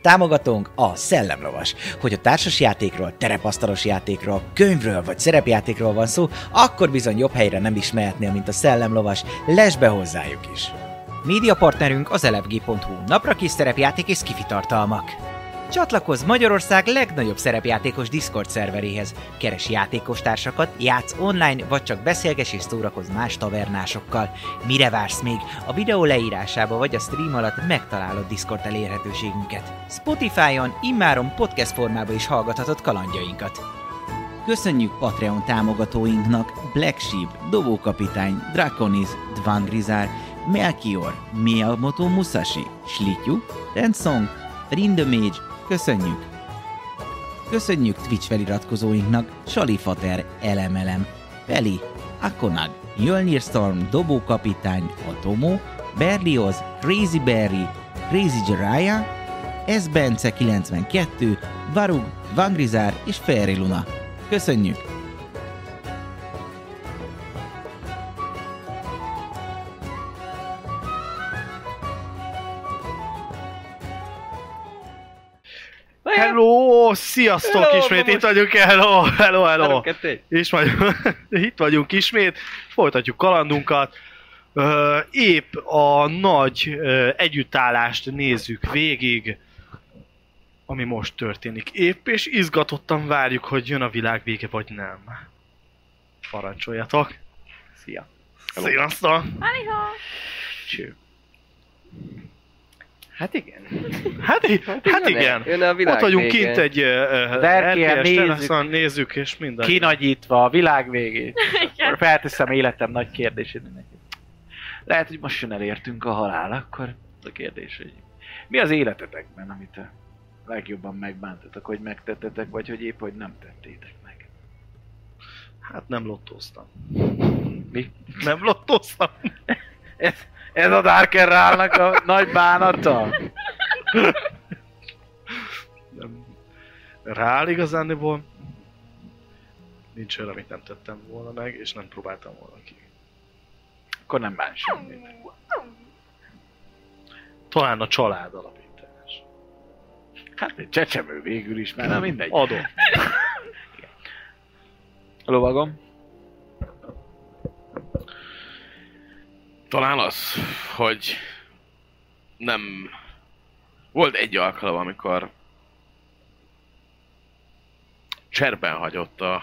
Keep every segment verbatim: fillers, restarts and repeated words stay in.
Támogatónk a Szellemlovas. Hogy a társasjátékról, terepasztalos játékról, könyvről vagy szerepjátékról van szó, akkor bizony jobb helyre nem is mehetnél, mint a Szellemlovas. Lesz be hozzájuk is! Médiapartnerünk az elefg pont hu, napra kis szerepjáték és skifi tartalmak. Csatlakozz Magyarország legnagyobb szerepjátékos Discord szerveréhez. Keres játékostársakat, játsz online, vagy csak beszélges és szórakozz más tavernásokkal. Mire vársz még? A videó leírásába vagy a stream alatt megtalálod Discord elérhetőségünket. Spotify-on immáron podcast formában is hallgathatod kalandjainkat. Köszönjük Patreon támogatóinknak Black Sheep, Dobókapitány, Draconis, Dvangrizár, Melchior, Miyamoto Musashi, Slityu, Tensong, Rindemage, köszönjük! Köszönjük Twitch feliratkozóinknak Salifater, Elemelem, Peli, Akonag, Jölnir Storm, Dobókapitány, Atomo, Berlioz, Crazy Berry, Crazy Jiraiya, S. Bence kilencvenkettő, Varug, Vangrizár és Fairy Luna. Köszönjük! Hello! Sziasztok hello, ismét! Itt vagyunk, hello! Hello, hello! És vagyunk, itt vagyunk ismét, folytatjuk kalandunkat. Uh, épp a nagy uh, együttállást nézzük végig, ami most történik. Épp és izgatottan várjuk, hogy jön a világ vége, vagy nem. Parancsoljatok! Szia! Hello. Sziasztok! Cső! Hát igen. Hát, hát, hát igen. Jön a világ ott vagyunk végén. Kint egy uh, er pé es teraszon, nézzük és minden. Kinagyítva a világ végét. Akkor felteszem életem nagy kérdését neki. Lehet, hogy most jön elértünk a halál, akkor az a kérdés, hogy mi az életetekben, amit a legjobban megbántatok, hogy megtettetek, vagy hogy épp, hogy nem tettétek meg? Hát nem lottóztam. Mi? Nem lottóztam. Ez, ez a Darker Rálnak a nagy bánata? Nem. Rál igazándiból nincs olyan, amit nem tettem volna meg, és nem próbáltam volna ki. Akkor nem bán semmit. Talán a család alapítás. Hát egy csecsemő végül is, mert nem mindegy. Adom. A lovagom? Talán az, hogy nem... Volt egy alkalom, amikor cserben hagyott a,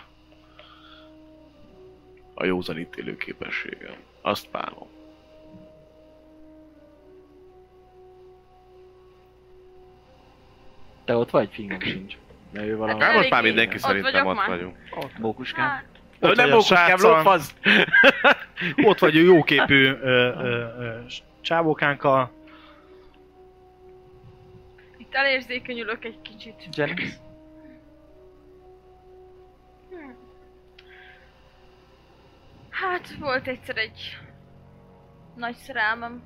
a józan ítélő képességem. Azt bánom. Te ott vagy? Fingom sincs. De ő valami... Hát most már mindenki ott szerintem vagyok ott már. vagyunk. Ott mókuskám. Hát, Ő Ott nem vagy a mókuskám, sráccal. lopfaz! Ott vagy a jóképű ö, ö, ö, csábókánkkal. itt elérzékenyülök egy kicsit. Jenny? Hm. Hát volt egyszer egy nagy szerelmem,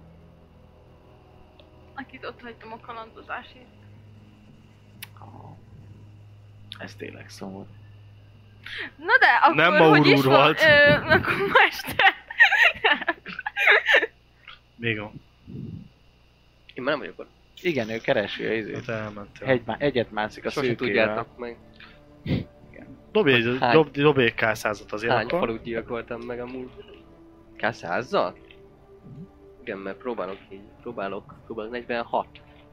akit ott hagytam a kalandozásért. Ez tényleg szomorú. Na de akkor Nem hogy Maur is úr van? volt. Ö, akkor ma este. Még van. Én már nem vagyok ott. Igen, ő keresi a izét. Ott elmentem. Egy, egyet mászik a Sosem szőkével. tudjátok meg. Dobj egy, Hány- dob, dobj egy ká-százat azért Hány akkor. falut gyilkoltam meg amúgy? ká százzal? Igen, mert próbálok így, próbálok, próbálok negyvenhat.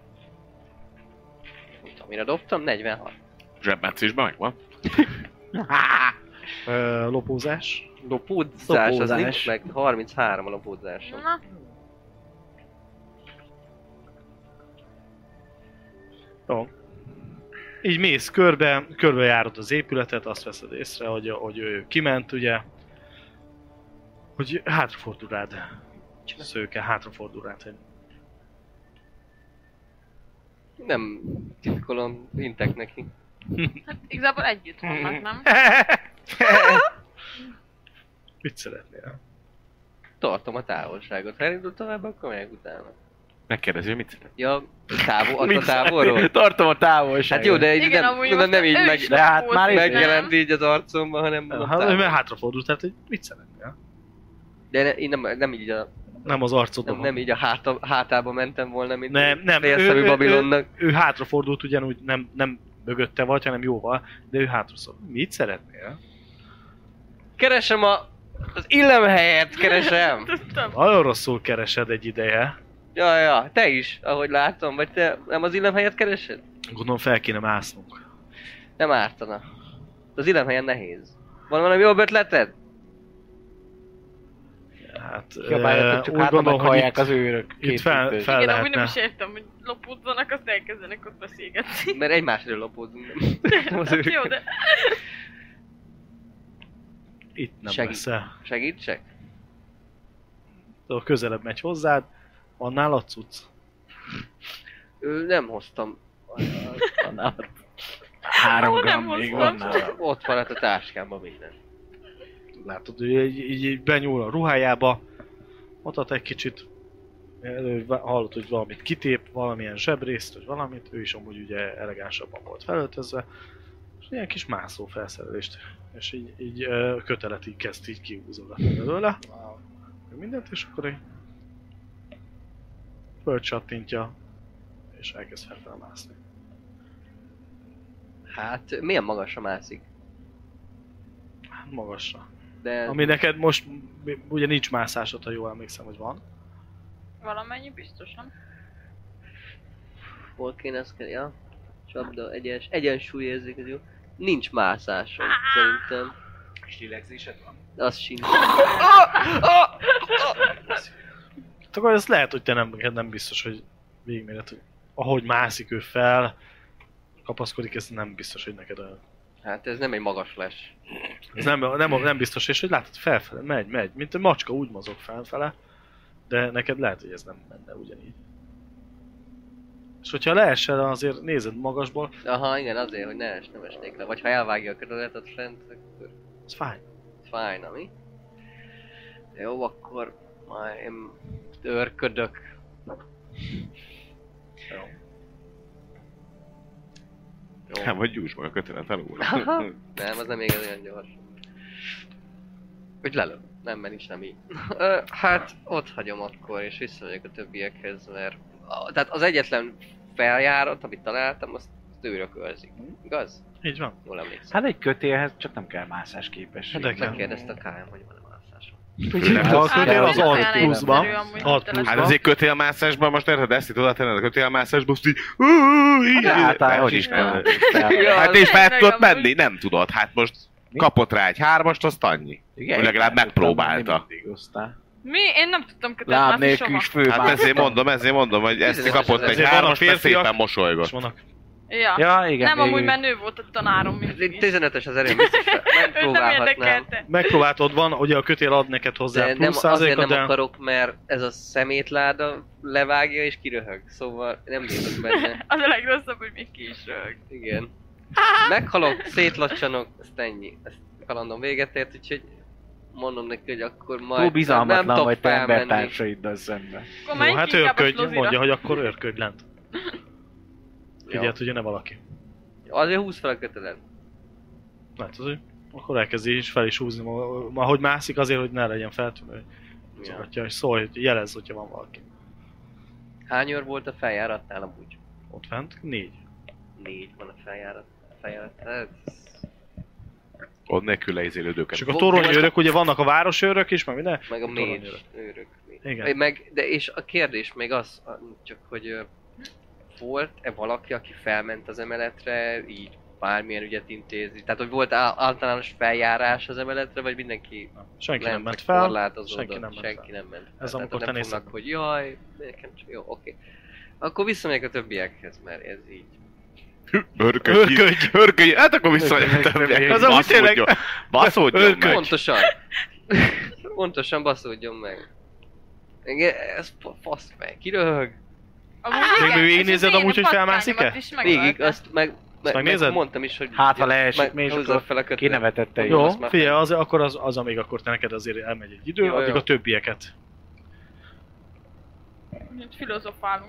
Nem tudom, mire dobtam? negyvenhat. Zsebmetszésben megvan. Ö, lopózás. Lopódzás az Lopózás. nincs meg, harminchárom a lopódzásom. Na, Jó. Így mész körbe, körbejárod az épületet, azt veszed észre, hogy, hogy ő kiment, ugye. Hogy hátrafordul rád. Szőke, hátrafordul rád. Hogy... Nem titkolom, intek neki. hát igazából együtt vannak, nem? Mit szeretnél? Tartom a távolságot. Ha elindul tovább, akkor megyek utána. Megkérdezi, hogy mit szeret. Ja, távol, ott a Mit távolról? Tartom a távolságot. Hát jó, de így Igen, nem, amúgy nem, most nem így ő meg, is de hát lopózik, már így- nem? megjelent így az arcomban, hanem a Hát, távol. mert hátrafordult, tehát hogy mit szeretnél? De ne, én nem, nem így a Nem az arcodon. Nem, nem így a háta, hátába mentem volna, mint Nem, nem. Ő, félszemű ő, Babilonnak. ő, ő hátrafordult ugyanúgy, nem, nem mögötte vagy, hanem jóval, de ő hátra szól. Mit szeretnél? Keresem a... az illemhelyet keresem! Tudtam. Nagyon rosszul keresed egy ideje. Ja, ja, te is, ahogy látom, vagy te nem az illemhelyet keresed? Gondolom fel kéne másznunk. Nem ártana. Az illemhelyen nehéz. Van valami jobb ötleted? Hát, Kiabálják, hogy csak hátra meghallják az őrök. itt fel, Két fel Igen, amúgy nem lehetne. is értem, hogy lopódzanak, azt elkezdenek ott beszélgetni. Mert egymásra lopódunk. Nem az Hát őrök. jó, de... Itt nem Segít. leszel. Segítsek? A közelebb megy hozzád, van nálad cucc. Ő, nem hoztam. Három Ó, gram nem még hoztam. van nála. Ott van hát a táskámban minden. Látod, hogy így, így, így benyúl a ruhájába, mutat egy kicsit, elő, hallod, hogy valamit kitép, valamilyen zsebrészt, vagy valamit, ő is amúgy ugye elegánsabban volt felöltözve, és ilyen kis mászó felszerelést, és így, így ö, kötelet így kezd így kihúzogatni belőle, meg mindent, és akkor így fölcsattintja, és elkezd felfelé mászni. Hát, milyen magasra mászik? Hát magasra. De Ami neked most, ugye nincs mászásod, ha jól emlékszem, hogy van. Valamennyi biztosan. hol kéne ezt kell, ja? Csapda, egyens, egyensúlyérzék, ez jó. Nincs mászásom, szerintem. És lélegzésed van? De az sincs. Akkor ez lehet, hogy te nem, neked nem biztos, hogy végigméred, hogy ahogy mászik ő fel, kapaszkodik, ez nem biztos, hogy neked olyan. Hát ez nem egy magas les. Ez nem, nem, nem biztos, és hogy látod, felfele, megy, megy, mint egy macska úgy mozog felfele, de neked lehet, hogy ez nem menne ugyanígy. És hogyha leesel, azért nézed magasból, Aha, igen, azért, hogy ne es, nem esnék le. Vagy ha elvágja a kötelet fent, akkor ez fáj. fájna, mi? Jó, akkor majd én őrködök. Jó. Jó. Hát vagy gyújts meg a kötelet alul. Nem, az nem még olyan gyors. Hogy lelöv. Nem, mert nincs nem így. Ö, hát ott hagyom akkor, és visszamegyek a többiekhez, mert... A, tehát az egyetlen feljárat, amit találtam, azt, azt őrök őrzik. Igaz? Így van. Jól emlékszem. Hát egy kötélhez csak nem kell mászás képesség. De kell. Megkérdezte a kályám, hogy van-e mászásom. A kötél az Hát, alt olyan pluszban. egyszerű amúgy, Alt hogy pluszban. Hát azért kötélmászásban most érted, ezt itt oda tenned a kötélmászásba, azt így... "Ú, így-" De általában hogy is is nem. nem. Ja, Hát az és fel tényleg tudod amúgy. menni? Nem tudod. Hát most Mi? kapott rá egy hármast, azt annyi. Igen, Hogy legalább igen, megpróbálta. mindig aztán. Mi? Én nem tudtam Láb kötelmászni nélkül soha. is Hát főbász. ezért mondom, ezért mondom, hogy ezt Ezért kapott ezért egy vannak hármast, mert férfiak, szépen És mosolygott. vannak. Ja. Ja, igen. Nem, amúgy végül. menő volt a tanárom mindig. tizenötös az erőm, biztos fel- Őt nem megpróbálhatnám. érdekelte. Megpróbáltod, van, ugye a kötél ad neked hozzá De nem, plusz azért százalékot, nem de... akarok, mert ez a szemétláda levágja és kiröhög. Szóval nem bízok benne. Az a legrosszabb, hogy még ki is rög. Igen. Meghalok, szétlacsanok, ezt ennyi. Ezt kalandom véget ért, úgyhogy mondom neki, hogy akkor majd Túl bizalmatlan tudok vagy te felmenni. embertársaiddal szemben. Akkor Jó, menjünk hát inkább a őrködj, slozira. mondja, hogy akkor őrködj lent. Jó. Figyeld, hogy ne valaki. Azért húz fel a kötelet. Látod, hogy akkor elkezdi is fel is húzni, ma- ma- ahogy mászik azért, hogy ne legyen feltűnő. Ja. Ja. És szólj, jelezz, hogyha van valaki. Hány őr volt a feljáratnál amúgy? Ott fent? Négy. Négy van a feljárat. A feljárat. Hát, Ott nélkül leizélődőket. És akkor a toronyőrök, ugye vannak a városőrök is, meg minden. meg a toronyőrök. mage őrök. Igen. Meg, de és a kérdés még az, a- csak hogy ö, volt-e valaki, aki felment az emeletre, így bármilyen ügyet intézi? Tehát, hogy volt á- általános feljárás az emeletre, vagy mindenki Senki nem lent, ment meg fel. korlátozódott? senki nem ment senki fel. nem ment fel. Ez Tehát amikor te nem nézted. fognak, hogy jaj, nekem csak, jó, oké. Akkor visszamegyek a többiekhez, mert ez így. Örködj! Örködj! Örködj! Hát akkor visszajöttem. Az amúgy tényleg- Baszódjon Örködj! meg! Pontosan. Pontosan baszódjon meg. Igen, ez fa- fasz meg, kiröhög. Amúgy Még igen, végignézed és az amúgy, én hogy felmászik-e? patkányomat is Végig, megölte. azt meg, meg, meg megnézed? mondtam is, hogy Hát, ha leesik meg- még, és húzza akkor fel a kötelet. kinevetette Jó, azt már- figyelj, az, akkor az, az amíg akkor te neked azért elmegy egy idő, Jó, addig jó. a többieket. Itt filozofálunk.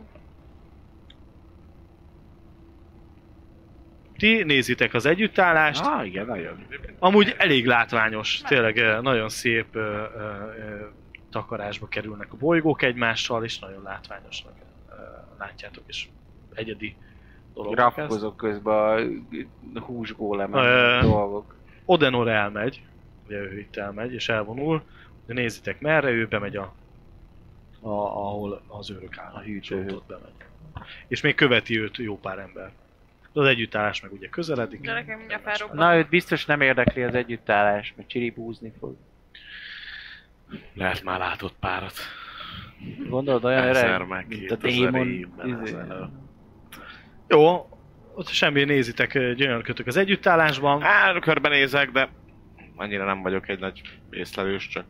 Ti nézitek az együttállást, Ah, igen, nagyon. amúgy elég látványos, tényleg eh, nagyon szép ö, ö, ö, takarásba kerülnek a bolygók egymással, és nagyon látványosnak uh, látjátok, és egyedi dolog. Grafkozok közben a húsgólemen Ö, dolgok. Odenor elmegy, ugye ő itt elmegy, és elvonul, de nézitek merre, ő bemegy a, a ahol az őrök áll, a hűtőhöz ott bemegy. És még követi őt jó pár ember. De az együttállás meg ugye közeledik. Gyerekem, mindjárt felrobban. Na, őt biztos nem érdekli az együttállás, mert csiribúzni fog. Lehet már látott párat. Gondolod, olyan Ezer öreg, meg mint a kétezer démon. évben izé. ezelőtt. Jó, ott semmi nézitek, gyönyörkötök az együttállásban. Á, körbenézek, de annyira nem vagyok egy nagy észlelős, csak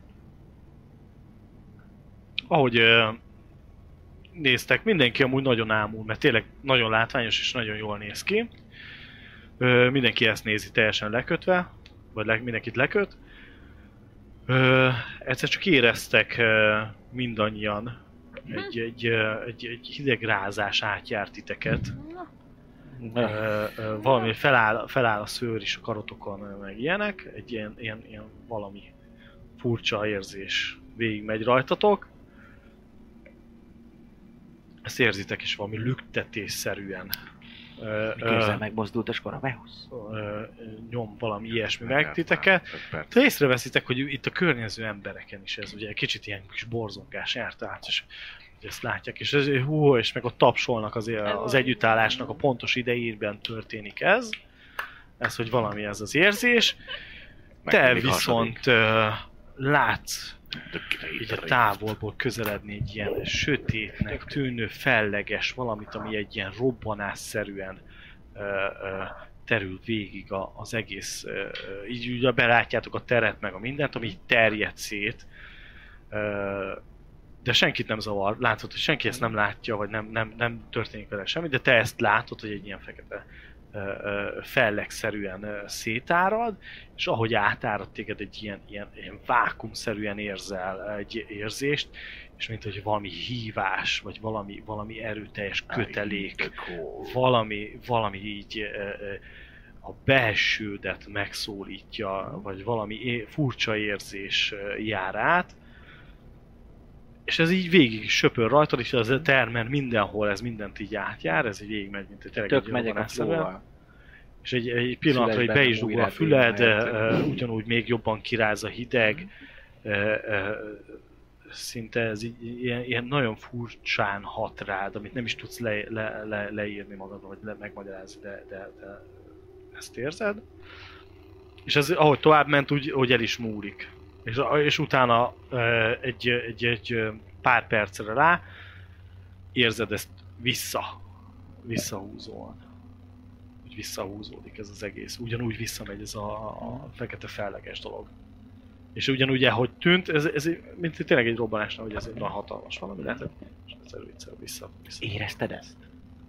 Ahogy ö, néztek, mindenki amúgy nagyon ámul, mert tényleg nagyon látványos és nagyon jól néz ki. Ö, mindenki ezt nézi teljesen lekötve, vagy le, mindenkit leköt. Ö, egyszer csak éreztek ö, mindannyian, egy, egy, ö, egy, egy hideg rázás átjárt titeket. Ö, ö, valami feláll, feláll a szőr is a karotokon, meg ilyenek. Egy ilyen, ilyen, ilyen valami furcsa érzés végigmegy rajtatok. Ezt érzitek is valami lüktetésszerűen. Ö, Kézzel ö, megmozdult a Skorabeus. ö, nyom valami ilyesmi meg titeket. perc. Te észreveszitek, hogy itt a környező embereken is ez ugye egy kicsit ilyen kis borzongás járt át, és hogy ezt látják, és ez, hú, és meg ott tapsolnak az, az együttállásnak a pontos idejében történik ez. Ez, hogy valami ez az érzés. Te Meg mindig viszont ö, látsz Tökre így a ítarik. távolból közeledni egy ilyen sötétnek tűnő felleges valamit, ami egy ilyen robbanásszerűen ö, ö, terül végig a, az egész, ö, ö, így ugye belátjátok a teret meg a mindent, ami így terjed szét, ö, de senkit nem zavar, látod, hogy senki ezt nem látja, vagy nem, nem, nem történik vele semmi, de te ezt látod, hogy egy ilyen fekete ö, ö, fellegszerűen ö, szétárad, és ahogy átárad téged egy ilyen, ilyen, ilyen vákumszerűen érzel egy érzést, és mint hogy valami hívás, vagy valami, valami erőteljes kötelék, valami, valami így ö, ö, a belsődet megszólítja, vagy valami é- furcsa érzés ö, jár át, és ez így végig söpör rajtad, és az a termen mindenhol ez mindent így átjár, ez így végigmegy, mint egy tényleg Tök egy megyek a robbanásszerűen. flóval. És egy, egy pillanatra, hogy be is dugol a füled, uh, ugyanúgy még jobban kiráz a hideg, uh, uh, szinte ez így, ilyen, ilyen nagyon furcsán hat rád, amit nem is tudsz le, le, le, leírni magadon, vagy le, megmagyarázni, de, de, de ezt érzed. És ez, ahogy tovább ment, úgy, úgy el is múlik. És, és utána uh, egy, egy, egy pár percre rá érzed ezt vissza, visszahúzóan. Hogy visszahúzódik ez az egész. Ugyanúgy visszamegy ez a, a fekete felleges dolog. És ugyanúgy, ahogy tűnt, ez, ez mint tényleg egy robbanásnál, hogy ez egy nagy hatalmas valami lehetett, és egyszer vissza, vissza, vissza. Érezted ezt?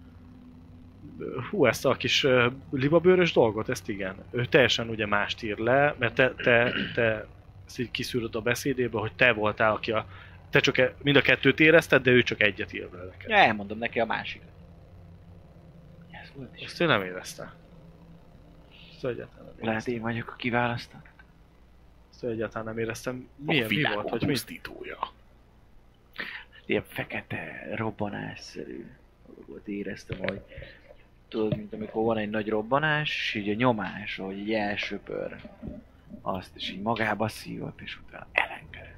Hú, ezt a kis uh, libabőrös dolgot, ezt igen. Ő teljesen ugye mást ír le, mert te, te, te ezt így kiszűröd a beszédéből, hogy te voltál, aki a... Te csak e, mind a kettőt érezted, de ő csak egyet ír le neked. Ja, elmondom neki a másikat. Ez volt is. Ezt ő nem érezte. Ezt ő egyáltalán nem Lehet érezte. én vagyok a kiválasztott. Ezt ő egyáltalán nem éreztem. A Milyen, mi világ volt, hogy mi? pusztítója. Ilyen fekete, robbanásszerű dolgot éreztem, hogy tudod, mint amikor van egy nagy robbanás, és így a nyomás, hogy így elsöpör azt, és így magába szívott, és utána elenged.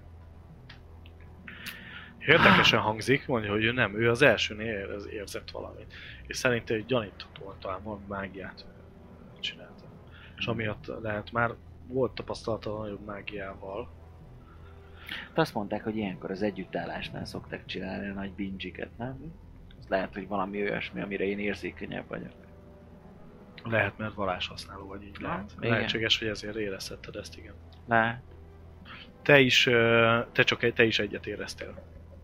Érdekesen hangzik, mondja, hogy ő nem, ő az elsőnél érez, érzett valamit. És szerintem egy gyaníthatóan talán valami mágiát csinálta. És amiatt lehet már volt tapasztalata a nagyobb mágiával. De azt mondták, hogy ilyenkor az együttállásnál szokták csinálni a nagy binge-iket, nem? Az lehet, hogy valami olyasmi, amire én érzékenyebb vagyok. Lehet, mert varázshasználó vagy, így Na, lehet. igen. Lehetséges, hogy ezért érezhetted ezt, igen. Lehet. Te is, ö, te csak egy, te is egyet éreztél.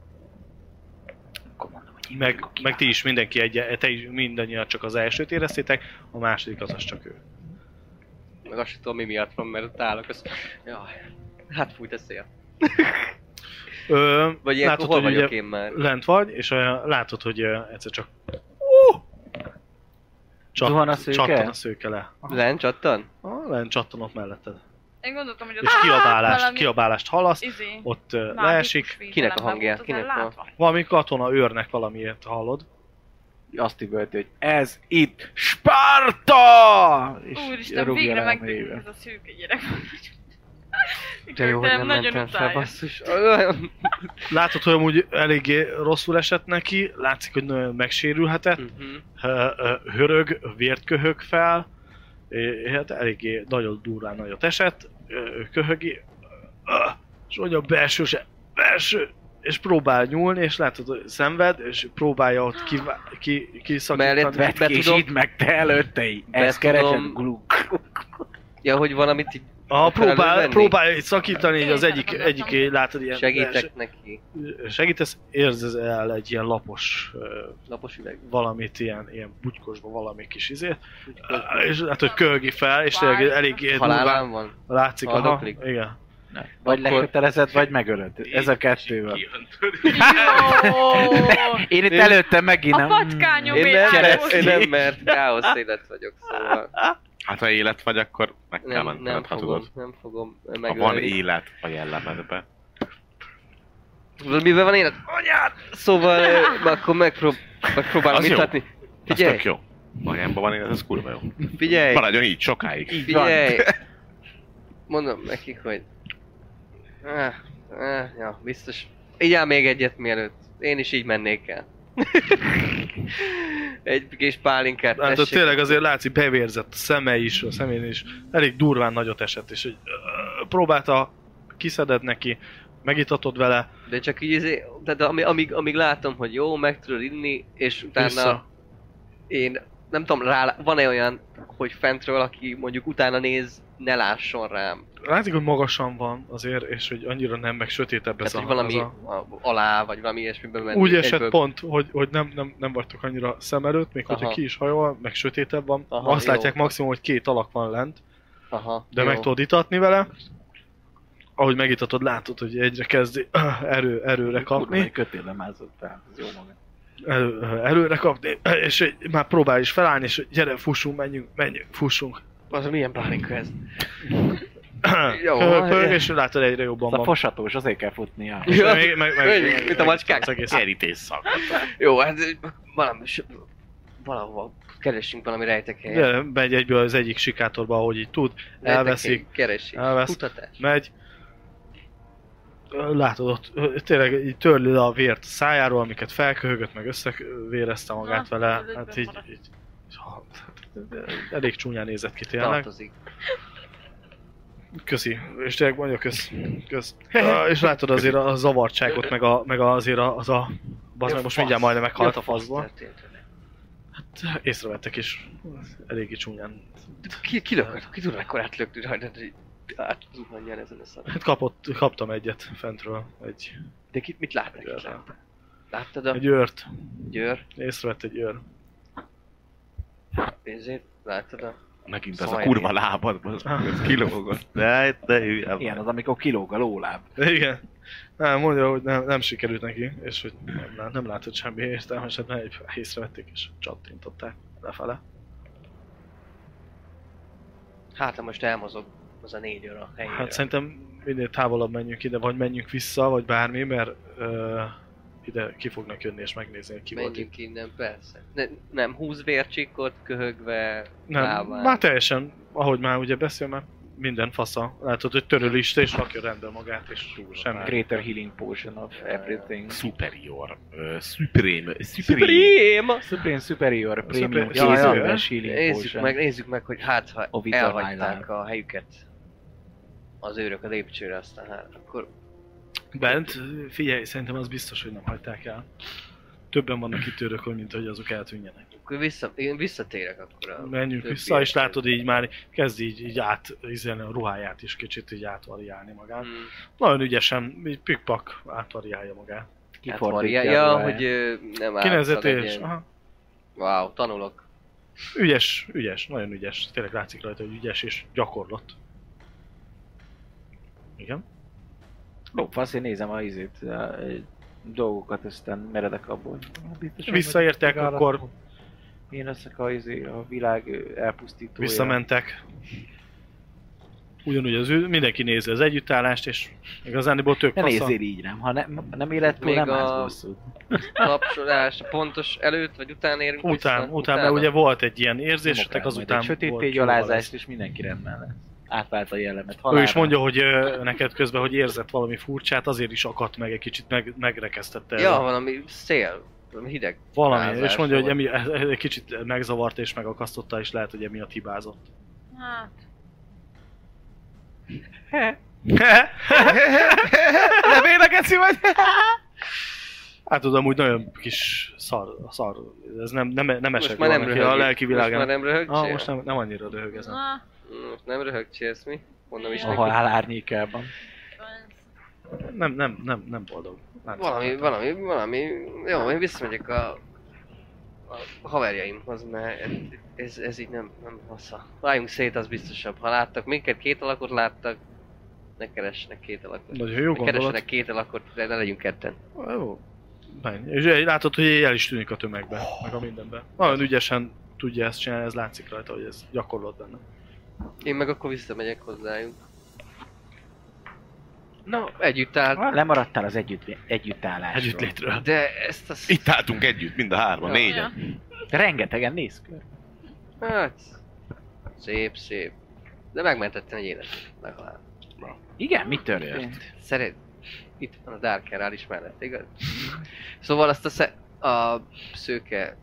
Akkor mondom, hogy én Meg, vagyok a meg ti is mindenki egy, te is mindannyian csak az elsőt éreztétek, a második az az csak ő. Meg azt sem tudom mi miatt van, mert ott állok, az... Jaj, hát fújt a szél. Ö, Vagy ilyenkor látod, hol hogy vagyok ugye én már? lent vagy, és uh, látod, hogy uh, egyszer csak Zuhan a szőke? csattan a szőke le. Lent csattan? Ah, lent csattan ott melletted. Én gondoltam, hogy az és kiabálást, valami kiabálást hallasz, izé, ott uh, mágikus leesik, védelem Kinek a be hangja? volt az Kinek a- ellátva. valami katona őrnek valamiért hallod. Azt üvölti, hogy ez itt Sparta! És Úristen, rúgja végre rá a megtudjuk, mélybe. ez a szőke gyerek. De jó, hogy nem nagyon mentem fel, utálja. basszus. Látod, hogy amúgy eléggé rosszul esett neki, látszik, hogy nagyon megsérülhetett, Mhm. Ö, ö, hörög, vért köhög fel, é- hát eléggé nagyon durván nagyot esett, ö, köhögi, Ö, és mondja belső se, belső, és próbál nyúlni, és látod, hogy szenved, és próbálja ott ki, ki, kiszakítani. Mellett Be Vetkésít tudom- meg te előttei! Be Ezt keresed, tudom- gluk. Ja, hogy valamit így Aha, próbál, felvenni? próbálja így szakítani, így az Én egyik, szeretem. egyik látod ilyen... segítek neki. Segítesz, érzel egy ilyen lapos ö, Lapos üveg. valamit, ilyen, ilyen bugykosba valami kis izét, és hát, hogy kölgi fel, és tényleg eléggé Halálán durván van. látszik, aha, Haldoklik? igen. Vagy Akkor- lekötelezed, vagy megölöd. Ez a kettő van. Jó! Én itt Én- előtte megint A nem... patkányom Én még nem, átmozdul. én nem, mert káosz élet vagyok, szóval Hát ha élet vagy, akkor meg kell nem, menned, nem ha fogom, tudod. nem fogom Ha megölni. van élet a jellemedben. Tudod, mivel van élet? Anyád! Szóval ö, akkor megprób megpróbálom Az jó. mutatni. Az Figyelj, tök jó. Magámban van élet, ez kurva jó. figyelj, Maradjon így sokáig. figyelj! Mondom nekik, hogy... Ah, ah, ja, biztos. Igyál még egyet mielőtt. Én is így mennék el. Egy kis pálinkát Hát ott tessék. tényleg azért látszik, bevérzett a szeme is, a szemén is, elég durván nagyot esett, és hogy ö, próbálta, kiszeded neki, megitatod vele, De csak így, izé- tehát ami, amíg, amíg látom, hogy jó, meg tudod inni, és utána vissza. én nem tudom, rá, van-e olyan, hogy fentről, aki mondjuk utána néz, ne lásson rám. Látszik, hogy magasan van azért, és hogy annyira nem, meg sötétebb ez Tehát, a, hogy valami az a... a... alá, vagy valami ilyesmiben menni. Úgy esett egyből. pont, hogy, hogy nem, nem, nem vagytok annyira szem előtt, még hogyha Aha. ki is hajol, meg sötétebb van. Aha, Azt jó. látják maximum, hogy két alak van lent, Aha, de jó. meg tudod itatni vele. Ahogy megitatod, látod, hogy egyre kezdi erő, erőre Kurva, kapni. egy kötélbe mázzott fel, ez jó maga. Elő, előre kapni, és hogy már próbál is felállni, és hogy gyere, fussunk, menjünk, menjünk, fussunk. Az milyen pálinka ez? Jó, Köhög, köhög, hát- és látod, egyre jobban Ez a van. fosatós, azért kell futnia. És meg, meg, meg, Menjünk, meg, mint a macskák. Az egész. Kerítés szak. Jó, hát valami, s- valahova keressünk valami rejtek helyet. Gyere, megy egyből az egyik sikátorba, ahogy így tud, elveszik, Keresik. elvesz. Kutatás. megy. Látod, ott ö, tényleg így törli le a vért a szájáról, amiket felköhögött, meg összevérezte magát Na, vele. ez Hát egyben így, maradt. így ha, hát, elég csúnyán nézett ki tényleg. Tartozik. Köszi, és tényleg mondja kösz, kösz. Ja, és látod azért a zavartságot, meg, a, meg azért a, az a... Bazd meg, most mindjárt majdnem meghalt a faszból. Hát észrevettek is, eléggé csúnyán. Ki, ki lökött? Ki tud ekkorát lökni rajta, hogy átzuhanjál ezen a szarán. Hát kapott, kaptam egyet fentről, egy, De ki, mit látnak itt lent? Láttad a egy őrt. Győr? Észrevett egy őr. Nézzét? Láttad a... Megint az a Szaj, kurva én. lábad, ez kilógott. De, de hülye Ilyen vagy. az, amikor kilóg a lóláb. Igen. Nem, mondja, hogy nem, nem sikerült neki, és hogy nem, lát- nem látott semmi értelmeset, mert egy észrevették és csattintották lefele. Hát, ha most elmozog az a négy óra a helyére. Hát szerintem minél távolabb menjünk ide, vagy menjünk vissza, vagy bármi, mert ö, ide ki fognak jönni és megnézni, hogy ki volt itt. Menjünk innen, persze. Ne, nem, húsz vércsikot, köhögve, Nem, lábán. már teljesen, ahogy már ugye beszél, már minden fasza. Látod, hogy törő lista és rakja rendbe magát, és semmi. Greater healing potion of everything. Superior. Uh, Supreme. Supreme. Supreme! Supreme Superior Premium Super- ja, Super- ja, healing Nézzük potion. meg, nézzük meg, hogy hát ha A Vitor elhagyták Island. a helyüket az őrök a lépcsőre, aztán hát akkor Bent, figyelj, szerintem az biztos, hogy nem hagyták el. Többen vannak itt őrökön, mint hogy azok eltűnjenek. akkor vissza, én visszatérek akkor a Menjünk többi vissza, és érkező. látod így már, kezd így, így át, ízelni a ruháját is kicsit így átvariálni magát. Hmm. Nagyon ügyesen, így pikpak átvariálja magát. Kifordítja Ja, a ja, ruháját. hogy ö, nem Kinezetés, legyen. aha. Wow, tanulok. Ügyes, ügyes, nagyon ügyes. Tényleg látszik rajta, hogy ügyes és gyakorlott. Igen? Ó, fasz, én nézem a izét, a, egy dolgokat, aztán meredek abból. hogy biztos, Visszaértek, hogy akkor én leszek a, izé, a világ elpusztítója. visszamentek. ugyanúgy az ő, mindenki nézi az együttállást, és igazániból tök Ne fasza. nézzél így rám, ha nem, nem élettől Még nem a- állsz bosszút. Kapcsolás, pontos előtt vagy után érünk Után, vissza? után, mert ugye volt egy ilyen érzésetek, azután Egy sötét volt tégyalázást, és mindenki rendben lesz. Átvált a jellemet Ő halálra. is mondja, hogy ö, neked közben, hogy érzett valami furcsát, azért is akadt meg egy kicsit, meg, megrekesztette. Ja, ez a- valami szél, valami hideg. valami, rázás és mondja, hogy volt. emi, ez egy kicsit megzavarta és megakasztotta, és lehet, hogy emiatt hibázott. Hát, Nem érdekeszi vagy? Hát tudom, úgy nagyon kis szar, szar. Ez nem, nem, nem Most esek már jól nem neki röhög. a lelki Most már világán. nem röhögcsél? Ah, most nem, nem annyira röhög ezen. na, Most nem röhögcsélsz mi? Mondom is A neki. halál árnyékában. Nem, nem, nem, nem boldog. Nem Valami, szeretem. valami, valami... Jó, én visszamegyek a... a haverjaimhoz, mert ez, ez így nem, nem hossza. Váljunk szét, az biztosabb. Ha láttak minket, két alakot láttak, ne keressenek két alakot. Nagyon jó Ne gondolat. keressenek két alakot, de ne legyünk ketten. Jó. Menj. És látod, hogy el is tűnik a tömegbe, meg a mindenbe. Nagyon ügyesen tudja ezt csinálni, ez látszik rajta, hogy ez gyakorlott benne. Én meg akkor visszamegyek hozzájuk. Na, együtt állt. Lemaradtál az együtt, együttállásról. Együttlétről. De ezt az... Itt álltunk együtt, mind a hárman, Ja. négyen. Rengetegen néz kör. Hát... Szép, szép. De megmentettem egy életet, legalább. Igen, mi történt? Szeret... Itt van a Dark Herald is mellett, igaz? Szóval azt a, sze... a szőke...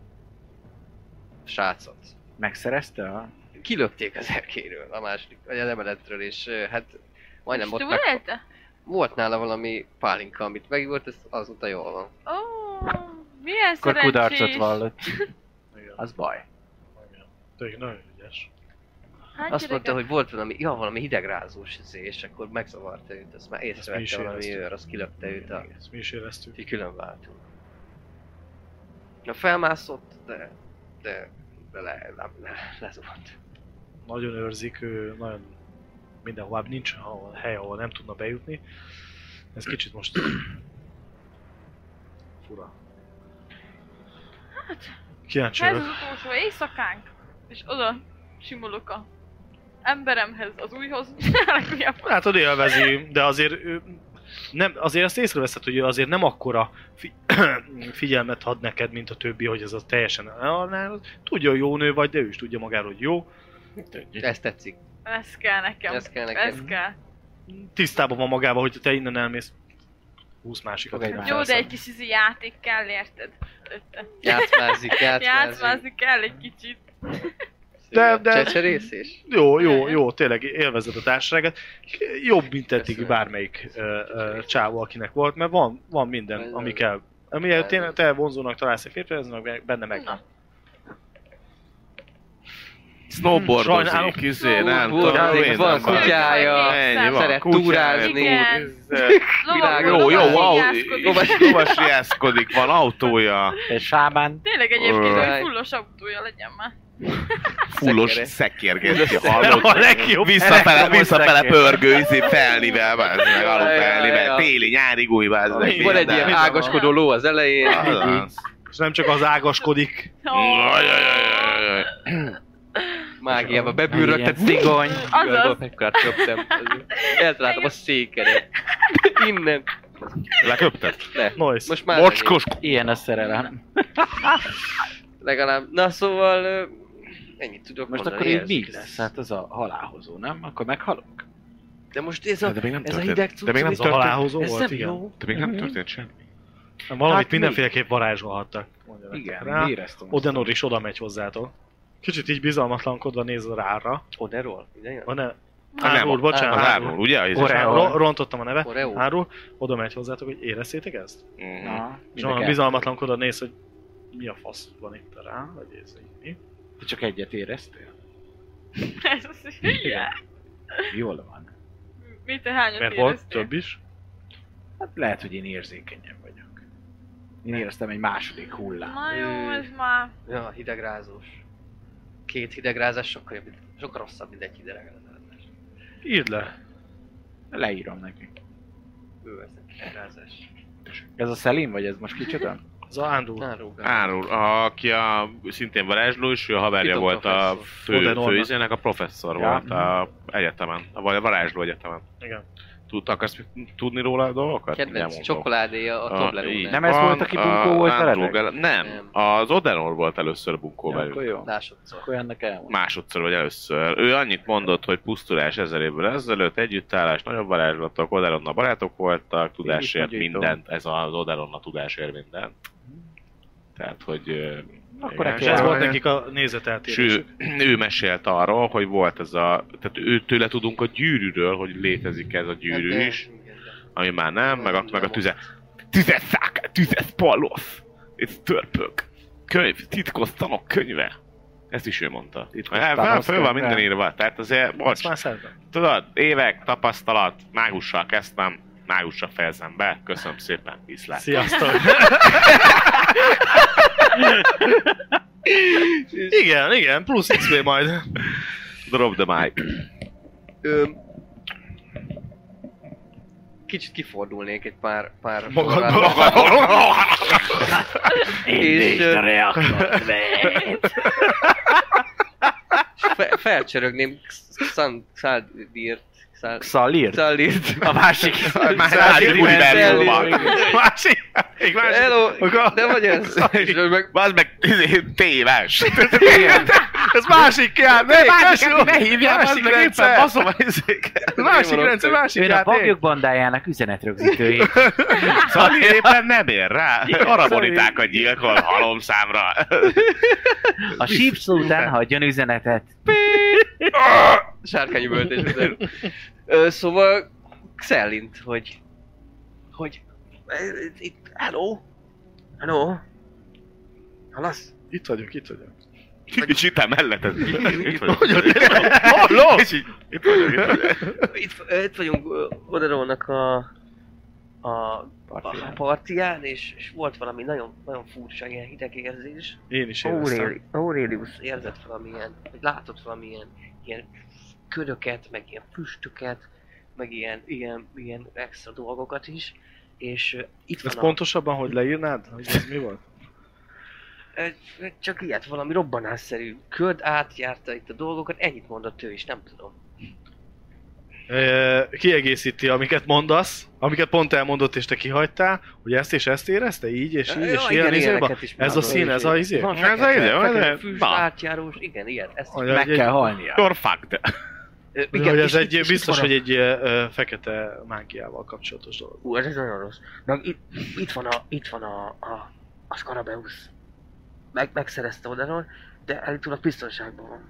srácot. Megszerezte a... Kilökték az erkéről, a második, vagy az emeletről, és ö, hát majdnem és ott te meg... voltál? Volt nála valami pálinka, amit megivott, ez azóta jól van. Ó, milyen Akkor kudarcot szerencsés. vallott. Igen. Az baj. Igen. Tényleg nagyon ügyes. Hát Azt mondta, gyerekek, hogy volt valami, ja, valami hidegrázós izé, és akkor megzavarta őt, azt már mi is észrevette valami éreztük. őr, az kilökte őt, a... Ezt mi is éreztük. így külön váltunk. Na felmászott, de... de... de le, le, le, lezuhant. Nagyon őrzik, ő nagyon mindenhová, nincs ahol, hely, ahol nem tudna bejutni. Ez kicsit most fura. Kíváncsi ez az vagyok. utolsó éjszakánk, és oda simulok a emberemhez, az újhoz, legújabb. Látod, élvezi, de azért ő nem, azért azt észreveszed, hogy ő azért nem akkora fi- figyelmet ad neked, mint a többi, hogy ez az teljesen elnál. Tudja, hogy jó nő vagy, de ő is tudja magáról, hogy jó. Ez tetszik. Ez kell nekem. Ez kell nekem. Ez kell. Tisztában van magával, hogy te innen elmész húsz másikat. Fog egy innen Jó, de felszáll. egy kis izi játék kell, érted? Ötte. Játszmázik, játszmázik. Játszmázni kell egy kicsit. De- de- Csecserészés? Jó, jó, jó, tényleg élvezed a társaságot. Jobb, mint eddig Köszönöm. bármelyik ö, ö, csávó, akinek volt, mert van, van minden, Nagyon. ami kell. Ami tényleg te vonzónak találsz egy férfi, ez meg benne meg. Na. Snowboardozik, Sajnálom. izé, nem Snowboardozik, tudom, én van nem tudom. kutyája, Ennyi van, szeret kutyája, túrázni. Igen. Világ- Jó, jó, au, Lovasíjászkodik. lovas, lovasriászkodik, van autója, Egy sámán. Tényleg egyébként, Ö. hogy fullos autója legyen már. fullos Szekere. szekérgeti, hallod? A legjobb. Visszafele, Elektromos visszafele szekér. pörgő, izé felnivel, bazd meg, aludfelnivel, Ja. téli, nyári gúj, bazd meg. Van Van egy minden. ilyen Minden ágaskodó ló az elején. Az. És nem csak az ágaskodik. Ajajajajajaj. Mágiába Ilyen bebűrögtett cigony. Azaz. Megkártyogtam. Eltaláltam a székedet. Innen. Leköpted? Le. Nice. Most már Mocskos. Ilyen a szerelem. legalább. Na szóval... ö, ennyit tudok Most mondani. akkor így ez- mi lesz? Hát az a halálhozó, nem? Akkor meghalok? De most ez a, De még nem ez a történt. hideg De cucc, még nem Ez a ez, halálhozó ez volt, nem igen. jó. De még nem történt semmi. Valamit Hát mi? mindenféleképp varázsolhattak. mondja nektek Igen, rá. éreztem. Odenor is oda megy hozzátok. Kicsit így bizalmatlankodva néz rára. Oderol? Ide jön? A ne... Hát nem, Árul, bocsánat. Az Árul. árul, ugye? Az is Oreo. Ro- rontottam a neve. Oreo. Árul. Oda megy hozzátok, hogy éreztétek ezt? Mhm. Na, És mind a olyan kettő. bizalmatlankodva néz, hogy mi a fasz van itt rá, vagy ez így mi? Te csak egyet éreztél? Ez az hülye. Jól van. Mit te hányat Mert volt éreztél? több is. Hát lehet, hogy én érzékenyebb vagyok. Én éreztem egy második hullám. Na jó, ez már... Ja, hidegrázós. Két hidegrázás sokkal jobb, sokkal rosszabb, mint egy hidegrázás. Írd le. Leírom neki. Ő ez egy hidegrázás. Ez a Szelim, vagy ez most kicsoda? Az a Andrew. Árul, aki a szintén varázsló, és ő a haverja Piton volt a professzor. fő, Odenornak. főizének, a professzor Ja. volt a egyetemen, vagy a varázsló egyetemen. Igen. Tud, akarsz tudni róla a dolgokat? Kedvenc Elmondom. csokoládéja a így Toblerone. Nem ez volt, aki bunkó volt veletek? veletek? Nem, Nem. az Odenor volt először bunkó Ja, velük. akkor jó. Másodszor. Akkor ennek elmond. Másodszor vagy először. Ő annyit mondott, hogy pusztulás ezer évvel ezelőtt, együttállás, nagyobb varázslatok, Oderonna barátok voltak, tudásért Így van, mindent, ez az Oderonna tudásért mindent. Tehát, hogy... ö, Akkor igen, És neki ez és volt Ja. nekik a és nézeteltérésük. ő, ő mesélt arról, hogy volt ez a... Tehát ő tőle tudunk a gyűrűről, hogy létezik ez a gyűrű Hát, de- is, igen, de- ami már nem, meg a, meg a Nem tüze... Tüzes szák, tüzes palosz, és törpök, könyv, titkos tanok könyve. Ezt is ő mondta. Titkos Fel, tanosz föl van könyve. minden írva, tehát azért, Azt bocs, már szerintem. tudod, évek, tapasztalat, mágussal kezdtem, mágussal fejezem be, köszönöm szépen, viszlát. Sziasztok! igen, igen, plusz iksz pé majd. Drop the mic. Ö, Kicsit kifordulnék egy pár, pár Magadból. sorral. És ö, fe, felcsörögném Xan- Xaldirt. Xal- Xalir? Xaldirt. A másik. Másik univerzumban. Másik, egy másik. Hello, Maga- de vagy ez? És ő meg Bazd meg, téves. Ez másik játék, Másik, tesó! ne hívjál, Másik az meg éppen rendszer. Baszom a izéket. Másik rendszer, másik Ön a játék. bagyok bandájának üzenetrögzítője. Szóval éppen nem ér rá. Arabonitákat gyilkol halomszámra. A Sheeps után hagyjon üzenetet. sárkányi böltés után. Ö, Szóval Xellint, hogy... Hogy... eh, Itt... Hello? Hello? Hallasz? Itt vagyok, itt vagyok. És itt áll melletted. Itt vagyok. Halló? És így, itt vagyok, itt vagyok. Itt, ö, itt vagyunk Oderónak a... A a partiján, és, és volt valami nagyon, nagyon furcsa ilyen hidegérzés. Én is éreztem. Aureli, Aurelius érzett valamilyen, vagy látott valamilyen ilyen ködöket, meg ilyen füstöket, meg ilyen, ilyen, ilyen extra dolgokat is. És uh, itt Ez van a, pontosabban, hogy leírnád? Hogy ez mi volt? ö, csak ilyet, valami robbanásszerű köd átjárta itt a dolgokat, ennyit mondott ő is, nem tudom. E, kiegészíti, amiket mondasz, amiket pont elmondott és te kihagytál, hogy ezt és ezt érezte, így és így, Ja, és igen, ilyen izéba? ilyeneket is Ez a mondott szín, ő ez is, a hogy izé? van Ez a fekete, izé, fekete, ez a- füst, na. átjárós, igen, ilyen, ezt Olyan, Meg egy- kell halnia. You're fucked. Ö, Igen, hogy ez és egy, itt- és biztos, itt van hogy egy ö, fekete mágiával kapcsolatos dolog. Ú, ez nagyon rossz. Meg itt, itt van a, itt van a, a, a Scarabeus. Meg, megszerezte Odenon, de állítólag biztonságban van.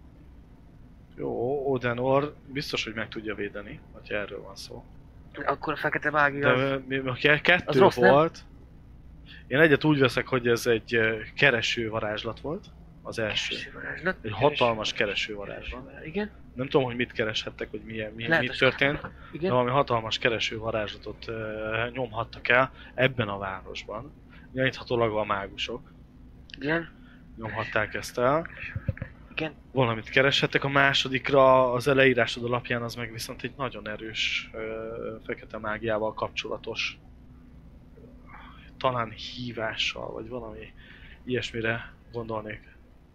Jó, Odenor biztos, hogy meg tudja védeni, hogyha erről van szó. Akkor a fekete mágia De az... ö, mi- mi- ke- kettő Az rossz, nem? volt. Én egyet úgy veszek, hogy ez egy ö, kereső varázslat volt. Az első. varázslat. Egy hatalmas kereső varázslat. Igen, Nem tudom, hogy mit kereshettek, hogy milyen, mi, Lehet, mi hogy- történt. De igen. valami hatalmas kereső varázslatot uh, nyomhattak el ebben a városban. Gyaníthatólag a mágusok Igen, nyomhatták ezt el. igen. Valamit kereshettek, a másodikra az eleírásod alapján az meg viszont egy nagyon erős uh, fekete mágiával kapcsolatos, talán hívással, vagy valami ilyesmire gondolnék.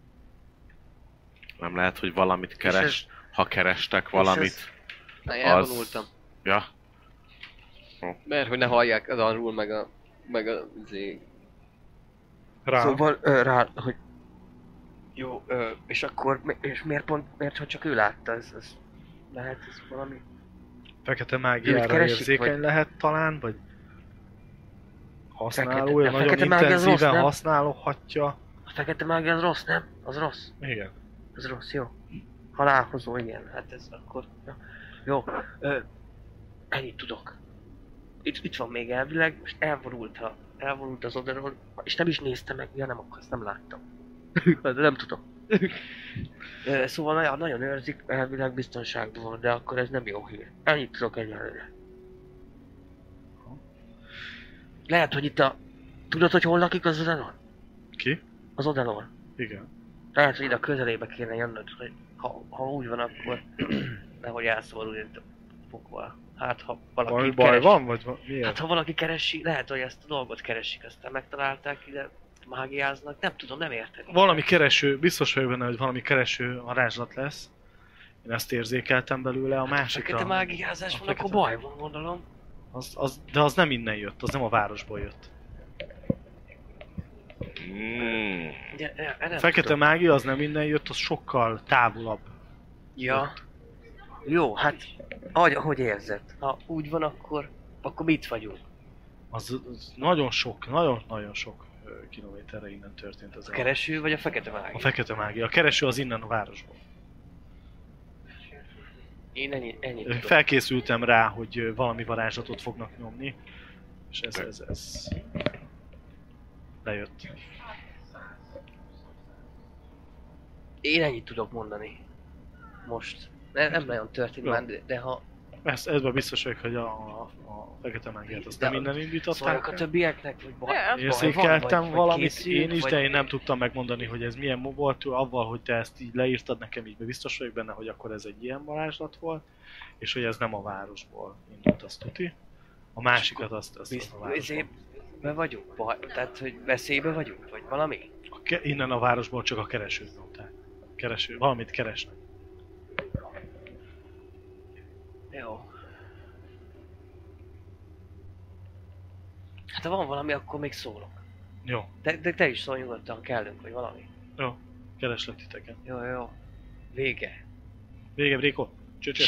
Nem lehet, hogy valamit keres, ez- ha kerestek ez- valamit. Na, Az- elvonultam. Ja, Mert hogy ne hallják az arról meg a... meg a... Zé. Rá. Szóval ö, rá, hogy... Jó, ö, és akkor... mi- És miért pont... Miért, hogy csak ő látta? Ez, ez lehet ez valami... Fekete Őt mágiára keresik, érzékeny vagy- lehet talán, vagy használója, Fekete- a nagyon fekete mágia az rossz, intenzíven nem? használhatja. A fekete mágia az rossz, nem? Az rossz. Igen. Ez rossz, jó. Halálhozó, igen, hát ez akkor... Ja. Jó, ö, ennyit tudok. Itt, itt van még elvileg, most elvonult, a, elvonult az oldalról, és nem is nézte meg, ja nem, akkor ezt nem láttam. De nem tudom. Ö, Szóval nagyon, nagyon őrzik, elvileg biztonságban van, de akkor ez nem jó hír. Ennyit tudok egyelőre. Lehet, hogy itt a... Tudod, hogy hol lakik az Odelon? Ki? Az Odelon. Igen. Lehet, hogy ide a közelébe kéne jönnöd, hogy ha, ha úgy van, akkor nehogy elszabadulj itt a pokol. Hát ha valaki Valami baj keres... van, vagy va- miért? Hát ha valaki keresi, lehet, hogy ezt a dolgot keresik, aztán megtalálták ide, mágiáznak, nem tudom, nem értek. Valami kereső, biztos vagyok benne, hogy valami kereső varázslat lesz. Én ezt érzékeltem belőle, a másikra... Fekete mágiázás a van, fekete- akkor baj van, gondolom. Az, az, de az nem innen jött, az nem a városból jött. Mm. Ja, ja, A nem fekete tudom. mágia az nem innen jött, az sokkal távolabb. Ja. Jó, hát ahogy, ahogy érzed. Ha úgy van, akkor, akkor mit vagyunk? Az, az nagyon sok, nagyon-nagyon sok ö, kilométerre innen történt ez A a, kereső vagy a fekete a mágia? fekete mágia. A kereső az innen a városból. Én ennyi, ennyit tudom. Felkészültem rá, hogy ö, valami varázslatot fognak nyomni, és ez, ez, ez lejött. Én ennyit tudok mondani. Most. Ne, nem nagyon történt Jó. már, de, de ha Ezt, ezben biztos vagyok, hogy a, a, a fekete mágiát azt nem De innen szóljak indították. a többieknek, vagy baj, Ne, baj Érzékeltem van, vagy- vagy valamit készült, én is, vagy- de én nem tudtam megmondani, hogy ez milyen volt. Avval, hogy te ezt így leírtad nekem, így biztos vagyok benne, hogy akkor ez egy ilyen varázslat volt, és hogy ez nem a városból indult, azt tuti. A másikat azt, azt, azt a városból. Veszélybe vagyunk? Baj, tehát, hogy veszélybe vagyunk? Vagy valami? A ke- innen a városból csak a keresőt nyomták. Kereső, valamit keresnek. Jó. Hát ha van valami, akkor még szólok. Jó, De, de te is szólj nyugodtan, kellünk, vagy valami. jó, kereslek titeket. Jó, jó. Vége. Vége, Bréko. Csöcsö.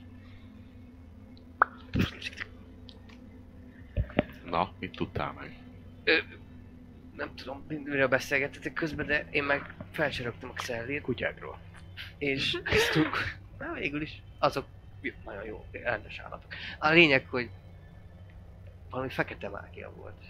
Na, mit tudtál meg? Ö, nem tudom, miről beszélgettetek közben, de én meg felcsörögtem a Xellét, Kutyákról. és ezt tudjuk. Na, végül is. Azok jó, nagyon jó, rendes állatok. A lényeg, hogy valami fekete mágia volt.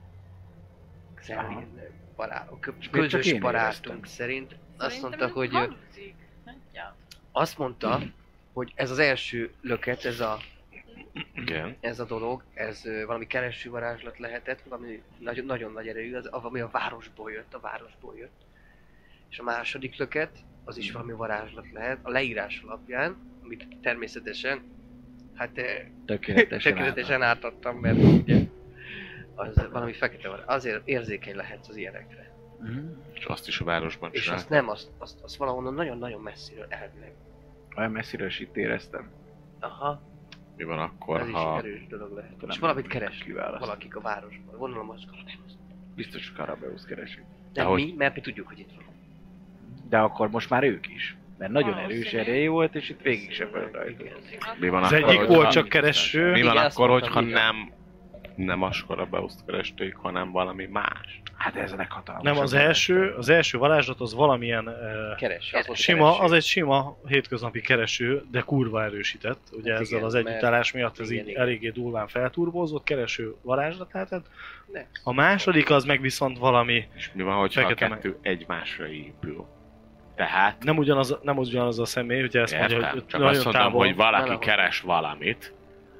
Xelli barátok, csak közös én barátunk éreztem. szerint. Azt Szerintem mondta, ez hogy hangzik. Nagyjából. azt mondta, hogy ez az első löket, ez a Igen. ez a dolog, ez ö, valami kereső varázslat lehetett, valami nagyon, nagyon nagy erejű, az, ami a városból jött, a városból jött. És a második löket, az is valami varázslat lehet, a leírás alapján, amit természetesen, hát eh, Tökéletesen, tökéletesen átadtam, mert ugye, az valami fekete van. Azért érzékeny lehetsz az ilyenekre. Mhm. És azt is a városban És csinált. azt nem, azt, azt, azt valahonnan nagyon-nagyon messziről elvileg. Olyan messziről is itt éreztem. Aha, Mi van akkor, ez is ha... erős dolog lehet. Tudom, És valamit nem keres kiválaszt. valakik a városban. Gondolom az Karabeusz. Biztos, hogy Karabeusz keresünk. Nem Ahogy- mi, mert mi tudjuk, hogy itt van. De akkor most már ők is. Mert nagyon Valószínű. erős ereje volt, és itt végig se föld rajta. Igen. Mi van Az akkor, egyik hogyha- volt csak kereső. Mi Igen, van azt akkor, mondtam, hogyha igen. nem... Nem a Skarabeuszt keresték, hanem valami más? Hát eznek hatalmas. Nem, az első, az első varázslat az valamilyen uh, Keres. Az volt a sima, kereső. az egy sima hétköznapi kereső, de kurva erősített. Ugye Hát ezzel igen, az mert- együttállás miatt ez igen, így igen. eléggé durván felturbózott, kereső varázslat lehetett. Ne. A második az meg viszont valami, És mi van, hogyha a Fekete kettő egymásra épül? Tehát... nem ugyanaz, nem ugyanaz a személy, ugye ezt mondja, Értem, hogy csak nagyon azt mondom, távol. hogy valaki Valahogy. keres valamit,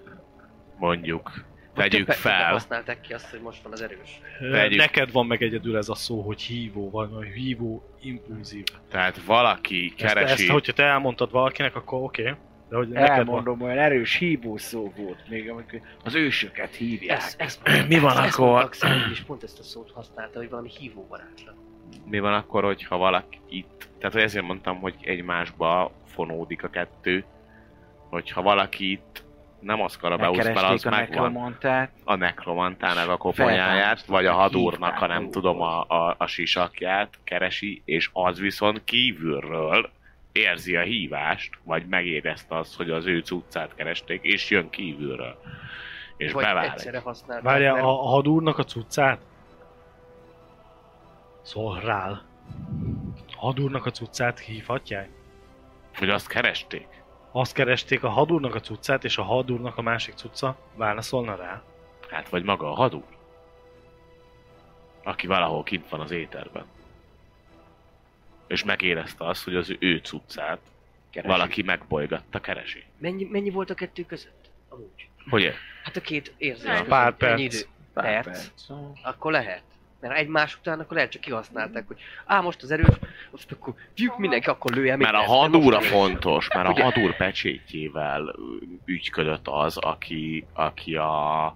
mondjuk, Vagy tegyük többet- többen fel, használták ki azt, hogy most van az erős. Ö, Vegyük. Neked van meg egyedül ez a szó, hogy hívó, vagy vagy hívó, impulzív. tehát valaki Ezt, keresi, ezt, hogyha te elmondtad valakinek, akkor oké. Okay. De hogy neked van. Elmondom, olyan erős hívó szó volt még, amikor az ősöket hívják. Ez, ez, Mi van ezt akkor? mondta Xelli is pont ezt a szót használta, hogy valami hívó varázslat. mi van akkor, hogyha valaki itt, tehát ezért mondtam, hogy egymásba fonódik a kettő, hogyha valaki itt nem az Karabeusz, mert az Megkeresték a megvan, nekromantát. a nekromantának a koponyáját, vagy a hadúrnak, ha nem tudom, a, a, a sisakját keresi, és az viszont kívülről érzi a hívást, vagy megérezte azt, hogy az ő cuccát keresték, és jön kívülről. És Vagy beválik. egyszerre használták. Várjál, mert- a, a hadúrnak a cuccát? Szolrál. A hadúrnak a cuccát hívhatják? Hogy azt keresték? Azt keresték a hadúrnak a cuccát, és a hadúrnak a másik cucca válaszolna rá. Hát vagy maga a hadúr. Aki valahol kint van az éterben. És megérezte azt, hogy az ő cuccát Keresik. valaki megbolygatta, keresi. Mennyi, mennyi volt a kettő között? Amúgy. Hogy ér? Hát a két érzés Ja, között pár mennyi perc. idő? Pár Perc? perc. Akkor lehet. Mert egymás után akkor lehet csak kihasználták, hogy á, most az erős, most akkor fiúk, mindenki akkor lője még. Mert a hadúra fontos, mert a hadúr pecsétjével ügyködött az, aki, aki a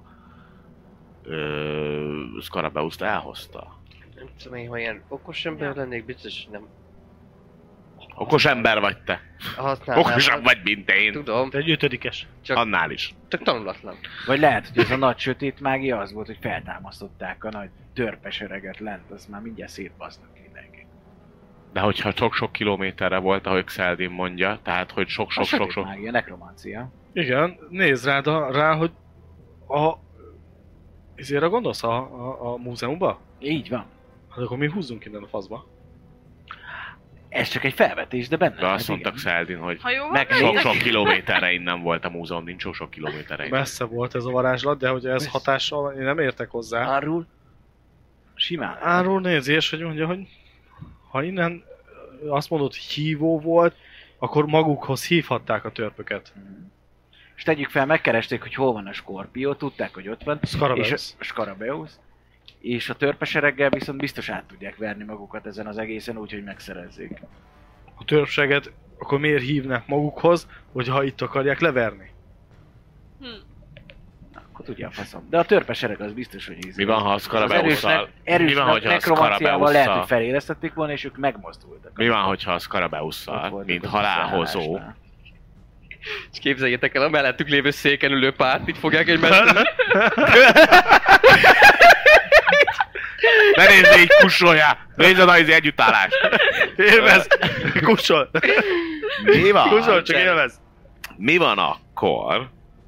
ö, Scarabeust elhozta. Nem tudom én, ha ilyen okos ember lennék, biztos nem. Okos ember vagy te. Használnám. Okosabb vagy, mint én. Tudom, Te egy ötödikes. csak, Annál is. csak tanulatlan. Vagy lehet, hogy ez a nagy sötét mágia az volt, hogy feltámasztották a nagy törpes öreget lent, az már mindjárt szétbasznak mindenki. De hogyha sok-sok kilométerre volt, ahogy Xeldin mondja, tehát hogy A sok-sok-sok-sok... sötét mágia, nekromancia. Igen, nézd rád a, rá, hogy a... Ezért gondolsz a, a, a múzeumba? Így van. Hát akkor mi húzzunk innen a faszba. Ez csak egy felvetés, de benne De lehet, azt mondta igen. Xeldin, hogy Ha jó Meg van, sok-sok kilométerre innen volt a múzeum, nincs sok-sok kilométerre innen. Messze volt ez a varázslat, de hogy ez Messze. hatással, én nem értek hozzá. Árul? Simán. Árul nézi, és hogy mondja, hogy ha innen azt mondod hívó volt, akkor magukhoz hívhatták a törpöket. És tegyük fel, megkeresték, hogy hol van a Skorpió, tudták, hogy ott van. Scarabeus. És a Scarabeus. És a törpesereggel viszont biztos át tudják verni magukat ezen az egészen úgy, hogy megszerezzék. A törpseget akkor miért hívnak magukhoz, hogyha itt akarják leverni? Hm. Na, akkor tudja a faszom. De a törpesereg az biztos, hogy ízik. Mi van, ha a Scarabeusszal... Erős Mi van, hogyha a nekromanciával lehet, hogy Scarabeusszal... felélesztették volna, és ők megmozdultak. Mi van, hogyha a Ott Scarabeusszal, voltak mint az halálhozó, összeállásnál. És képzeljétek el, a mellettük lévő széken ülő párt, így fogják egymást. ne nézd így, kussoljál! Nézd a nagy együttállást! Élvez! Kussol! Mi van? Kussol, csak élvez! Mi van akkor,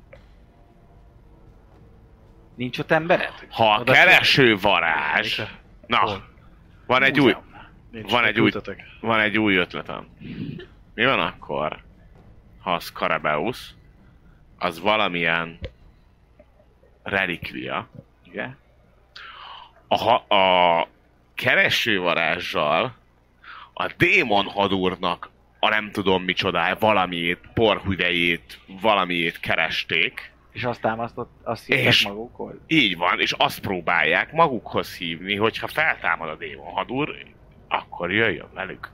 Nincs ott embered? ha a Oda- kereső varázs... Na, van egy új, Nincs, Van egy új- küldtetek. van egy új ötletem. Mi van akkor, ha a Scarabeus az valamilyen relikvia, Igen. a, a kereső varázssal a démon hadúrnak a nem tudom micsodája, valamiét, porhüvelyét, valamiét keresték. És azt támasztott, azt hívták És- magukhoz. Így van, és azt próbálják magukhoz hívni, hogyha feltámad a démon hadúr, akkor jöjjön velük.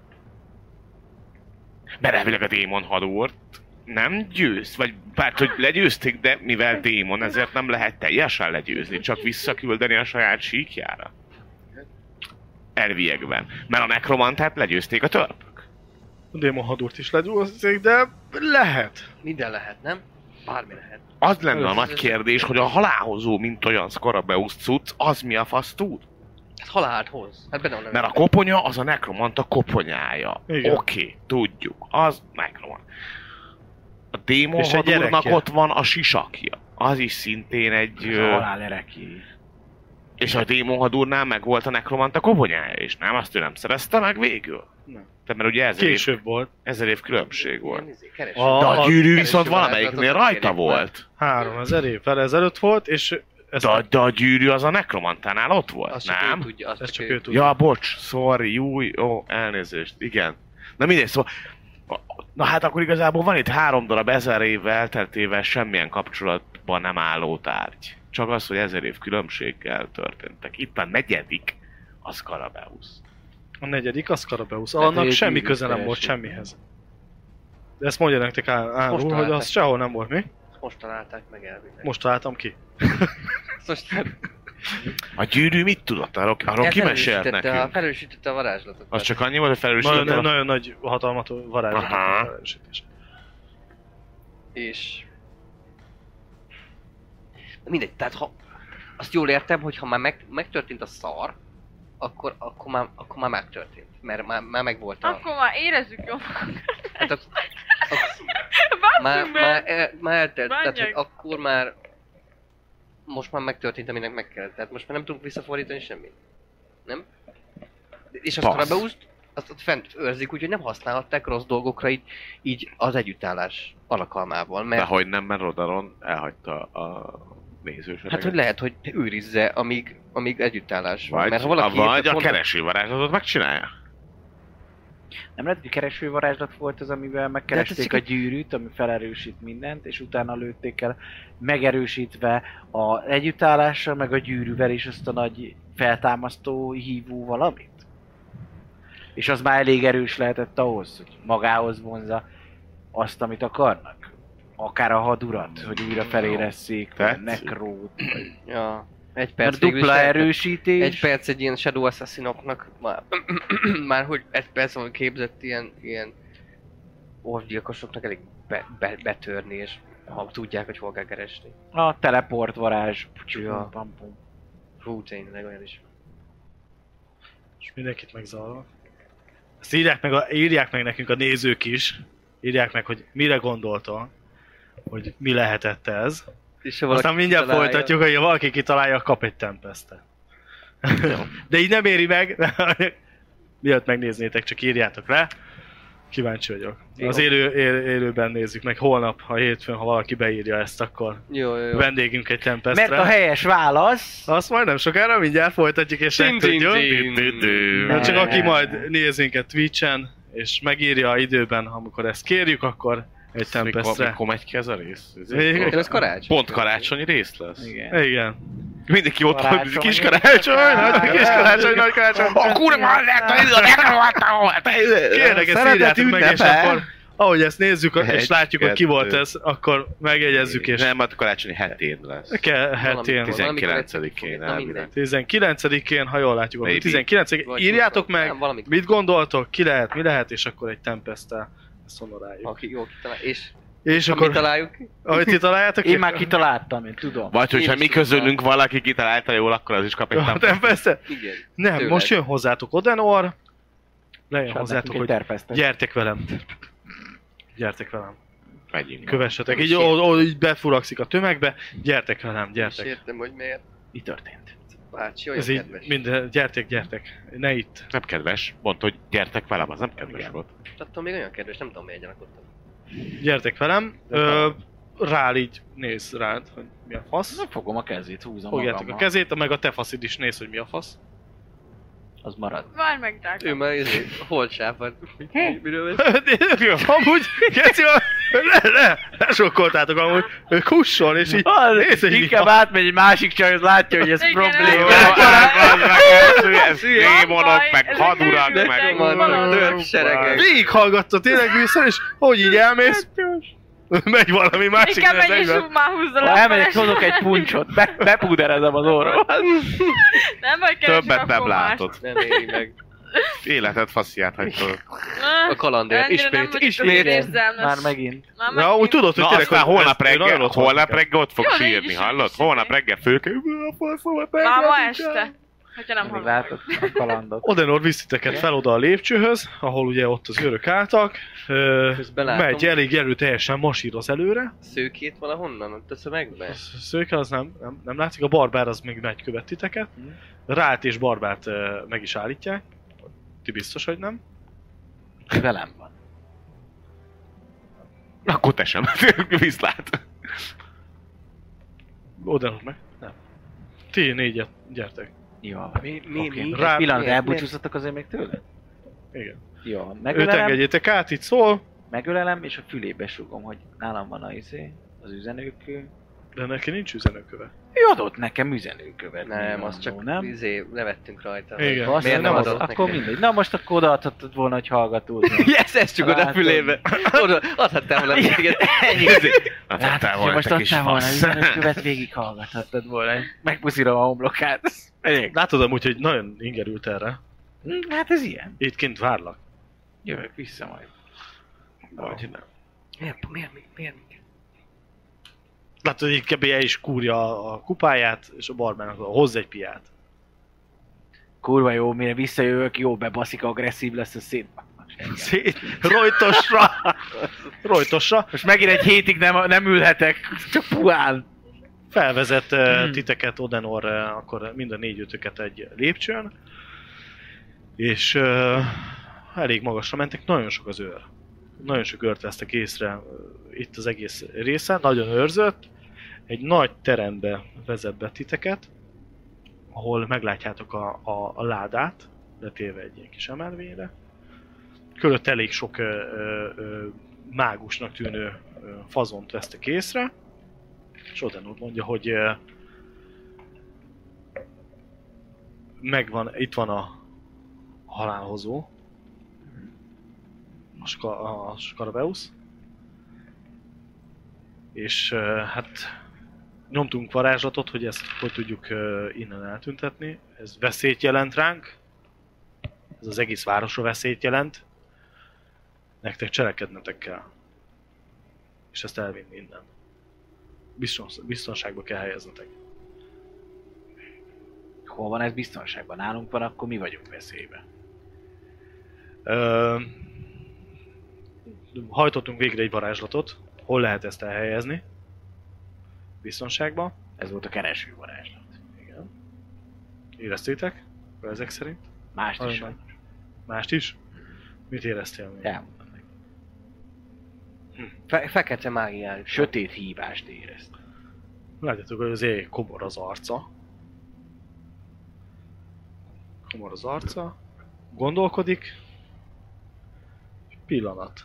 Mert elvileg a démon hadúrt nem győz, vagy bár hogy legyőzték, de mivel démon, ezért nem lehet teljesen legyőzni, csak visszaküldeni a saját síkjára. Elviekben. Mert a nekromantát legyőzték a törpök. A démon hadúrt is legyúzték, de lehet. Minden lehet, nem? Bármi lehet. Az lenne a nagy kérdés, hogy a halálhozó, mint olyan Scarabeus cucc, az mi a fasz tud? Hát halált hoz. Hát benne van Mert a koponya az a nekromanta koponyája. Oké, Igen. okay, tudjuk. Az nekromant. A démon És egy hadúrnak gyerekje. ott van a sisakja. Az is szintén egy... Ez ö, a halál erekély. És a démon hadúrnál meg volt a nekromanta koponyája is, nem? Azt ő nem szerezte meg végül? Nem. Tehát mert ugye ezer év, Később volt. ezer év különbség volt. Ilyen izé, kereső. A- De a gyűrű kereső viszont varázslatot valamelyiknél kérjék rajta meg. volt. Háromezer évvel ezelőtt volt, és ez, De, a- de a gyűrű az a nekromantánál ott volt, Azt csak ő nem? tudja, azt ez csak csak ő ő tudja. Ja, bocs, sorry, júj, ó, elnézést, igen. Na mindegy, szóval... Na hát akkor igazából van itt három darab ezer évvel elteltével semmilyen kapcsolatban nem álló tárgy. Csak az, hogy ezer év különbséggel történtek. Itt a negyedik, a Scarabeus. A negyedik a Scarabeus. Tehát Annak egy semmi gyűrű köze nem volt kereső. semmihez. De ezt mondja nektek Á- Most Árul, hogy találták. az sehol nem volt, mi? Most találták meg elvileg. Most találtam ki. Most A gyűrű mit tudott? Arról, arról kimesélt felelősítette a, nekünk? felelősítette a varázslatot. Az csak annyi volt, hogy Nagyon, felelősítette? a- nagyon nagy hatalmat varázslatot Aha. a felelősítés. És... Mindegy, tehát ha... Azt jól értem, hogy ha már meg, megtörtént a szar, akkor, akkor, már, akkor már megtörtént. Mert már, már megvolt a... Akkor már érezzük jól. Hát a, a, már, Basszunk már, be! el, már eltelt, tehát hogy Bánják. akkor már... Most már megtörtént, aminek meg kellett. Tehát most már nem tudunk visszafordítani semmit. Nem? És a Passz. Scarabeust azt ott fent őrzik, úgyhogy nem használhatták rossz dolgokra így, így az együttállás alkalmával. Mert De hogy nem, mert Rodaron elhagyta a nézősereget. hát hogy lehet, hogy őrizze, amíg, amíg együttállás van. Vagy, Mert ha valaki a, vagy éppen a pont- kereső varázslatot megcsinálja. Nem lehet, hogy kereső varázslat volt az, amivel megkeresték De a hát ez gyűrűt, ami felerősít mindent, és utána lőtték el, megerősítve az együttállással, meg a gyűrűvel is azt a nagy feltámasztó hívó valamit? És az már elég erős lehetett ahhoz, hogy magához vonzza azt, amit akarnak? Akár a hadurat, hogy újra feléresszék, vagy nekrót, vagy... Ja, egy Mert perc végül is dupla lehetett. erősítés. Egy perc egy ilyen Shadow Assassinoknak már, már hogy egy perc van képzett ilyen, ilyen orvgyilkosoknak elég be, be, betörni, és ha tudják, hogy hol kell keresni. A teleport varázs. Ja. Pum, pum. Hú, tényleg olyan is. És mindenkit megzavarol. Ezt írják meg, a, írják meg nekünk a nézők is. Írják meg, hogy mire gondoltál, hogy mi lehetett ez. És Aztán mindjárt találja. Folytatjuk, hogy ha valaki kitalálja, kap egy Tempestet. De így nem éri meg, miatt megnéznétek, csak írjátok le. Kíváncsi vagyok. Jó. Az élő, él, élőben nézzük meg holnap, ha hétfőn, ha valaki beírja ezt, akkor jó, jó, jó. vendégünk egy Tempestre. Mert a helyes válasz... Azt majd nem sokára, mindjárt folytatjuk, és megtudjuk. Csak aki majd néz minket Twitchen, és megírja időben, amikor ezt kérjük, akkor egy Tempestre. Mikor megy ki ez a rész? Ez, ez karácsony? Pont karácsonyi rész lesz. Igen. Igen. Mindenki ott van, kis karácsony, nagy kis karácsony, nagy karácsony. A kurva Kérlek, ezt írjátok meg, és akkor, ahogy ezt nézzük, és látjuk, hogy ki volt ez, akkor megjegyezzük, és... Nem, a karácsonyi hetén lesz. Hetén. tizenkilencedikén elvileg. tizenkilencedikén, ha jól látjuk, akkor tizenkilencedikén írjátok meg, mit gondoltok, ki lehet, mi lehet, és akkor egy Tempesttel ezt honoráljuk. Aki jó kitalál, és... És akkor... Mi találjuk ki? Ahogy ti találjátok? Én már kitaláltam, én tudom. Vagy hogyha mi közülünk valaki kitalálta jól, akkor az is kap egy Tempestet. Igen. Nem, Tőled. most jön hozzátok Odenor. Lejön hozzátok, hogy terpesztet. gyertek velem. Gyertek velem. Megyünk. Kövessetek. Így, ó, ó, így befurakszik a tömegbe. Gyertek velem, És gyertek. értem, hogy miért. Mi történt? Bácsi, olyan Ez így kedves. minden, gyertek, gyertek. Ne itt. Nem kedves. Mondta, hogy gyertek velem, az nem kedves Igen. volt. Attól még olyan kedves, nem tudom miért gyanakottam. Gyertek velem. Ö, rál így néz rád, hogy mi a fasz. Nem fogom a kezét, húzom Fogjátok a magammal. kezét, meg a te faszid is néz, hogy mi a fasz. Az marad. Várj meg, Ő drágám. már izé, holdsáfad. Miről van? Amúgy, Geci, le, le, lesokkoltátok amúgy, ő kusson, és így néz, hogy mi Inkább a... átmegy egy másik csajhoz, látja, hogy ez Igen, probléma. Ez démonok, meg hadurak, De meg... van Tört seregek. Végighallgatta tényleg vissza, és hogy így elmész, megy valami másik. Inkább nem, menj és nem. hú, már húzza Ha le. elmegyek, hozok egy puncsot, be, bepúderezem az orrom. Nem vagy keresünk, Többet nem akkor más. látod. Nem éri meg. Életed fasziát hagytad. A kalandér. Ennyire nem Ismét, vagyok ismét. érzelmes. Már megint. Már Na, megint. úgy tudod, hogy Na tényleg, aztán hogy holnap ez- reggel, nagyon ott van holnap neked. reggel ott fog Jó, de így sírni, is hallod? is Holnap izé. reggel fölkel, a faszomat Már ma elkezdtem. este. Hogyha nem Még hallom. látod a kalandot. Odenor visz titeket fel oda a lépcsőhöz, ahol ugye ott az őrök álltak. Ö, Közben látom. megy elég erőteljesen masíroz előre. Szőkét valahonnan, ott tesz a megbe. A szőke az nem, nem, nem látszik, a barbár az még megy követ titeket. Rált és barbárt ö, meg is állítják. Ti biztos, hogy nem? Velem van. Akkor te sem. Viszlát. Odenor meg? Nem. Ti négyet, gyertek. Jó. Mi, mi, Oké. mi? Rá- Egy pillanat, miért? elbúcsúztatok azért még tőle? Igen. Jó, Őt megölelem, engedjétek át, itt szól, megölelem, és a fülébe sugom, hogy nálam van a izé, az üzenőkő. de neki nincs üzenőköve. Ő adott nekem üzenőkövet. Nem, nyilvánvaló, az csak nem? izé, levettünk rajta. Igen. Azt Miért nem nem adott? adott Akkor nekem? mindegy. Na most akkor odaadhattad volna, hogy hallgatózni. Yes, ezt csukod a Látod. fülébe. Oda, adhattál volna minket. Ennyi. Adtál Ha volna, most te kis adtál volna fasz. üzenőkövet, végig hallgathattad volna. Megpuszírom a homlokát. Elég. Látod amúgy, hogy nagyon ingerült erre. Hm, Hát ez ilyen. Itt kint várlak. Jövök vissza majd. Vagy nem. Miért, miért, miért, miért? Látod, hogy így kb. El is kúrja a kupáját, és a barbának hoz egy piát. Kurva jó, mire visszajövök, jó bebaszik, agresszív lesz a szét. Szét, rojtosra! Rojtosra! Most megint egy hétig nem, nem ülhetek, csak puhán. Felvezet Hmm. uh, titeket Odenor, uh, akkor mind a négy-ötöket egy lépcsőn. És uh, elég magasra mentek, nagyon sok az őr. Nagyon sok őrt vesztek észre uh, itt az egész részen, nagyon őrzött. Egy nagy terembe vezet be titeket, ahol meglátjátok a, a, a ládát, letéve egy ilyen kis emelvényre. Körött elég sok ö, ö, ö, mágusnak tűnő ö, fazont vesztek észre, és Odenor mondja, hogy ö, megvan, itt van a halálhozó. A, ska, a Skarabeusz. És uh, hát nyomtunk varázslatot, hogy ezt hogy tudjuk uh, innen eltüntetni. Ez veszélyt jelent ránk. Ez az egész városra veszélyt jelent. Nektek cselekednetek kell. És ezt elvinni innen. Biztons, biztonságba kell helyeznetek. Hol van ez biztonságban? Nálunk van, akkor mi vagyunk veszélyben. Ö, hajtottunk végre egy varázslatot. Hol lehet ezt elhelyezni? Biztonságban. Ez volt a kereső varázslat. Igen. Éreztétek? Ezek szerint? Mást is. Hajnal. Mást is? Mit éreztél még? Elmondom meg. Fe- fekete mágiális. Sötét hívást érezt. Látjátok, hogy az ég komor az arca. Komor az arca. Gondolkodik. Pillanat.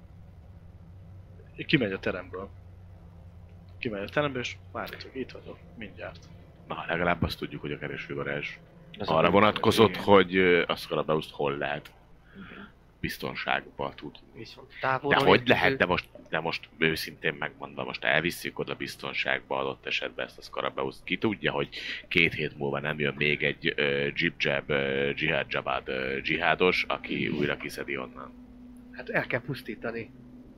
Kimegy a teremből. Kimegy a teremből, és várjatok, itt vagyok, mindjárt. Na, legalább azt tudjuk, hogy a keresővarázs Az arra a- vonatkozott, igen. hogy ö, a Scarabeuszt hol lehet biztonságba tudni. Viszont De távolról hogy érkező- lehet, de most, de most őszintén megmondva, most elvisszük oda biztonságba adott esetben ezt a Scarabeuszt. Ki tudja, hogy két hét múlva nem jön még egy uh, Jib-Jab, uh, Jihad-Jabad uh, dzsihádos, aki újra kiszedi onnan. Hát el kell pusztítani.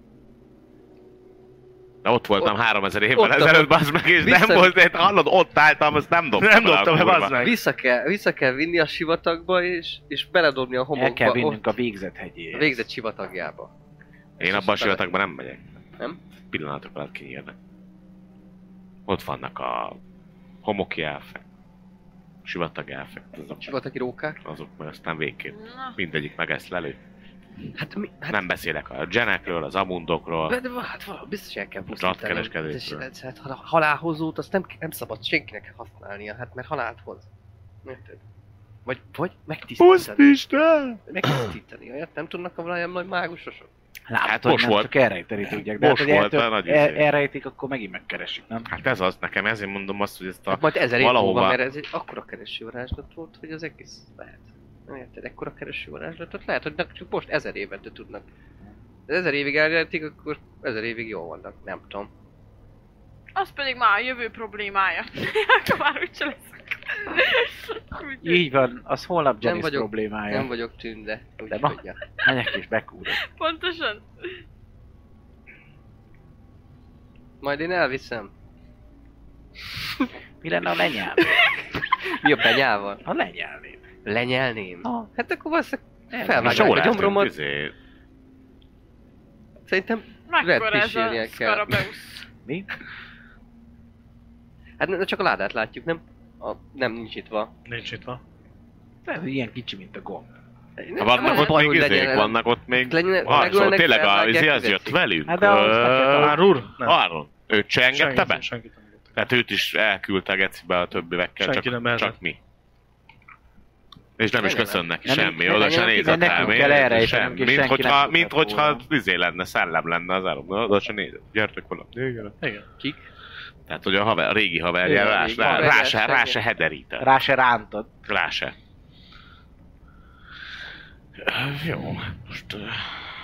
Na ott voltam Ott- háromezer évvel ott a- ezelőtt, bazd meg, és vissza- nem volt, egy, hallod, ott álltam, azt nem dobtam Nem be a dobtam be, kurva. bazd meg! Vissza kell, vissza kell vinni a sivatagba, és, és beledobni a homokba. El kell vinnünk ott a végzet hegyére. a végzett sivatagjába. Én abban a sivatagban nem megyek. Nem? Pillanatok alatt kinyírnak. Ott vannak a homoki elfek, sivatagi elfek, azok, Sivatagi rókák. azok meg aztán végképp. Na, Mindegyik megesz lelő. Hát mi? Hát, Nem beszélek a genekről, az amundokról. de, de, hát valami biztos el kell pusztítani. Zsatkereskedésről. Ez- ez- Hát ha- halálhozót azt nem, nem szabad senkinek használnia, hát mert halált hoz. Érted? Vagy, vagy megtisztítani. Pusztisten! Megtisztítani. Olyat nem tudnak a valami nagy mágusosok? Látod, Hát hogy most nem volt. csak elrejteni tudják. De hát, Most hogy volt eltör- a nagy el, izé. elrejtik, akkor megint megkeresik, nem? Hát ez az, nekem ezért mondom azt, hogy ezt a... Hát majd ezer év valahova- múlva, mert ez egy akkora keresővarázslat volt, hogy az egész lehet. Nem érted? Ekkora keresővarázslatot lehet, hogy csak most ezer évet tudnak. De ezer évig elrejtik, akkor ezer évig jól vannak, nem tudom. az pedig már a jövő problémája. Akkor már úgyse leszek. Úgyhogy- Így van, az holnap Nem Janice vagyok- problémája. Nem vagyok tünde, De úgyhogy ma- ja. Menjek és bekúrok. Pontosan. Majd én elviszem. Mi lenne, ha lenyel? Mi a benyával? Ha lenyelném. Lenyelném? Ha. Hát akkor valószínűleg Most felvágják jól a lehetünk, gyomromat. izé, Szerintem Mekkora ez a kísérnie kell. Skarabeusz? Mi? Hát ne- csak a ládát látjuk, nem? A, nem, nincs nyitva. Nincs itt van. Ez ilyen kicsi, mint a gomb. Ha vannak ott még izék, vannak ott még... Legyen- Ah, szóval megölnek, tényleg a, felvágják, izé az fizetik. jött velünk. Hát de ahhoz meg kell találni. Árur? Nem. Áron. Őt se engedte be? Senki, senkit nem engedtek. Tehát őt is elküldte gecibe a többiekkel, Senki nem csak, mehetett. csak mi. És nem is Tényleg? köszön neki Nem, semmi, nem, oda nem, se nem, nézett nekünk rám, kell én- elrejtenünk, semmi. és Mint senki nem hogyha, tudott mint hogyha volna. izé lenne, szellem lenne az áron, oda se nézett. Gyertek volna. Igen. Igen. Kik? Tehát, hogy a, haver, a régi haverja Igen, rá, régi rá, haverja, rá, se, rá senki. se hederített. Rá se rántod. Rá se. Jó, most... ö,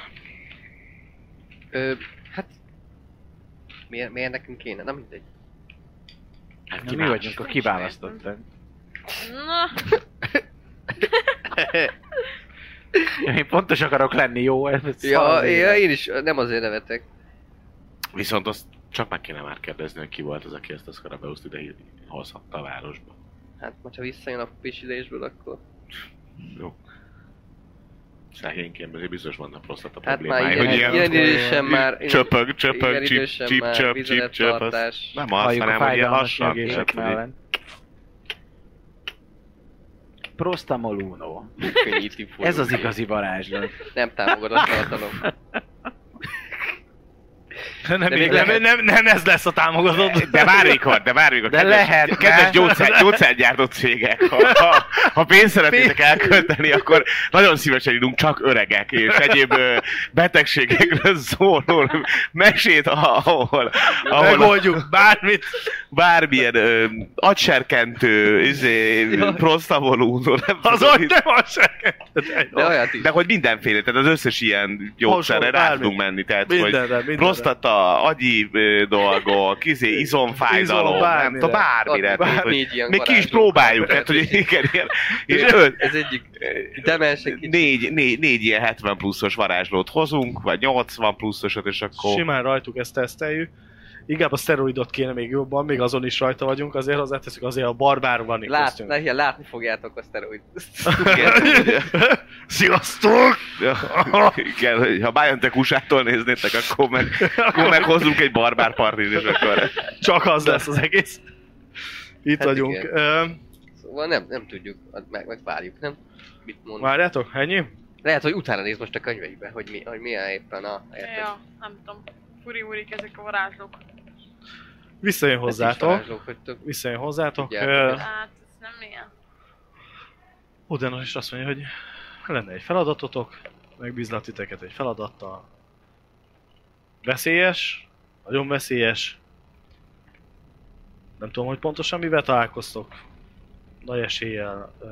Ö, hát... Miért, miért nekünk kéne? Nem mindegy. Hát Na, ki mi más? vagyunk a kiválasztottak. Na, Én pontos akarok lenni, jó? Ez Ja, szar az ja, élet. én is nem azért nevetek. Viszont azt csak meg kéne már kérdezni, hogy ki volt az, aki ezt a Scarabeuszt ide hozhatta a városba. Hát, majd ha visszajön a pisilésből, akkor... Jó. Szegényként, azért biztos vannak prostata Hát már problémái, ilyen, hogy ilyen, ilyen, ilyen idősen már... csöpög, csöpög, ilyen csip, idősen csip, már csöp, csip, csöp, az vizelettartás. nem az, Halljuk a hanem hogy ilyen fájdalmas lassan. nyögések Tehát, hogy mellett. Prostamol uno. Könnyíti folyó. Ez az igazi varázslat. Nem támogatott tartalom. Nem, De még még nem, lehet. nem, nem ez lesz a támogatott. De bármikor, de bármikor. De kedves, lehetne. Kedves gyógyszer, gyógyszergyártó cégek, ha, ha, ha pénzt szeretnétek elkölteni, akkor nagyon szívesen írunk csak öregek és egyéb ö, betegségekről szóló mesét, ahol, ahol Megoldjuk bármit. bármilyen ö, agyserkentő, izé, prosztavolú, nem Az tudom, agy nem az se. De olyat is. de hogy mindenféle, tehát az összes ilyen gyógyszerre Hasonló, rá bármi. tudunk menni, tehát hogy Mindenre, mindenre. prostata, agyi ö, dolgok, izé, izomfájdalom, Izom, nem bármire. tudom, bármire. Ott tehát, hogy négy ilyen még ki is varázsló. próbáljuk, tehát hogy igen, ilyen, ilyen öt, Ez egyik demensek kicsit. négy, négy, négy ilyen hetven pluszos varázslót hozunk, vagy nyolcvan pluszosat, és akkor... Simán rajtuk ezt teszteljük. Inkább a szteroidot kéne még jobban, még azon is rajta vagyunk, azért hozzáteszünk, azért a barbár van itt Lát, köztünk. ne, látni fogjátok a szteroid. Sziasztok! Ja, igen, hogy ha Biontech u es á-tól néznétek, akkor meg, akkor meg hozzunk egy barbár partit, és akkor... Csak az lesz az egész. Itt Hát vagyunk. igen. Ö, Szóval nem, nem tudjuk, meg, megvárjuk, nem? Mit mond? várjátok, ennyi? Lehet, hogy utána néz most a könyveibe, hogy, mi, hogy milyen éppen a... érted? Ja, nem tudom. Furi-urik ezek a varázslók. Visszajön Ezt is hozzátok. varázslók, hogy tök... Visszajön hozzátok. Tudják, Ö, hogy Hát, ez nem ilyen. Udenos is azt mondja, hogy lenne egy feladatotok, megbízlak titeket egy feladattal. Veszélyes, nagyon veszélyes. Nem tudom, hogy pontosan mivel találkoztok. Nagy eséllyel ö,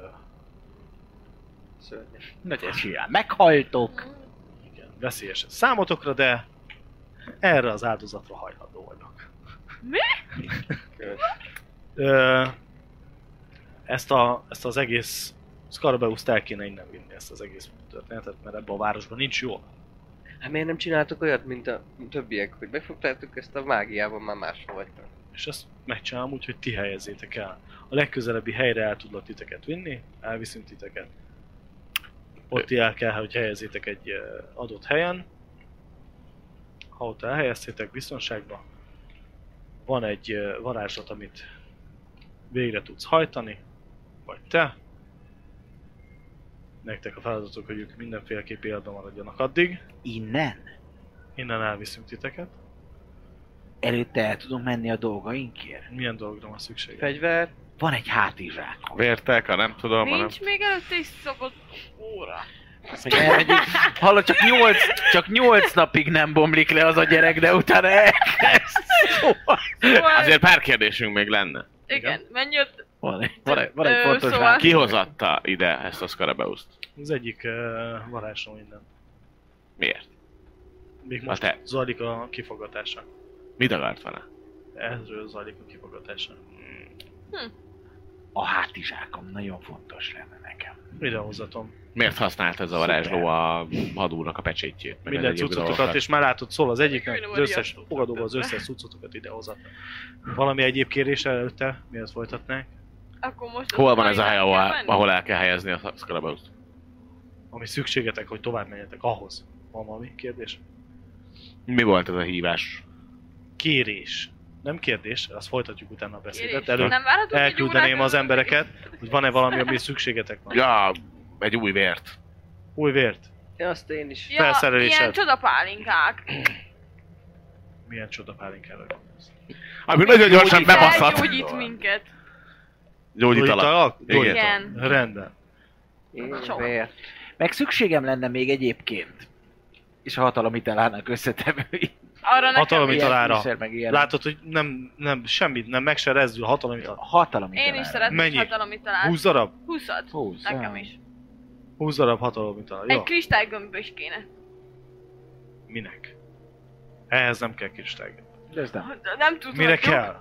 Szörnyes. Nagy eséllyel meghaltok. igen, veszélyes ez számotokra, de erre az áldozatra hajlandó vagyok. Mi? Ö, ezt, a, ezt az egész Scarabeus-t el kéne innen vinni, ezt az egész történetet, mert ebben a városban nincs jó. Hát miért nem csináltok olyat, mint a többiek, hogy megfogtátok ezt a mágiában, már máshol vagytok? És ezt megcsinálom úgy, hogy ti helyezzétek el. A legközelebbi helyre el tudlak titeket vinni, elviszünk titeket. Ott ti el kell, hogy helyezzétek egy ö, adott helyen. Ha ott elhelyeztétek biztonságba, van egy ö, varázslat, amit végre tudsz hajtani, vagy te. Nektek a feladatok, hogy ők mindenféleképp életben maradjanak addig. Innen? Innen elviszünk titeket. Előtte el tudunk menni a dolgainkért. Milyen dologra van szükség? Fegyver? Van egy hátizsákom. Vértek, ha nem tudom, ha nem... Nincs még előtte is szokott óra. Hogy elmegyünk. Hallod, csak nyolc, csak nyolc napig nem bomlik le az a gyerek, de utána elkezd. Szóval... Szóval, Azért pár kérdésünk még lenne. igen, menjött. Van egy, van egy, van egy Ö, fontos szóval- hát. Ki hozatta ide ezt a Scarabeus-t? Az egyik uh, varázsló innen. Miért? Még A most te. zajlik a kifogatása. Mit akart vele? Erről zajlik a kifogatása. A hátizsákom nagyon fontos lenne nekem. Ide hozzatom. Miért használt ez a varázsló a hadúrnak a pecsétjét? meg az Minden egyéb cuccotokat, dolgokat? és már látod, szól az egyiknek, Én az összes riasztottam fogadóba az közben. összes cuccotokat ide hozatnak. Valami egyéb kérés előtte, miért folytatnánk? Akkor most... Hol van ez a az hely, kell ahol, menni? ahol el kell helyezni a Scarabeus-t? Ami szükségetek, hogy tovább menjetek ahhoz. Van valami kérdés? Mi volt ez a hívás? Kérés. Nem kérdés, azt folytatjuk utána a beszédet. Kérés. Előtt Nem várhatunk egy elküldeném órát, az vagy embereket, hogy van-e valami, ami szükségetek van. Ja, egy új vért. Új vért. Ja, azt én is. Ja, felszerelésed. ilyen csodapálinkák. Milyen csodapálinkára gondolsz? Ami nagyon gyorsan Gyógyít- bebasszhat. Gyógyít minket. Gyógyítalak. Gyógyítalak? Igen. Igen. Rendben. Én Sok. vér. Meg szükségem lenne még egyébként. És a hatalomitalának összetevői. Arra nekem Hatalmi is. talál- Talára. Fűszer, meg ilyen. Látod, hogy nem, nem, semmit, nem meg se rezdül a hatalmi talál. Hatalomitalára. Én is szeretnék Mennyi? hatalmi talált. húsz darab? Húszad. Húsz, Nekem ja. is. húsz darab hatalmi talál. Jó. Egy kristálygömb is kéne. Minek? Ehhez nem kell kristály. De ez nem. De nem tudom. Mire kell?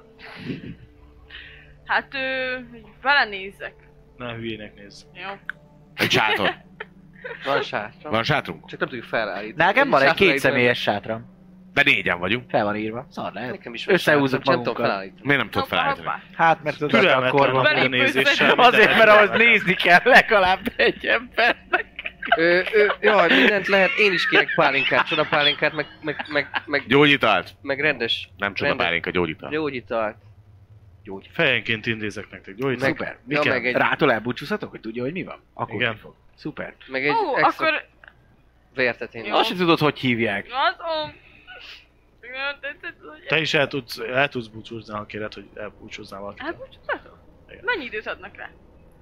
Hát ő... hogy belenézzek. Ne hülyének nézz. Jó. Egy sátor. Van sátra. Van sátrunk? Csak nem tudjuk felállítani. Nekem van egy sátra két személyes sátram. De négyen vagyunk. Fel van írva. Szar lehet. Nekem is van Összehúzzuk sátra, csak nem tudom magunkat. felállítani. Miért nem tudod Hoppá, felállítani? hoppá. Hát, mert tudod, Türelmetlen akkor van. van a Belépő nézéssel. össze- Azért, minden mert ahhoz embernek. nézni kell legalább egy embernek. Ö, ö, jaj, mindent lehet. Én is kérek pálinkát, csodapálinkát, meg, meg, meg, meg, Gyógyítalt. meg rendes. Nem csodapálinka, gyógyítalt. Gyógyitalt. Fejenként intézek nektek. Gyógyítani. Meg- Szuper. Mi ja, kell? meg egy- Rától elbúcsúzhatok, hogy tudja, hogy mi van? Akkor Igen. ki fog. Szuper. Meg egy Ó, extra akkor... vértet én. Jó. Azt sem tudod, hogy hívják. Az, ó... nagyon tetszett, hogy... Te is el tudsz, el tudsz búcsúzni, ha kéred, hogy elbúcsúzzál valakit. Elbúcsúztatok? Mennyi időt adnak rá?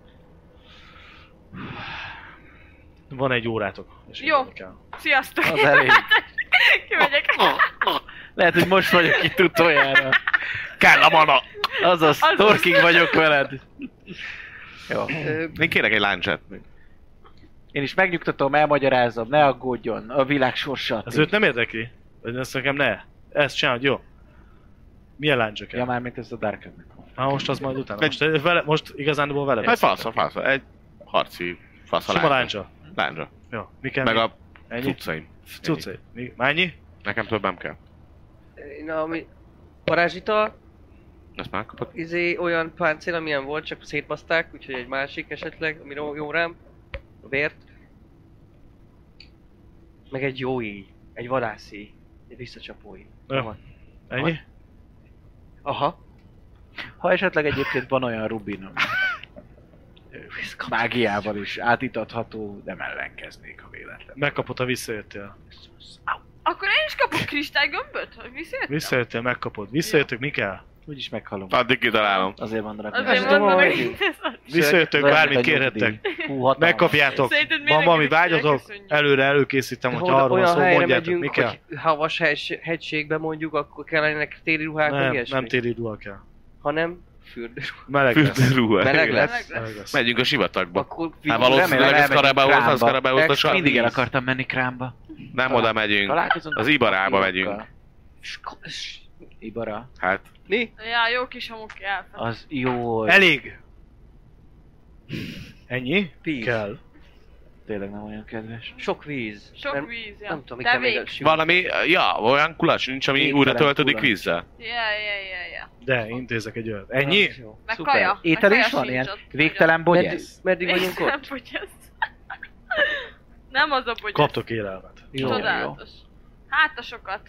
Van egy órátok. És Jó. kell. Sziasztok! Az elég. Kimegyek. Lehet, hogy most vagyok itt utoljára. Kell a mana! Azaz, Azaz. Torking vagyok veled. Jó. Én kérek egy láncset. Én is megnyugtatom, elmagyarázom, ne aggódjon, a világ sorsa. Ez őt nem érdekli? Vagy ezt nekem ne? Ezt csinálod, jó? Milyen láncsa kell? Ja, már mint ez a Dark Ember. Na most az majd utána. Most, vele, most igazánból vele Egy beszélek. falsza, falsza. Egy harci fasza Sima láncsa. Láncsa. Jó, mi kell Meg még? a Ennyi? cuccaim. Cuccai. Mi? Mennyi? Nekem többem kell. Na, ami... Varázsital, Ezt már kapod? izé olyan páncél, amilyen volt, csak szétbaszták, úgyhogy egy másik esetleg, ami jó jó rám. A vért. Meg egy jó íj. Egy vadászi. Egy visszacsapó íj. Jó. Ennyi? Aha. Ha esetleg egyébként van olyan Rubin, ami mágiával is átítatható, nem ellenkeznék a véletlen. Megkapod, ha visszajöttél. Akkor én is kapok kristálygömböt? Hogy visszajöttem? Visszajöttél, megkapod. Visszajöttök, mi kell? Úgyis meghalom. Addig kitalálom. Azért mondanak. Azért tudom, mondom, hogy- hogy ez az. Visszajöttök, Olyan, bármit mint a kérhettek. nyugdíj. Hú, hatalmas. Megkapjátok. Szerinted miért Van valami nekünk is vágyatok? elköszönjük? Előre előkészítem, De hogyha oda- arról olyan szól, helyre mondjátok, mi megyünk, kell. hogy havas hegy- hegységbe mondjuk, akkor kellenek téli ruhák, meg Nem, ilyesmi. nem téli ruha kell. Hanem fürdős. Meleg lesz. Fürdőruha. Meleg igen. lesz. Meleg lesz. Meleg lesz. Megyünk a sivatagba. Akkor Hát víz- valószínűleg ez elmegyünk Karabához, az Krámba. Karabához a Extra Mindig el víz. akartam menni Krámba. Nem oda megyünk. Találkozunk Az a Ibarába papírokkal. megyünk. Ibara. Hát, Ja, jó kis hamuk kell. Az jó. Elég! Ennyi? Víz. Kell. Tényleg nem olyan kedves. Sok víz. Sok nem, víz, ja. Nem tudom, mi De kell még a vég. sima. valami, ja, olyan kulacs nincs, ami Végtelen újra töltődik kulacs. vízzel. Ja, ja, ja, ja. De, intézek egy olyat. Ennyi? Az jó. Meg Szuper. kaja. Étel meg is kaja van ilyen? sincs ott. Végtelen Meddig, bogyesz? meddig vagyunk Nem ott? bogyesz. Nem az a bogyesz. Kaptok élelmet. Jó, jó. Csodálatos. Hátasokat.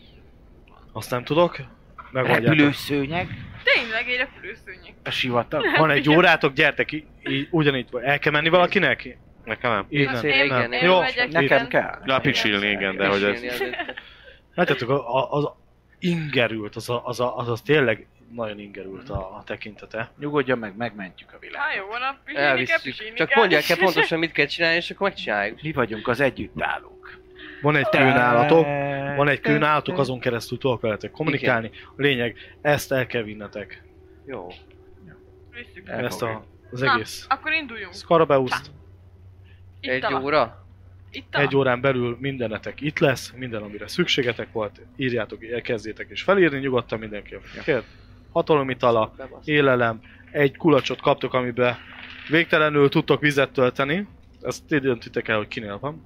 Azt nem tudok. Megoldjátok. Repülőszőnyeg? Tényleg egy repülőszőnyeg. A sivatag? Van egy órátok, gyertek, í- így, ugyanígy. El kell menni valakinek? Nekem nem. Így nem. Én- nem. én Jó, megyek, Nekem igen. kell. Ja, pisilni, igen, de hogy ez... Pisilni azért. Látjátok, a- a- az ingerült, az, a, az, a, az, az tényleg nagyon ingerült a, a tekintete. Nyugodjon meg, megmentjük a Hát világot. jó, van a pisilni kell, Elvisszük. pisilni Csak kell. mondják el pontosan mit kell csinálni, és akkor megcsináljuk. Mi vagyunk az együttállók. Van egy kőnálatok, van egy kőnálatok, azon keresztül tudok veletek kommunikálni. A lényeg, ezt el kell vinnetek. Jó. Visszük. El- Ezt a, az Na, egész akkor induljunk. Skarabeuszt. Itt Egy a- óra? Itt a... Egy órán belül mindenetek itt lesz, minden, amire szükségetek volt, írjátok, kezdjétek és felírni nyugodtan mindenki. Kérd. Hatalommitala, élelem, egy kulacsot kaptok, amiben végtelenül tudtok vizet tölteni. Ezt ti döntitek el, hogy kinél van.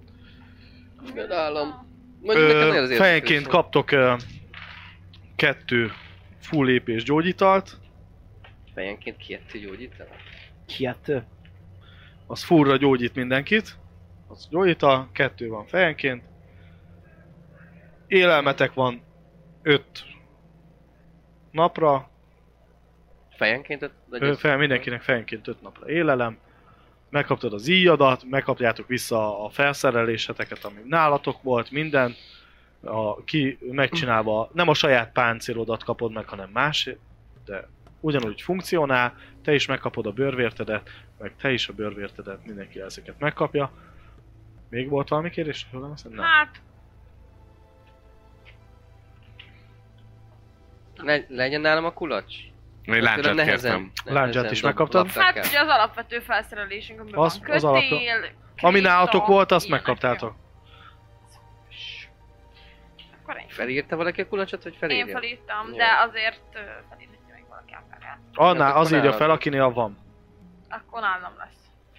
Állam. Mondjuk nekem nagyon az Ö, fejenként érdeklődés. kaptok ö, kettő full lépés gyógyitalt, Fejenként kettő gyógyítal? Kiet? az fullra gyógyít mindenkit, az gyógyítal, kettő van fejenként. Élelmetek van öt napra, Fejenként? öt- vagy Ö, az- fel, mindenkinek fejenként öt napra élelem. Megkaptad az íjadat, megkapjátok vissza a felszereléseteket, ami nálatok volt, minden. A, ki megcsinálva, nem a saját páncélodat kapod meg, hanem más, de ugyanúgy funkcionál, te is megkapod a bőrvértedet, meg te is a bőrvértedet, mindenki ezeket megkapja. Még volt valami kérdés? Nem. Hát, Le, legyen nálam a kulacs? Én láncset kértem. Láncsát is megkaptad? hát ugye az alapvető felszerelésünk, amiben Az- van az alapja- kötél, Ami kréta, nálatok volt, azt ilyenek. megkaptátok. Akkor ennyi. Felírta valaki a kulacsot, vagy felírja? Én felírtam, Jó. de azért ö, felírhatja még valaki akárját. Annál akkor az írja nálad. fel, akinél van. Akkor nálam lesz.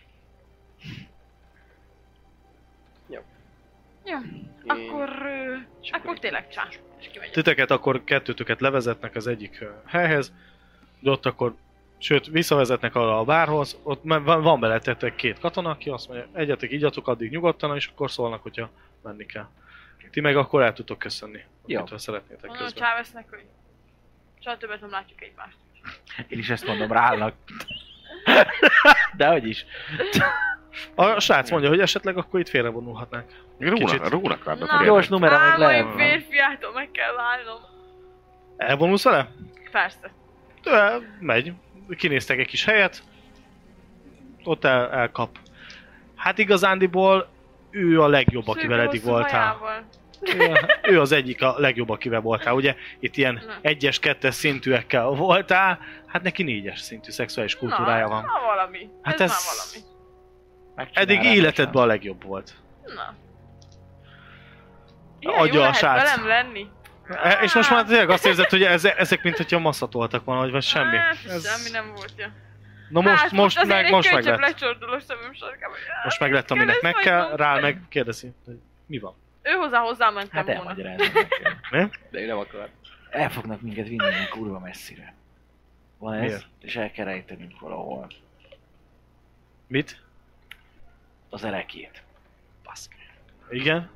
Jó. Jó, akkor, ö, akkor tényleg csá. És kimegyek. Titeket akkor kettőtöket levezetnek az egyik ö, helyhez, de ott akkor, sőt, visszavezetnek arra a bárhoz, ott me- van, van beletetek két katona, aki azt mondja, egyetek, igyatok addig nyugodtan, és akkor szólnak, hogyha menni kell. Ti meg akkor el tudtok köszönni, Jó. amitől szeretnétek Mondom közben. Chávesznek, hogy soha többet nem látjuk egymást. Én is ezt mondom rának. Dehogy is. A srác mondja, hogy esetleg akkor itt félrevonulhatnánk. Rúnak, rúnak adnak Na, félre. Gyors numera meg álmaim lehet. férfiától meg kell válnom. Elvonulsz vele? Persze. De megy. Kinéztek egy kis helyet. Ott el, elkap. Hát igazándiból ő a legjobb, akivel Szőke eddig hosszú voltál. hajával. Ő, ő az egyik a legjobb, akivel voltál. Ugye itt ilyen Na. egyes, kettes szintűekkel voltál, hát neki négyes szintű szexuális kultúrája van. Na, na valami. Hát ez, ez már valami. eddig Megcsinál életedben a legjobb volt. Na. Ilyen Adja jó a lehet srác. velem lenni. E, és most már tényleg azt érzed, hogy ezek, ezek mint hogyha masszatoltak volna, vagy semmi. Hát, Ez... semmi nem volt, ja. Na most, hát, most, azért meg, egy most meg könnyebb lett. lecsordul a szemem sarkába. Most meg lett, aminek meg kell, rá meg kérdezi, hogy mi van. Ő hozzá hozzám mentem Hát volna. elmagyarázom neked. Mi? De ő nem akar. El fognak minket vinni ilyen kurva messzire. Van ez, Miért? és el kell rejtenünk valahol. Mit? Az erekét. Baszki. Igen?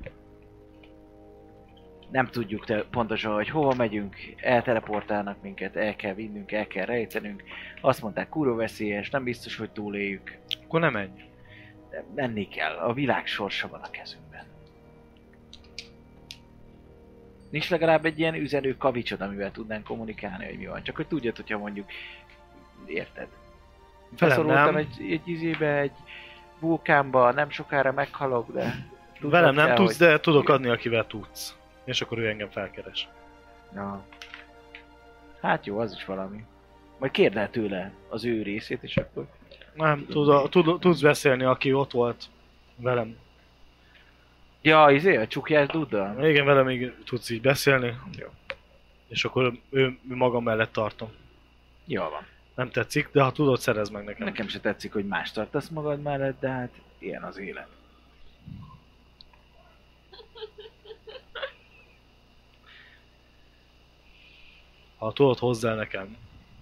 Nem tudjuk te pontosan, hogy hova megyünk, elteleportálnak minket, el kell vinnünk, el kell rejtenünk. Azt mondták, kurva veszélyes, nem biztos, hogy túléljük. Akkor nem menj. De menni kell, a világ sorsa van a kezünkben. Nincs legalább egy ilyen üzenő kavicsod, amivel tudnánk kommunikálni, hogy mi van. Csak hogy tudjad, hogyha mondjuk, érted? Velem Beszorultam nem. egy, egy izébe, egy vulkánba, nem sokára meghalok, de... tudnod Velem nem kell, tudsz, hogy- de tudok adni, akivel tudsz. És akkor ő engem felkeres. Ja. Hát jó, az is valami. Majd kérd el tőle az ő részét, és akkor... Nem, tud, tud, tudsz beszélni, aki ott volt velem. Ja, izé, a csukjás duddal? Igen, velem még tudsz így beszélni. Jó. És akkor ő, ő magam mellett tartom. Jó van. Nem tetszik, de ha tudod, szerezd meg nekem. Nekem se tetszik, hogy más tartasz magad mellett, de hát ilyen az élet. Ha tudod, hozzá nekem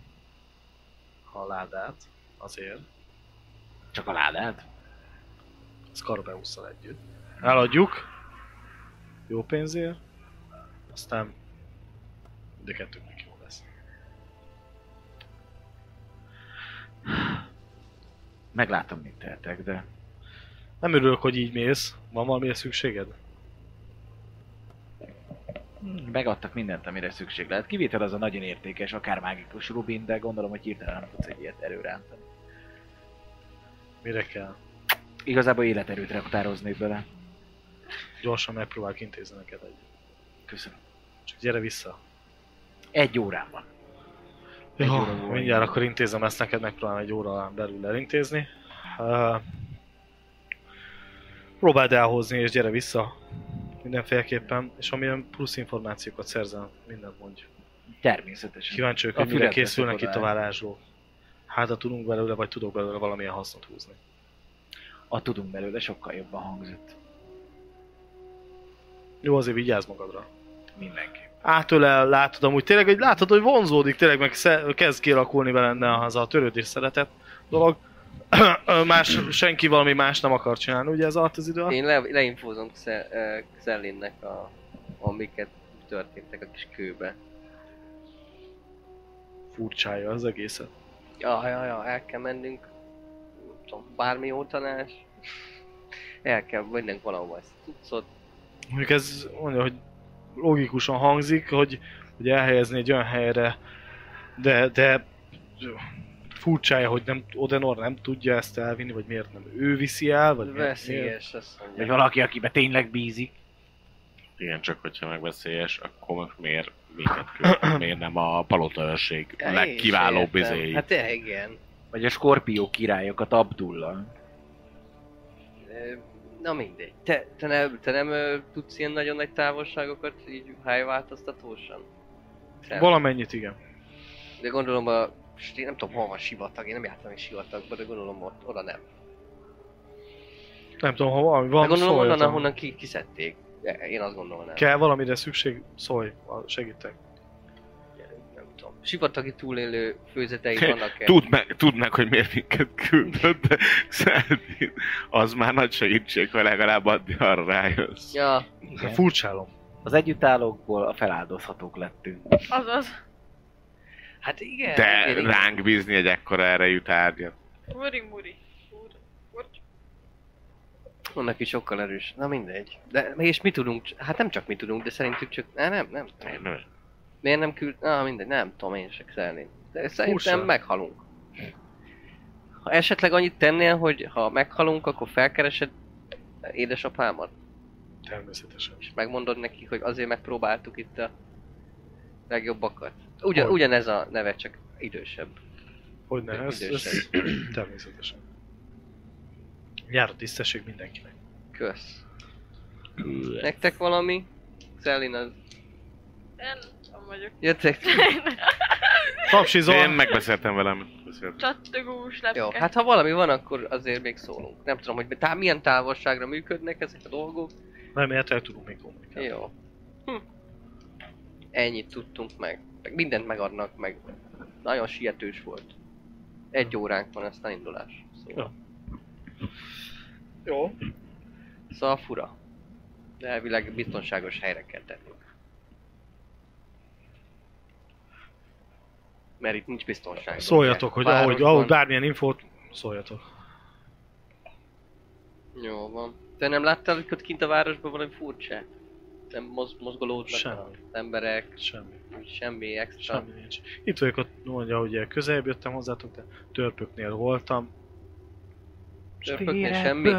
a ládát, azért, Csak a ládát? Scarabeusszal együtt. Eladjuk, jó pénzért, aztán de kettőnknek jó lesz. Meglátom, mit tehetek, de... Nem örülök, hogy így mész. Van valamire szükséged? Megadtak mindent, amire szükség lehet. Kivétel az a nagyon értékes, akár mágikus rubin, de gondolom, hogy hirtelen nem tudsz egy ilyet előrántani. Mire kell? Igazából életerőt raktároznék bele. Gyorsan megpróbálok intézni neked egy. Köszönöm. Csak gyere vissza. Egy órán van. Egy Jó, óra múlva mindjárt jön. akkor intézem ezt neked, megpróbálom egy óra belül elintézni. Uh, próbáld elhozni és gyere vissza. Mindenféleképpen, és amilyen plusz információkat szerzel, mindent mondj. Természetesen. Kíváncsi vagyok, A hogy mire füledbe készülnek szokod itt a állni. varázslók. Hát, ha tudunk belőle, vagy tudok belőle valamilyen hasznot húzni. A tudunk belőle sokkal jobban hangzott. Jó, azért vigyázz magadra. Mindenki. Átölel, látod amúgy tényleg, hogy látod, hogy vonzódik, tényleg meg sze- kezd kialakulni veled az a törődés szeretet dolog. Más, senki valami más nem akar csinálni, ugye ez alatt az idő alatt? Én le, leinfózom Xellinnek a, amiket történtek a kis kőbe. Furcsája az egészet. Ja, ja, ja, el kell mennünk. Nem tudom, bármi jó tanács. El kell mennünk valahova ezt tudszot. Mondjuk ez mondja, hogy logikusan hangzik, hogy, hogy elhelyezni egy olyan helyre, de, de furcsája, hogy nem, Odenor nem tudja ezt elvinni, vagy miért nem ő viszi el, vagy miért, miért? Veszélyes, azt mondja. Vagy valaki, akiben tényleg bízik. Igen, csak hogyha megveszélyes, akkor most miért minket küld? Miért nem a palotaőrség Ja, én legkiválóbb is értem. izéi? Hát eh, igen. Vagy a skorpió királyokat Abdullal. Ö, Na mindegy. Te, te nem, te nem ö, tudsz ilyen nagyon nagy távolságokat így helyváltoztatósan? Nem. Valamennyit igen. De gondolom a... én nem tudom hol van sivatag, én nem jártam egy sivatagba, de gondolom ott, oda nem. Nem tudom, ha valami De van, gondolom onnan, szóljatok. ahonnan ki, kiszedték. De én azt gondolnám. Kell valamire szükség, szólj, segítek. Nem tudom. Sivatagi túlélő főzetei vannak-e? Tudd meg, tudd meg, hogy miért minket küldött, de Szeldin, az már nagy segítség, ha legalább addig arra rájössz. Ja, Igen. Furcsálom. Az együttállókból a feláldozhatók lettünk. Azaz. hát igen. De igen, igen. ránk bízni egy ekkora erejű tárgyat. Furi muri. Fur. Furcs. Annak is sokkal erős. Na mindegy. De és mi tudunk, hát nem csak mi tudunk, de szerintük csak... Nem, nem, nem. Nem, nem. Miért nem küld... Na mindegy, nem tudom én se Xelin. De szerintem Furcsa. meghalunk. Ha esetleg annyit tennél, hogy ha meghalunk, akkor felkeresed édesapámat? Természetesen. És megmondod neki, hogy azért megpróbáltuk itt a legjobbakat. Ugyan, Hogy? ugyanez a neve, csak idősebb. Hogyne, ez, ez Idősebb. természetesen. Jár a tisztesség mindenkinek. Kösz. Nektek valami? Xelin az... Én nem vagyok. Jöttek? Tapsizol! Én megbeszéltem velem. Beszéltem. Csattogós lepke. Jó, hát ha valami van, akkor azért még szólunk. Nem tudom, hogy tá- milyen távolságra működnek ezek a dolgok. Remélhetőleg tudunk még kommunikálni. Jó. Hm. Ennyit tudtunk meg. Meg mindent megadnak meg. Nagyon sietős volt. Egy óránk van, aztán indulás. Szóval, Jó. szóval fura. De elvileg biztonságos helyre kell tennünk. Mert itt nincs biztonság. Szóljatok, hogy ahogy, Városban- ahogy bármilyen infót, szóljatok. Jó van. Te nem láttál, hogy ott kint a városban valami furcsát? Nem moz, mozgolódnak Semmi. az emberek, Semmi. semmi extra. Semmi nincs. Itt vagyok, ott mondja, hogy közeljebb jöttem hozzátok, de törpöknél voltam. Törpöknél semmi.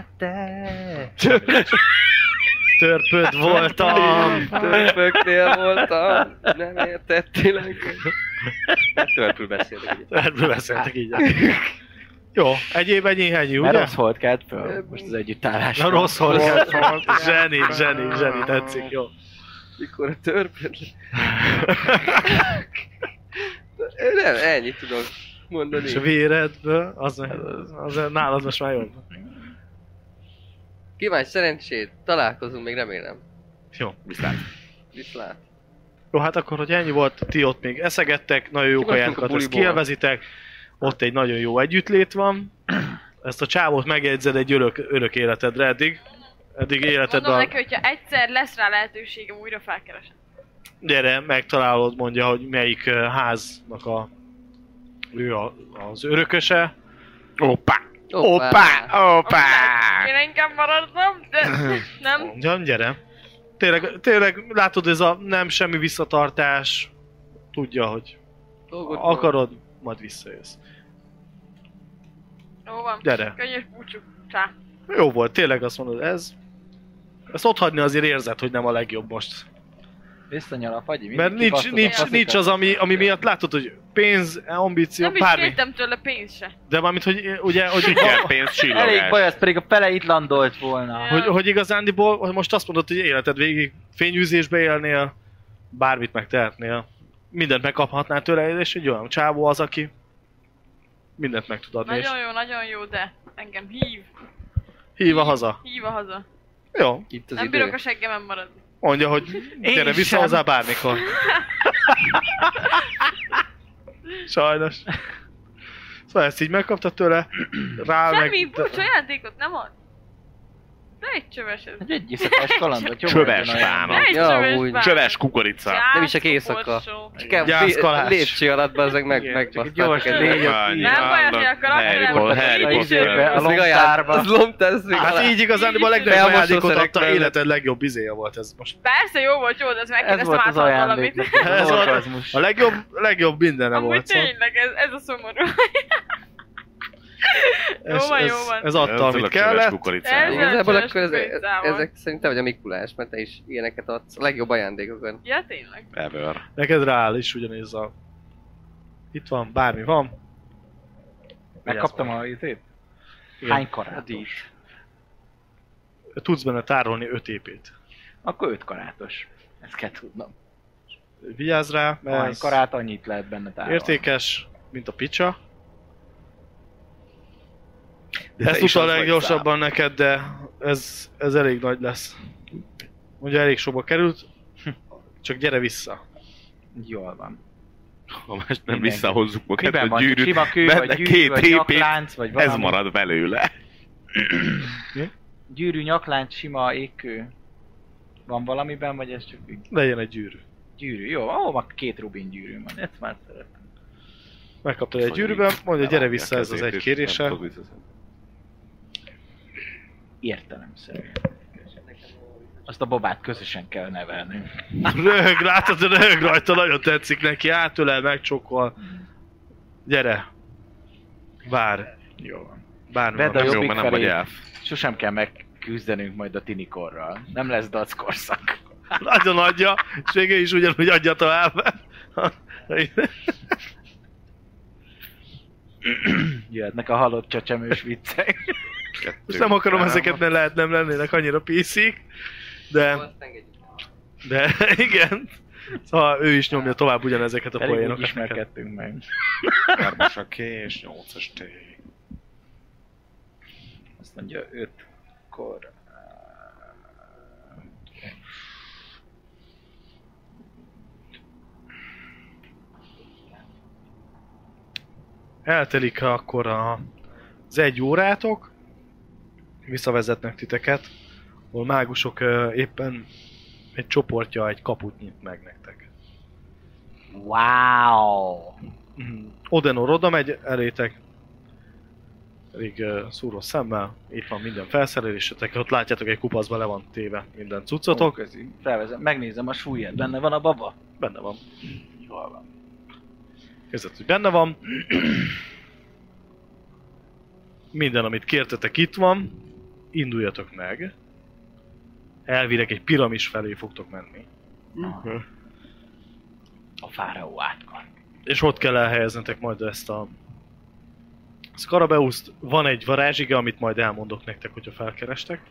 Törpöd voltam! Törpöknél voltam. Nem értettél. Törpül beszélek ugye. Erről beszéltek így. Jó, egyéb ennyi, ennyi, Mert ugye? rossz volt kelt föl most az együttállás. Na rossz volt. Zseni, zseni, zseni, tetszik, jó. Mikor a törpöd... Nem, ennyit tudok mondani. És a véredből, az, az, az nálad most már jobb. Kívánj szerencsét, találkozunk még remélem. Jó. Viszlát. Viszlát. Jó, hát akkor, hogy ennyi volt, ti ott még eszegettek, nagyon jó Kimaradtunk kajátokat, a ezt buliból. kielvezitek. Ott egy nagyon jó együttlét van. Ezt a csávót megjegyzed egy örök, örök életedre eddig. Eddig Mondom életedben... neki, hogyha egyszer lesz rá lehetőségem, újra felkeresem. Gyere, megtalálod, mondja, hogy melyik ö, háznak a... ő a, az örököse. Hoppá! Hoppá! Hoppá! Hoppá! Én inkább maradnom, de nem. Mondja, gyere. Tényleg, tényleg látod, ez a nem semmi visszatartás. Tudja, hogy Dolgot akarod, majd visszajössz. Jó van. Gyere. Könnyes búcsú. Csá. Jó volt, tényleg azt mondod, ez... Ezt ott hagyni azért érzed, hogy nem a legjobb most. Visszanyal a fagyi. Mert nincs, nincs, nincs az, ami, ami miatt látod, hogy pénz, ambíció, Nem is bármi. kértem tőle pénzt se. De mármint, hogy ugye, hogy, Siker, pénz, Elég csillogás. baj, az pedig a fele itt landolt volna. Ja. hogy, hogy igazándiból hogy most azt mondod, hogy életed végig fényűzésbe élnél, bármit megtehetnél. Mindent megkaphatnál tőle, és egy olyan csávó az, aki mindent meg tud adni, és Nagyon jó, nagyon jó, de engem hív. hívva haza. Hív a haza. Jó, Itt az Nem idő. bírok a seggemen maradni. mondja, hogy gyere Én vissza sem. hozzá bármikor. Sajnos. Szóval ezt így megkaptad tőle, rá Semmi meg... búcsú játékot nem ad. De egy csöves ez. Egy egyészakás kalandot, jó? Csöves legyen olyan. bánat. De egy Ja, csöves úgy. bánat. Csöves kukorica. Nem is csak éjszaka. Gyászkoporsó. Csak Gyászkalás. lépcső alatt ezek meg, Igen, meg csak egy gyors légy. Nem baj, hogy a karakterem Harry Potter, így Harry is Potter. jön. A Az még lomtárba. ajánl- Az lomtár, ez még Hát alá- így igazán, a legnagyobb Felmosó ajándékot adta, szerekben. életed legjobb izéje volt ez most. Persze jó volt, jó, de ezt Ez megkérdeztem volt az át valamit. ajándék. Ez Ez volt- orgazmus. A legjobb, legjobb mindene Amúgy volt, szóval tényleg, ez, ez a szomorú. ez, Jó van, ez, jó van. ez adta, amit kellett. Ez- Igazából Csöves akkor ez, kukoricával. ezek szerintem vagy a Mikulás, mert te is ilyeneket adsz. A legjobb ajándékokat. Ja, tényleg. Ever. Neked rááll is ugyanéz a... Itt van, bármi van. Megkaptam a izét? Igen. Hány karátos? Tudsz benne tárolni öt épét. Akkor öt karátos. Ezt kell tudnom. Vigyázz rá, mert Hány ez karát annyit lehet benne tárolni. értékes, mint a picsa. De te Ezt is utal az vagy leggyorsabban neked, de ez, ez elég nagy lesz. Ugye elég sokba került, csak gyere vissza. Jól van. Ha most nem Mindenki. visszahozzuk magát Miben a van? gyűrűt, Sima kő, benne vagy gyűrű, két vagy épét, nyaklánc, vagy valami? ez marad belőle. Gyűrű, nyaklánc, sima, égkő. Van valamiben, vagy ez csak így? Legyen egy gyűrű. Gyűrű? Jó, ó, már két rubin gyűrű van. Ezt már szeretem. Megkaptad egy gyűrűben, mondja, gyere vissza ez az egy kéréssel. Értelemszerűen. Azt a babát közösen kell nevelnünk. Röhög, látod, röhög rajta, nagyon tetszik neki, átölel, megcsokol. Gyere. Vár. Jó van. Bármi Vedd van. a Jó, jobbik mert nem vagy felé. elf. Sosem kell megküzdenünk majd a tinikorral. Nem lesz dackorszak. Nagyon adja, és végül is ugyanúgy adja tovább. Jöhetnek a halott csecsemős viccek. Most nem akarom, ezeket ne lehet, nem lennének annyira píszik, de, de igen. Szóval ő is nyomja tovább ugyanezeket a Pedig úgy poénokat. ismerkedtünk meg. Hármas a K és nyolcas T. Azt mondja ötkor. Eltelik akkor a, az egy órátok, visszavezetnek titeket, ahol mágusok ö, éppen egy csoportja egy kaput nyit meg nektek. Wow! Mm. Odenor oda megy elétek, elég uh, szúró szemmel, itt van minden felszerelésetek, ott látjátok egy kupacban le van téve minden cuccotok. Közi. Felvezem, megnézem a súlyát, benne van a baba? Benne van. Jól van. Kezdett, hogy benne van. Minden, amit kértetek, itt van. Induljatok meg. Elvileg egy piramis felé fogtok menni. Uh-huh. A fáraó átkar. És ott kell elhelyeznetek majd ezt a Scarabeuszt. Van egy varázsige, amit majd elmondok nektek, hogyha felkerestek.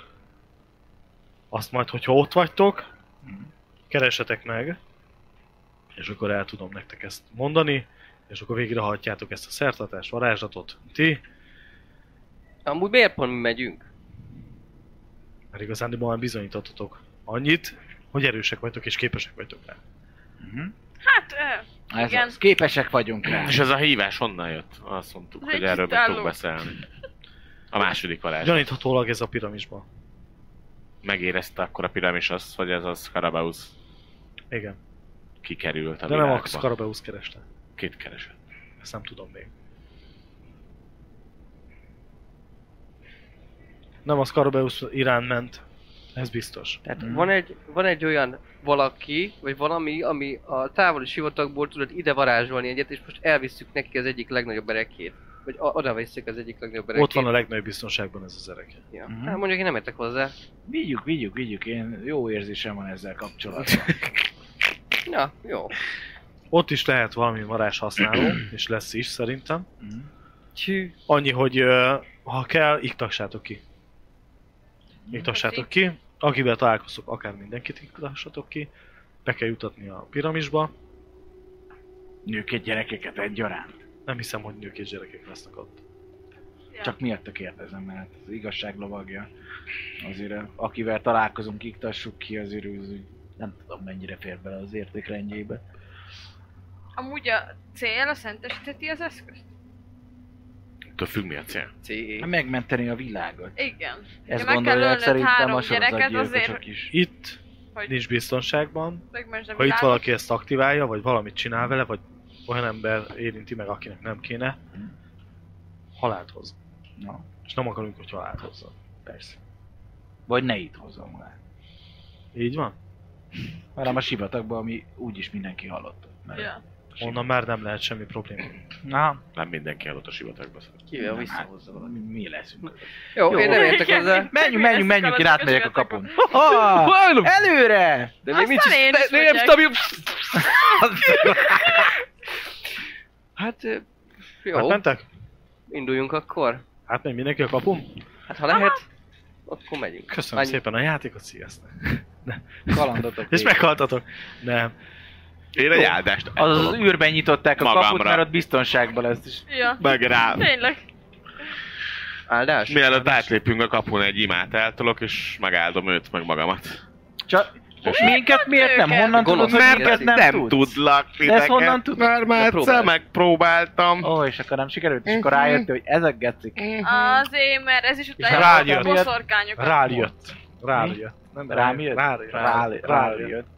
Azt majd, hogyha ott vagytok, keresetek meg, és akkor el tudom nektek ezt mondani, és akkor végrehajtjátok ezt a szertartást, varázslatot, ti. Amúgy miért pont mi megyünk? Mert igazándiból már bizonyítottatok annyit, hogy erősek vagytok és képesek vagytok rá. Uh-huh. Hát, ö, Ez igen. az, képesek vagyunk rá. És ez a hívás honnan jött? Azt mondtuk, Ez hogy egy erről kis meg tudunk álló. beszélni. A második varázs. Gyaníthatólag ez a piramisban. Megérezte akkor a piramis azt, hogy ez a Scarabeus Igen. kikerült a De nem világba. a Scarabeus kereste. Kit keresett? Ezt nem tudom még. Nem a Scarabeus irán ment. Ez biztos. Tehát Mhm. van, egy, van egy olyan valaki, vagy valami, ami a távoli sivatagból tudod ide varázsolni egyet, és most elvisszük neki az egyik legnagyobb erekét. Vagy a- oda visszük az egyik legnagyobb erekét. Ott van a legnagyobb biztonságban ez az ereke. Ja. Mhm. Hát mondjuk én nem értek hozzá. Vigyük, vigyük, vigyük. Én jó érzésem van ezzel kapcsolatban. Ja, jó. Ott is lehet valami varázs használó, és lesz is szerintem. Mhm. Csű. Annyi, hogy ö, ha kell, iktassátok ki. Iktassátok ki. Akivel találkoztok, akár mindenkit iktassatok ki. Be kell jutatni a piramisba. Nőket, gyerekeket egyaránt. Nem hiszem, hogy nők és gyerekek lesznek ott. Ja. Csak miatta kérdezem, mert az igazság lovagja. Azért akivel találkozunk, iktassuk ki, azért az úgy nem tudom mennyire fér bele az értékrendjébe. Amúgy a cél a szentesíteti az eszközt? Attól függ, mi a cél. C E. Megmenteni a világot. Igen. Ezt meg kell gondolják ölnöd szerintem három a gyereket sorozatgyilkosok azért, is. Itt hogy nincs biztonságban. megmesd a Ha itt világot. valaki ezt aktiválja, vagy valamit csinál vele, vagy olyan ember érinti meg, akinek nem kéne, halált hoz. Na, És nem akarunk, hogy halált hozzon. persze. Vagy ne itt hozzam le. Így van? Hanem a sivatagban, ami úgyis mindenki halott. Mert Ja. Onnan már nem lehet semmi probléma. Na, Nem mindenki adott a sivatagba. Kivel nem, visszahozza hát, valami. mi, mi leszünk. Jó, Jó. én nem értek hozzá. Menjünk, menjünk, menjünk, én átmegyek a Ezeket kapun. Oh, előre! De még nincs Aztán én is nem megyek. stabil. Hát, ö, jó, Hát mentek? induljunk akkor. Hát megy mindenki a kapun? Hát ha lehet, akkor megyünk. Köszönöm Annyi- szépen a játékot, sziasztok! Kalandotok. És meghaltatok? Nem. Én egy áldást Az az eltolom. űrben nyitották a kaput, Magamra. mert ott biztonságban lesz. És Ja. Meg rá. Tényleg. Áldás? Mielőtt átlépünk a kapun, egy imát eltolok, és megáldom őt, meg magamat. csak minket miért nem? őket? Honnan tudod, Gonosz hogy ember. minket nem, nem tudsz? tudlak De ezt titeket. honnan tudod? Már már egyszer próbáld. megpróbáltam. Ó, és akkor nem sikerült, és akkor rájöttél, hogy ezek gecik. Azért, mert ez is És utálja rájött. a boszorkányokat. Rájött. Rájött. Nem Rám jött? Rájött. Rájött. Rájött.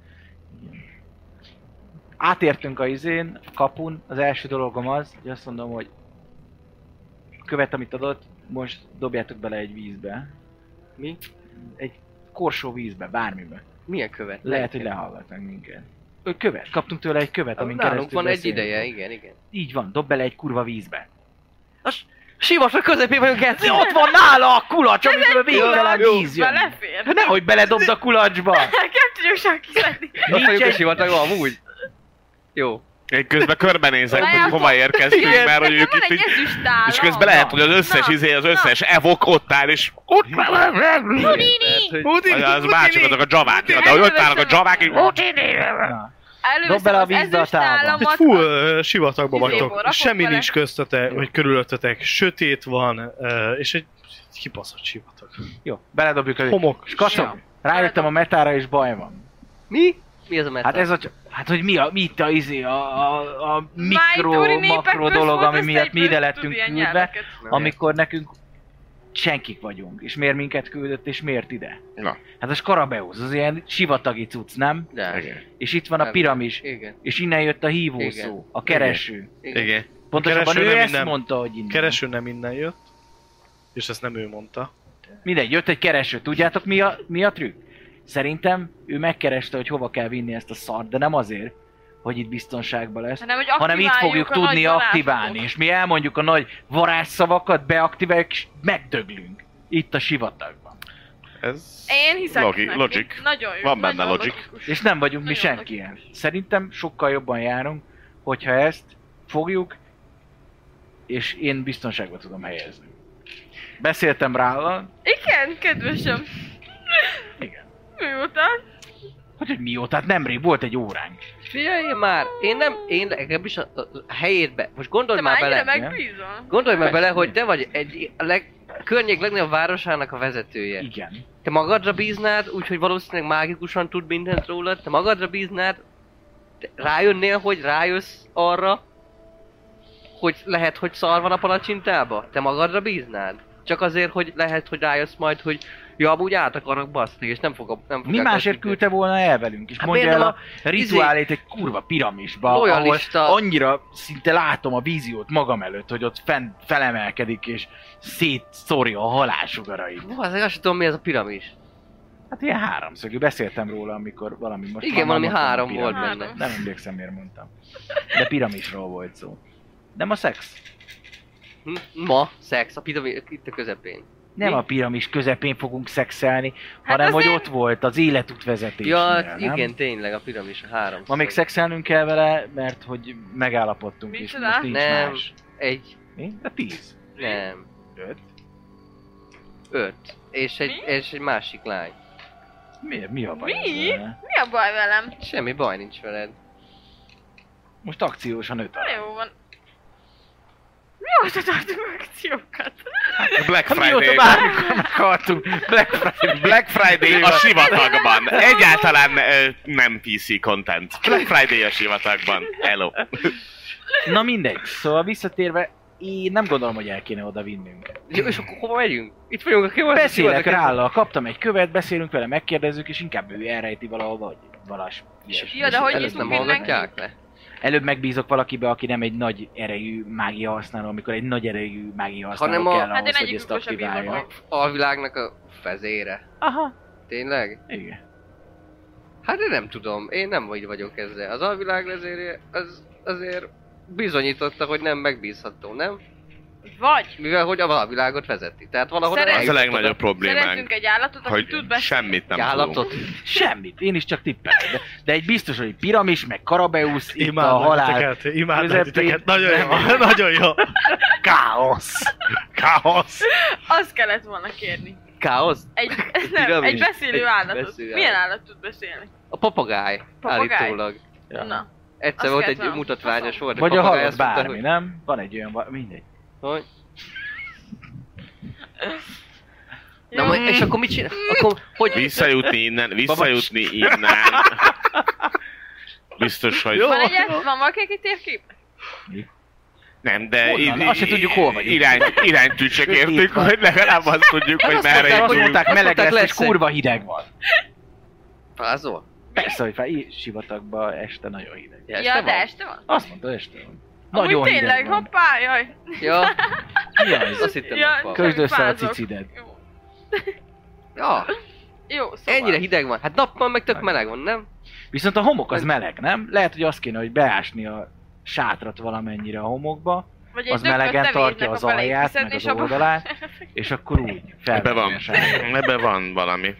Átértünk a izén, a kapun, az első dologom az, hogy azt mondom, hogy a követ, amit adott, most dobjátok bele egy vízbe. Mi? Egy korsó vízbe, bármibe. Milyen követ? Lehet, hogy lehallgatnak minket. Ő követ, kaptunk tőle egy követ, amin Nálunk keresztül van egy beszélünk. ideje, igen, igen. Így van, dob bele egy kurva vízbe. A sivatag közepén vagyunk, Geci! Ott van nála a kulacs, amiből végtelen Jó, víz jön. belefér. Hát nehogy beledobd a kulacsba. Nem tudjuk csak kiszedni. Ott vagyunk a sivatagban amúgy. Jó. Én közben körbenézek, Várjál, hogy hova érkeztünk, igen, mert hogy ők Van itt egy így... ezüstállam. És közben lehet, hogy az összes Na, izé, az na. összes evok ott áll, és ott... Tehát, hogy Vagy az bácsik, azok a dzsavák, de hogy ott állnak a dzsavák, és... Na. Előveszem Dob bele a az vízbe a tálba. ezüstallamat, Egy full uh, sivatagba Izéból vagytok, rakok semmi bele. nincs köztetek, vagy körülöttetek, sötét van, uh, és egy kibaszott sivatag. Jó, beledobjuk a... Homok. És kacsom, rájöttem a metára és baj van. Mi? Mi ez a meta? Hát ez a... Hát hogy mi a... Mi itt a izé, a, a, a mikro, Májtori népek makro közt dolog, volt, ami azt miatt egyből mi ide tud lettünk ilyen küldve, nyelveket. amikor nekünk senkik vagyunk. És miért minket küldött, és miért ide? Na. Hát a Skarabeusz, az ilyen sivatagi cucc, nem? De. Igen. És itt van a Nem. piramis, Igen. és innen jött a hívó Igen. szó, a kereső. Igen. Igen. Pontosabban Kereső ő nem ezt innen- mondta, hogy innen. Kereső nem innen jött, és ezt nem ő mondta. Mindegy, jött egy kereső. Tudjátok mi a, mi a trükk? Szerintem ő megkereste, hogy hova kell vinni ezt a szart, de nem azért, hogy itt biztonságban lesz, Hanem, hogy hanem itt aktiváljuk fogjuk a tudni nagy aktiválni, varázslatot. és mi elmondjuk a nagy varázsszavakat, beaktiváljuk, és megdöglünk. Itt a sivatagban. Ez... Én hiszek Logi- neki. logic. Nagyon jó. Van benne nagyon logic. logikus. És nem vagyunk mi Nagyon senki logikus. ilyen. Szerintem sokkal jobban járunk, hogyha ezt fogjuk, és én biztonságba tudom helyezni. Beszéltem Rállal. Igen, kedvesem. Igen. Mióta? Hogy, hogy mióta? Hát nemrég volt egy óránk. Figyelj már, én nem, én legalábbis a, a, a helyétbe, most gondolj Te már már ennyire bele, megbízol? gondolj már Persze. bele, hogy te vagy egy a leg, a környék legnagyobb városának a vezetője. Igen. Te magadra bíznád, úgyhogy valószínűleg mágikusan tud mindent rólad, te magadra bíznád, te rájönnél, hogy rájössz arra, hogy lehet, hogy szar van a palacsintába? Te magadra bíznád? Csak azért, hogy lehet, hogy rájössz majd, hogy ja, amúgy át akarok baszni, és nem fog nem Mi másért küldte volna el velünk? És Hát mondja miért el nem a rituálét egy kurva piramisba, Lojalista- ahol annyira szinte látom a víziót magam előtt, hogy ott fent felemelkedik és szétszórja a halálsugarait. Hú, azért azt sem tudom, mi ez a piramis. Hát ilyen háromszögű, beszéltem róla, amikor valami most... Igen, már valami mondtam a három piramis. volt benne. Nem emlékszem, miért mondtam. De piramisról volt szó. Nem a szex. Hm? Ma, szex, a piramis itt a közepén. Nem Mi? a piramis közepén fogunk szexelni, Hát hanem hogy azért- ott volt az életútvezetésnél, Ja, nem? igen, tényleg a piramis a három. Ma még szexelnünk kell vele, mert hogy megállapodtunk, és Micsoda? most nincs Nem. más. Egy, Mi? De tíz. nem, Öt. öt. És egy, Mi? és egy másik lány. Mi, mi a baj? Mi? ezzel? Mi a baj velem? Semmi baj nincs veled. Most akciósan öt. Na jó van. Mióta tartunk akciókat? Black Hát mióta Friday. bármikor meghaltunk. Black Friday. Black Friday a sivatagban. Egyáltalán ö, nem pé cé content. Black Friday a sivatagban. Hello. Na mindegy. Szóval visszatérve, én nem gondolom, hogy el kéne oda vinnünk. Jó, és akkor hova megyünk? Itt vagyunk a kivadat. Beszélek Rállal, kaptam egy követ, beszélünk vele, megkérdezzük, és inkább ő elrejti valahol, vagy valas. ilyesmi. Ja, de hogy Előtt jutunk nem innen hallgatják ki? le? Előbb megbízok valakibe, aki nem egy nagy erejű mágia használó, amikor egy nagy erejű mágia használó Hanem a- kell Hát én ahhoz, hogy egyikükből ezt sem bízok aktiválja. meg. A világnak a vezére. Aha, Tényleg? igen. Hát én nem tudom, én nem így vagyok ezzel. Az alvilág vezére az azért bizonyította, hogy nem megbízható, nem? Vagy Mivel hogy a alvilágot vezeti. Tehát valahol Szeret- Ez a eljutott legnagyobb problémánk. szeretünk egy állatot, aki Hogy tud beszélni. semmit nem Állatot. tudunk. Semmit, én is csak tippelek. De, de egy biztos, hogy piramis, meg Karabeusz, itt a Imádlak halál titeket, imádlak közepén. titeket, nagyon jó, nagyon jó. káosz. Káosz. Azt kellett volna kérni. Káosz? Egy, nem, Piramis. egy beszélő Egy állatot. beszélő Milyen állat. állat tud beszélni? A papagáj. Papagáj? Állítólag. Ja. Na. Egyszer Azt volt kellett egy volna. mutatványos volt. egy Vagy a papagáj, halott azt mondta, bármi, nem? Van egy olyan, va- mindegy. Hogy? Jó. Na, majd- és akkor mit csinál? Akkor hogy? Visszajutni innen, visszajutni innen. Biztos, hogy... Van egy, van valaki, aki térkép? Nem, de Honnan? Azt se tudjuk, hol vagyunk. Irány, iránytűt se Sötét kértünk, van. hogy legalább azt tudjuk, hogy azt merre mondták, Azt hogy- indulunk. mondták, meleg mondták, lesz, és lesz egy- kurva hideg van. Fázol? Persze, hogy fel, í- sivatagban este nagyon hideg. Ja, Ja, este de van? este van? Azt mondta, este van. Amúgy Nagyon tényleg, hideg van. hoppá, jaj. Ja, Mi az? azt hittem Ja, nappal. Közd össze a fázok. cicidet. Jó. Ja, Jó, szóval. ennyire hideg van. Hát nappal meg tök meleg van, nem? Viszont a homok az meleg, nem? Lehet, hogy azt kéne, hogy beásni a sátrat valamennyire a homokba, Vagy egy az dököt melegen tevédnek tartja a az alját, belékiszed, meg és az abba- oldalát, és akkor úgy Ebbe felvenni van. a sátrat. Ebbe van valami.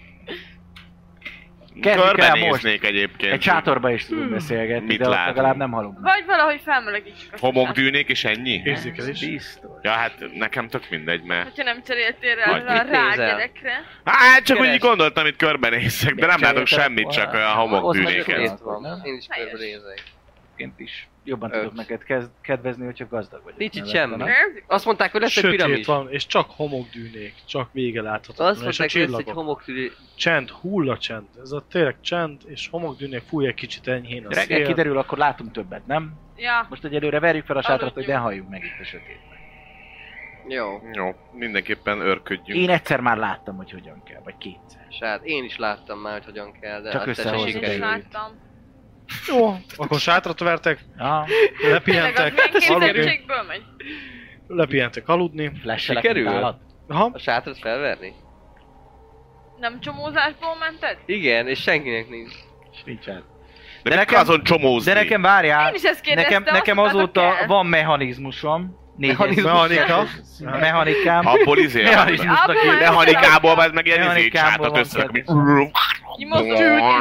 Kezdjük el most. Körbenéznék egyébként. Egy sátorba is tudunk beszélgetni, Mit de ott látunk? legalább nem halunk. Vagy valahogy felmelegítsük a Homokdűnék és ennyi? Érzékelés. Biztos. Ja, hát nekem tök mindegy, mert... Hogyha nem cseréltél rá Vagy a mit nézel? rágyerekre. Hát csak úgy Keresd. így gondoltam, itt körbenézek, de nem látok semmit, csak a homokdűnéket. Itt van. Nem? Én is Helyes. körbenézek. Egyébként is jobban Öt. tudok neked kezd, kedvezni, hogyha gazdag vagy. Nincs itt semmi. Érzik? Azt mondták, hogy lesz egy Sötét piramis. van, és csak homokdűnék, csak vége Azt láthatatlan, és a mondták, hogy lesz egy csillagok. homoktűrű. Csend, hulla csend. Ez a tényleg csend, és homokdűnék fúj egy kicsit enyhén a Reggel szél. kiderül, akkor látunk többet, nem? Ja. Most egyelőre verjük fel a sátrat, hogy Aludjunk. ne halljunk meg itt a sötétben. Jó. Jó, mindenképpen örködjünk. Én egyszer már láttam, hogy hogyan kell, vagy kétszer. Hát én is láttam már, hogy hogyan kell, de Csak hát te se összehozni Én is sikerült. sikerült. láttam. Jó, akkor sátrat vertek, Ja, Tényleg az lepihentek, milyen aludni, képzettségből megy? lepihentek aludni. flashelek, Sikerül? mint állat. Aha, A sátrat felverni? Nem csomózásból mented? Igen, és senkinek nincs. És nincsen. De, De nekem nekem- azon csomózni. De nekem várjál, Én is ezt kérdeztem, nekem, azt nekem mondtátok, azóta kell. van mechanizmusom. Négyes- mechanika. Mechanikám. Abból izé. Mechanizmusnak Abból hívják. már- Mechanikából, ez meg ilyen izé Mechanikából sátat van összerakni. Így mozdul.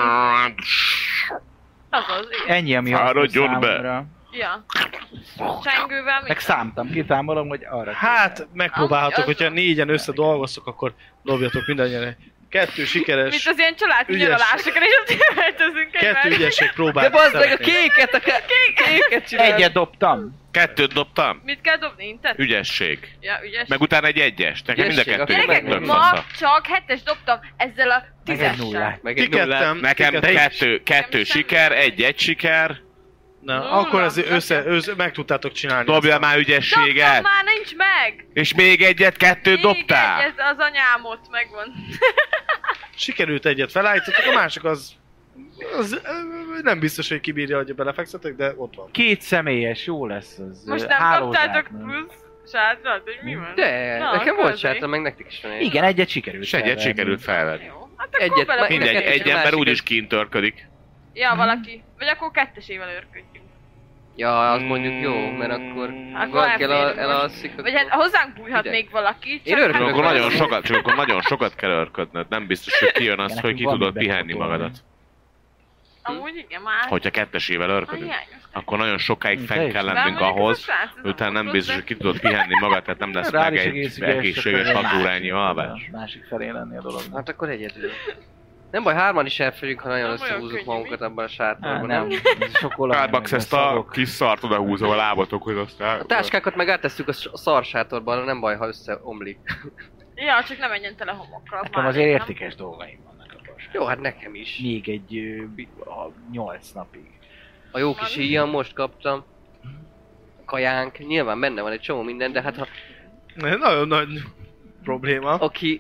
Azaz, igen. Ennyi, ami hasznos Fáradjon be. számomra. Ja. Csengővel Meg mit? számtam, kiszámolom, hogy arra Hát, megpróbálhatok, Amúgy az- hogyha négyen összedolgoztok, akkor dobjatok mindannyian. Kettő Mint sikeres, az ilyen családi ügyes. nyaralásokra, és ott öltözünk kettő ügyesség De próbált bazd meg a szeretni. kéket, a ke- kéket csinál. Egyet dobtam. Kettőt dobtam. Mit kell dobni? Intet? Ügyesség. Ja, ügyes. Meg utána egy egyes. Nekem mind a Ügyesség, kettő akkor Gyerekek, tök meg- ma fasza. csak hetes dobtam ezzel a Meg egy tízessel. nullát. Meg egy nullát. Kikettem, Nekem kikettem. kettő, kettő Nekem siker, semmi. egy egy siker. Na, Nulla. akkor ez össze, össze, meg tudtátok csinálni. Dobja ezt. már Dobtam, ügyességet. már nincs meg! És még egyet, kettőt Még dobtál. egy, ez az anyámot megvan. Sikerült egyet felállítottak, a másik az, az ö, nem biztos, hogy kibírja, hogy belefekszetek, de ott van. Két személyes, jó lesz az. Most ö, nem hálózát, kaptátok nem? plusz sátrat, hogy mi van? De, Na, nekem akkor volt azért. sátra, meg nektek is van egy. Igen, egyet sikerült. És egyet felvenni. sikerült felvenni. Jó, hát akkor Egyet, bele meg- Mindegy, Kettő, egy a ember másik úgyis az- kint örködik. Ja, valaki. Vagy akkor kettesével örködjünk. Ja, az mondjuk jó, mert akkor Akkor valaki el, elférünk elalszik, Vagy hát hozzánk bújhat Hideg. még valaki. Én csak örülök, hát- Akkor nagyon sokat, csak akkor nagyon sokat kell örködnöd. Nem biztos, hogy kijön az, Igen, hogy ki nekünk tudod van pihenni miben magadat. Amúgy igen, már. Hogyha kettesével Ah, örködünk. hiányos. Akkor nagyon sokáig Hm, fenn te is. kell De lennünk mondjuk ez a ahhoz, srác, ez utána a nem plusz, biztos, de- hogy ki tudod pihenni magad, tehát nem lesz Rád meg is egy egész ügyes, egészséges csak hat órányi a alvás. Másik felé lenni a dolog. Hát akkor egyedül. Nem baj, hárman is elférjünk, ha nagyon Nem olyan összehúzzuk könnyű, magunkat mi? abban a Á, sátorban, nem, nem? ez sok olaj. Starbucks meg ezt a szarok. kis szart odahúzom a lábatokhoz, aztán... A táskákat meg áttesszük a s- a szar sátorban, nem baj, ha összeomlik. Ja, csak ne menjen tele homokkal. az Nekem már azért nem. értékes dolgaim vannak a borsán. Jó, hát nekem is. Még egy ö, a nyolc napig. A jó kis íjjam most kaptam. Kajánk, nyilván benne van egy csomó minden, de hát ha Nagyon nagy probléma. aki...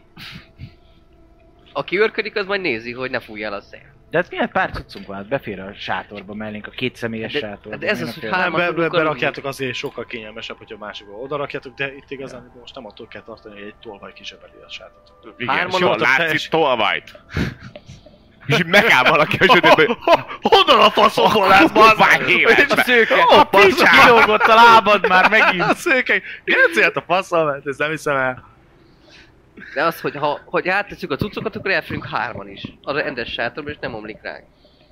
Aki őrködik, az majd nézi, hogy ne fújj el a szél. De hát milyen pár cuccunk van, hát befér a sátorba mellénk, a két személyes De- sátorba. de ez miért az, ne hogy fér? há- Nem, be, be, tudunk berakjátok azért sokkal kényelmesebb, hogyha másikba oda rakjátok, de itt igazán most nem attól kell tartani, hogy egy tolvaj kisebeli a sátot. Igen, Hárman jól voltak látszik teljes- tolvajt. És így megáll valaki a sötétben. Honnan a faszomból lesz, bazd Vágj meg? életbe! Szőke! A picsa kilógott a lábad már megint! A szőke! Geci, a faszom, mert ezt nem hiszem el. De az, hogy ha hogy áttesszük a cuccokat, akkor elférünk hárman is. A rendes sátorban, és nem omlik ránk.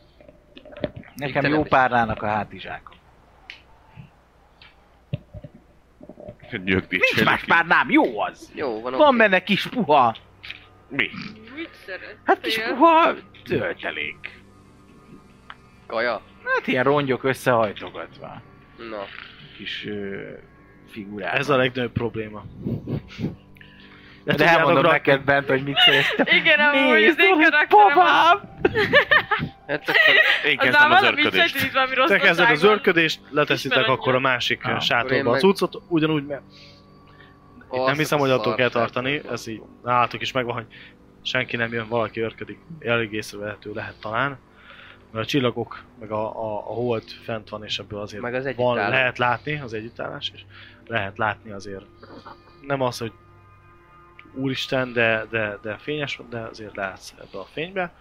Nekem Itt jó nem is. párnának a hátizsákok. Nyögdíts. Nincs más párnám, jó az! Jó, van, Van oké. benne kis puha, Mi? Mit szerettél? hát kis puha töltelék. Kaja? Hát ilyen rongyok összehajtogatva. Na. Kis ö, figurák. Ez a legnagyobb probléma. De tudjátok elmondom rakni- neked bent, hogy mit szereztem. Igen, amúgy Nézd, az én hogy karakterem az- papám! Hát akkor Én Az kezdem már az van a vicc, örködést. hogy valami rossz Te kezded az országban. örködést, leteszitek Ismered akkor a másik Ah, sátorba én a meg- cuccot, ugyanúgy, mert Ó, nem azt hiszem, a hogy attól szar kell sátor. tartani, ez így nálatok is megvan, hogy senki nem jön, valaki örködik, elég észrevehető lehet talán. Mert a csillagok, meg a, a, a hold fent van, és ebből azért Meg az van, együttállás. lehet látni, az együttállás, és lehet látni azért. Nem az, hogy úristen, de, de, de fényes van, de azért látsz ebbe a fénybe.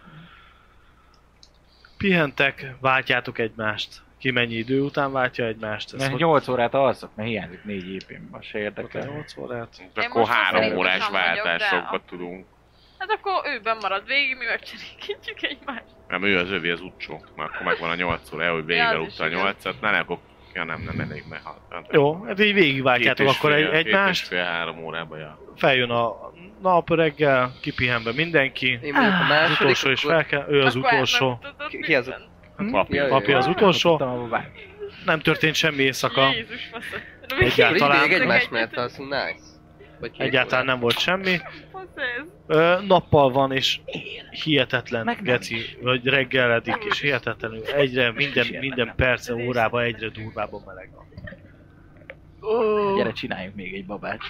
Pihentek, váltjátok egymást. Ki mennyi idő után váltja egymást? Mert nyolc órát alszok, mert hiányzik négy épén, az se Ott a érdekel. nyolc órát. Akkor most három szerintem órás sem vagyok, váltásokba de- tudunk. Hát akkor ő benn marad végig, mi megcserélgetjük egymást. Nem, ő az övé az utcsó, mert akkor megvan a nyolc óra, hogy végig Ja, az aludta a is igaz. nyolcat, ne, ne, akkor... Ja nem, nem elég meghalt. Jó, hát így végigváltjátok akkor egy, egymást. Két és fél, három órában, ja. Feljön a nap reggel, kipihen be mindenki. Én vagyok a Az második, utolsó is akkor- fel kell, ő az Akkor utolsó. elmenteted Ki- ki az minden. Papi. Ja, Papi ja. az utolsó. Tudtam a babát. Nem történt semmi éjszaka. Jézus fasz. Egyáltalán. Akkor így még egymás mellett alszunk, nice. Vagy két Egyáltalán órát. nem volt semmi. Fasz ez. Ö, nappal van és hihetetlen, Meg nem geci, vagy reggeledik és hihetetlenül egyre, minden, minden perce, órában egyre durvábban meleg van. Gyere, csináljunk még egy babát.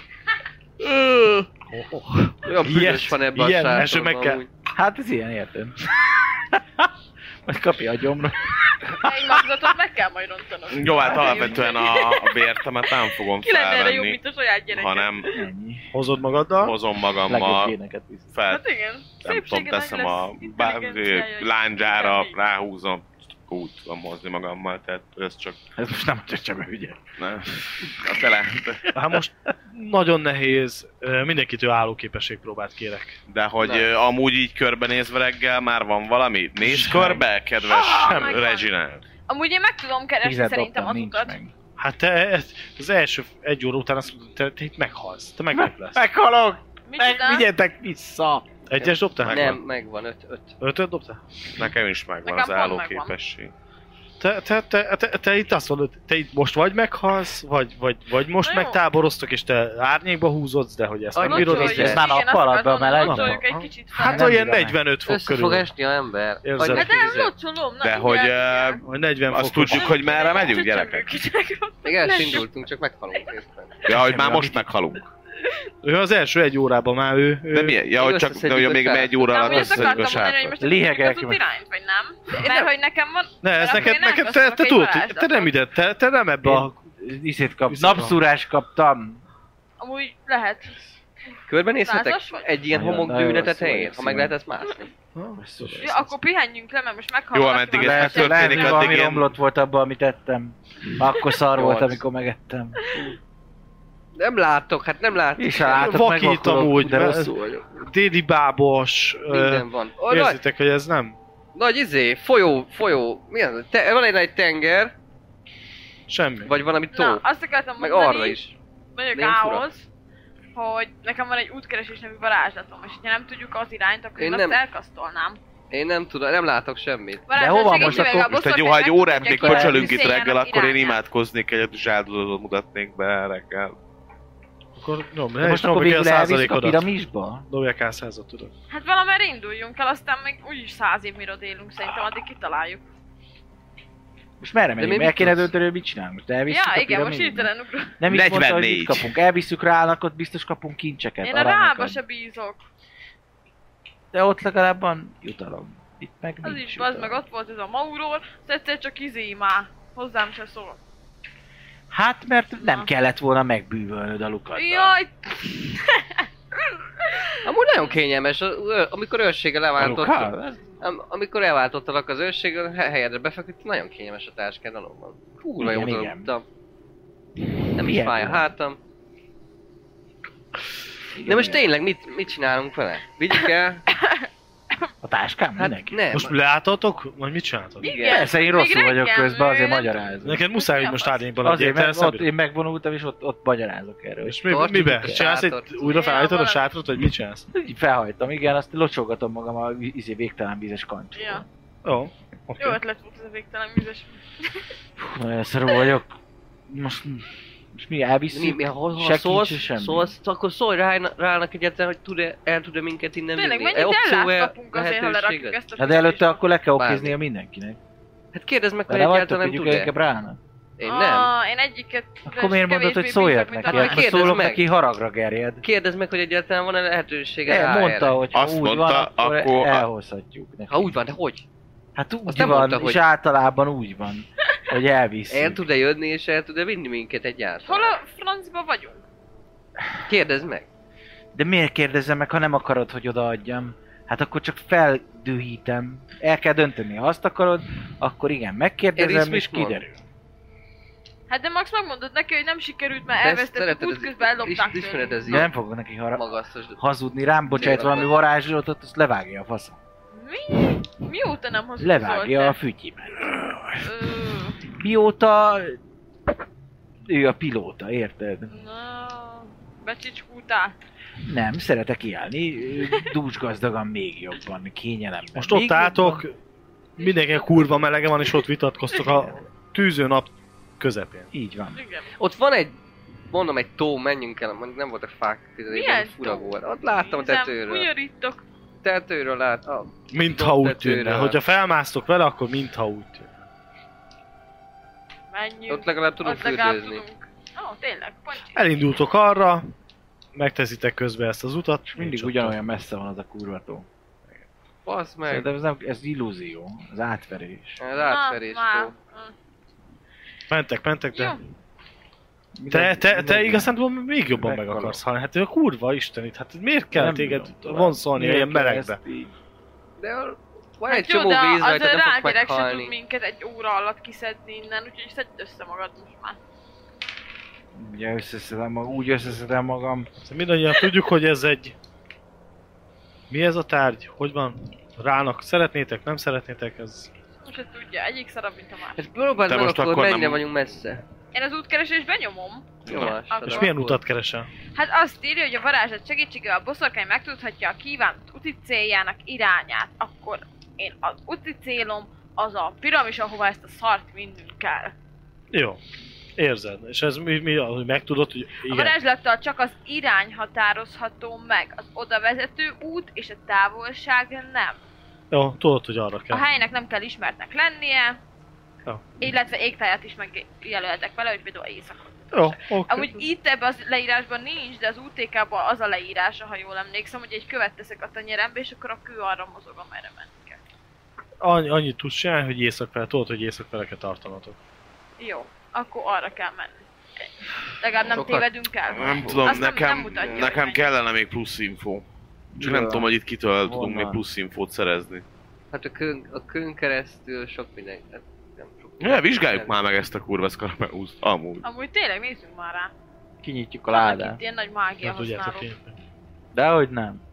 Olyan büdös van ebben a ilyen, első sátorban meg kell- amúgy. Hát ez ilyen, érted? Majd kapja a gyomra. Egy magzatot meg kell majd rontanod. Jó, hát alapvetően a, a vértemet nem fogom Ki lenne erre jobb, felvenni, mint a saját gyereke? hanem Ennyi. Hozod magaddal? hozom Legjobb magammal, géneket visz. fel, Hát igen. nem tudom, Szépsége nagy teszem lesz, a bá- intelligenciája is. lándzsára, Semmi. ráhúzom, úgy tudom hozni magammal, tehát ez csak Ez most nem csöcsöme ügye. nem. A tele. Hát most nagyon nehéz, ö, mindenkitől állóképesség próbát kérek. De hogy Nem. ö, amúgy így körbenézve reggel már van valami? Nézd körbe, kedves Ah, megvan. Reginald. Amúgy én meg tudom keresni Tízet szerintem dobtam, az nincs utat. meg. Hát te ez- az első egy óra után azt mondod, te, te itt meghalsz, te meg meg lesz. Meghalok! Micsoda? Meg, vigyetek vissza! Egyes dobtál? Nem, megvan, öt, öt. Ötöt dobtál? Nekem is megvan Nekem az pont állóképesség. Te, te, te, te, te itt azt mondod, te itt most vagy meghalsz, vagy, vagy, vagy most Na jó. megtáboroztok, és te árnyékba húzódsz, de hogy ezt nem Locsoljuk, bírod, azt ez ezt... már igen, nappal azt ad be a akartam, melegbe? locsoljuk egy Aha. kicsit fel. Hát nem olyan bírom meg. negyvenöt fok Össze körül. fog esni a ember. Érzed? Adj Hát neki nem vizet. locsolom, na De hogy igen. ö, Vagy negyven azt fokos. tudjuk, hogy merre megyünk, gyerekek? Még el sem indultunk, csak meghalunk éppen. Ja, hogy már most meghalunk. Ő az első egy órában már ő... ő... De milyen? Ja, hogy csak de, hogy még egy óra Nem, alatt hogy ezt összeszedjük a akartam mondani, hogy sátrat. most Lihegek az meg. út irányt, vagy nem? Mert hogy nekem van... Ne, ez Mert neked, akkor én neked te, te elbeszélek egy tudod, hogy te varázslatot. nem ide, te, te nem ebbe a... Iszét kap, Viszont- napszúrás kaptam. Amúgy lehet. Körbenézhetek Százas vagy? egy ilyen Nagyon- homokdűne nagyon tetején, szó, ha meg szó. lehet ezt mászni. Ja, akkor pihenjünk le, mert most meghalok. Jó, ameddig ez Lehet, megtörténik, lehet, hogy addig valami ilyen- romlott volt abban, amit ettem. Akkor szar volt, Nyolc. amikor megettem. Nem látok, hát nem látok. És ha látok, Vakít megvakulok, amúgy, de mert- rosszul vagyok. Dédi bábos... ö, Minden van. Ó, nagy, Érzitek, hogy ez nem? nagy izé, folyó, folyó, mi az? Te, van egy nagy tenger, Semmi. vagy valami tó. Na, azt akartam Meg mondani, arra is. vagyok Nem fura. ahhoz, hogy nekem van egy útkeresés nevű varázslatom, és ha nem tudjuk az irányt, akkor én, Én azt nem- elkasztolnám. Én nem tudom, nem látok semmit. hova Varázslat most segítségével akkor- Most egy jó, bosszorkány ha egy meg órát tudja még kijelölni pöcsölünk itt széjjának reggel, akkor én irányát. imádkoznék, egyet is áldozatot mutatnék be reggel. Akkor nyom, De ne, most és akkor nyomjuk el végül elvisz a százalékodat. piramisba? Dobják el százat, tudod. Hát valamerre induljunk el, aztán még úgyis száz év mire élünk, szerintem addig kitaláljuk. Most merre mi megyünk? mit El kéne tudsz? dönteni, hogy mit csinálunk. Most elvisszük Ja, a igen, most piramisba? hirtelen ugrok. Nem is mondta, hogy negyvennégy. mit kapunk. Elvisszük rának, ott biztos kapunk kincseket. Én a aranyokat. rába se bízok. De ott legalább van jutalom. Itt meg Az nincs is, az jutalom. meg ott volt ez a Mauror, az egyszer csak izé már. Hozzám se szól. Hát, mert nem Na. kellett volna megbűvölnöd a lukat. Jaj! Amúgy nagyon kényelmes, a- ö- amikor őrséggel A leváltott, luka? Ez- am- amikor elváltottalak az őrséggel, he- helyedre befeküdt, nagyon kényelmes a táskád valóban. Kurva Igen, jó igen. tudtam. Nem is Milyen fáj a jó. hátam. De most tényleg mit, mit csinálunk vele? Vigyük el? A táskám? Hát Mindenki? nem. Most leálltatok? Vagy mit csináltok? Igen. Persze, én Még rosszul vagyok reggel, közben, azért nem magyarázom. Neked muszáj, hogy most árnyékban Azért, legyél, mert te ott én megvonultam, és ott, ott magyarázok erről. És mi, Tartsuk mibe? a Csinálsz egy, sátrat. újra felállítod a valami. sátrat, vagy mit csinálsz? Így felhajtam, igen, azt locsolgatom magam a vi- izé végtelen vízes kancsóval. Ja. Jó, oké. Jó ötlet volt ez a végtelen vizes. Nagyon szarú vagyok. Most, most mi elvisszük? Mi, mi, ha, ha Se szólsz, kincs, semmi. szólsz, akkor szólj rá, rának egyáltalán, hogy tud-e, el tud-e minket innen Tényleg vinni? mennyit Opció-e, ellát kapunk azért, ha lerakjuk lehetőséget? ezt a Hát de előtte fizetést? akkor le kell Bármi. okéznia mindenkinek. Hát kérdezd meg, hogy Vele vagytok, egyáltalán tudjuk tud-e? inkább rának. Én nem. Ah, én egyiket... Akkor miért mondod, hogy kevésbé szóljak bízok, mint neki? a Hát, Hát hogy most kérdezd szólok meg. neki, haragra gerjed. Kérdezd meg, hogy egyáltalán van-e lehetősége El, rá mondta, erre. hogy ha Azt úgy mondta, van, akkor, akkor- elhozhatjuk neki. Ha úgy van, de hogy? Hát úgy Azt nem van, mondta, és hogy- általában úgy van, hogy elvisszük. El tud-e jönni és el tud-e vinni minket Hol egyáltalán? a francba vagyunk? Kérdezd meg. De miért kérdezem meg, ha nem akarod, hogy odaadjam? Hát akkor csak feldühítem. El kell dönteni, ha azt akarod, akkor igen, megkérdezem Eris és mit mond? kiderül. Hát de Max megmondod neki, hogy nem sikerült, mert De ezt elvesztettük, szereted, ez- útközben ellopták is- ismered ez tőlünk. De nem fogok neki har- Magasztos. hazudni, rám bocsájt valami varázslatot, azt levágja a faszom. Mi? Mióta nem hozott Levágja a fütyimet. Ö, Mióta... Ő a pilóta, érted? Na, becsicskútál. Nem, szeretek élni, dúsgazdagan még jobban, kényelemben. Most Még ott álltok, jobban- mindenki kurva melege van, és ott vitatkoztok a tűző nap közepén. Így van. Igen. Ott van egy, mondom egy tó, menjünk el, mondjuk nem voltak fák, Milyen fura tó? volt. Ott láttam a tetőről. Ugyanítok. Tetőről lát, a Mintha úgy tetőről. tűnne. Hogyha felmásztok vele, akkor mintha úgy tűnne. Menjünk. Ott legalább tudunk Ott legalább fürdőzni. tudunk. Ó, tényleg, poncsi. Elindultok arra, megteszitek közben ezt az utat. És mindig és ott- ugyanolyan messze van az a kurva tó. Basz meg, Szerintem ez, nem, ez illúzió, az átverés. az átverés Na, már. tó. Mentek, mentek, Jó. de... Te, te, te igazán még jobban meg Meghalok. akarsz halni. Hát ő a kurva isten itt, hát miért kell Nem téged tudom tovább. vonszolni Miért ilyen kell melegbe? ezt így- De a- van Hát egy jó, csomó de víz az rajta, nem fog rágyerek se tud meghalni. minket egy óra alatt kiszedni innen, úgyhogy szedd össze magad most már. Ugye összeszedem magam, úgy összeszedem magam. Szóval mindannyian tudjuk, hogy ez egy... Mi ez a tárgy? Hogy van? Rának szeretnétek, nem szeretnétek? Ez... Most se tudja, egyik szarabb, mint a másik. Hát próbáld Te meg most akkor, akkor mennyire nem- vagyunk messze. Én az útkeresésben nyomom. Nyomás. Akkor- És milyen utat keresel? Hát azt írja, hogy a varázslat segítségével a boszorkány megtudhatja a kívánt úti céljának irányát, akkor én az úti célom az a piramis, ahova ezt a szart vinnünk kell. Jó. Érzed. És ez mi, mi az, hogy megtudod, hogy A igen. varázslattal csak az irány határozható meg, az oda vezető út és a távolság nem. Jó, tudod, hogy arra A kell. helynek nem kell ismertnek lennie, Jó. illetve égtáját is megjelöltek vele, hogy például éjszaka. Jó, oké. Amúgy itt ebben az leírásban nincs, de az ú té ká-ban az a leírása, ha jól emlékszem, hogy egy követ teszek a tenyerembe, és akkor a kő arra mozog, amerre menni kell. Annyi, annyit tudsz csinálni, hogy éjszakfele, tudod, hogy éjszakfele kell tartanatok. Jó, akkor arra kell menni. Legalább nem Sokat- tévedünk el. Nem tudom, Azt nem- nekem, nem mutatja, hogy nekem mennyi. kellene még plusz info. Csak Ja. nem tudom, hogy itt kitől Honnan? tudunk még plusz infót szerezni. Hát a kön, a kön keresztül sok minden. Hát nem sok Ja, vizsgáljuk már meg ezt a kurva szkarameuszt, amúgy. Amúgy tényleg nézzünk már rá. Kinyitjuk a Vannak itt ládát. ilyen nagy mágia Nem tudjátok használók. én. Dehogy nem.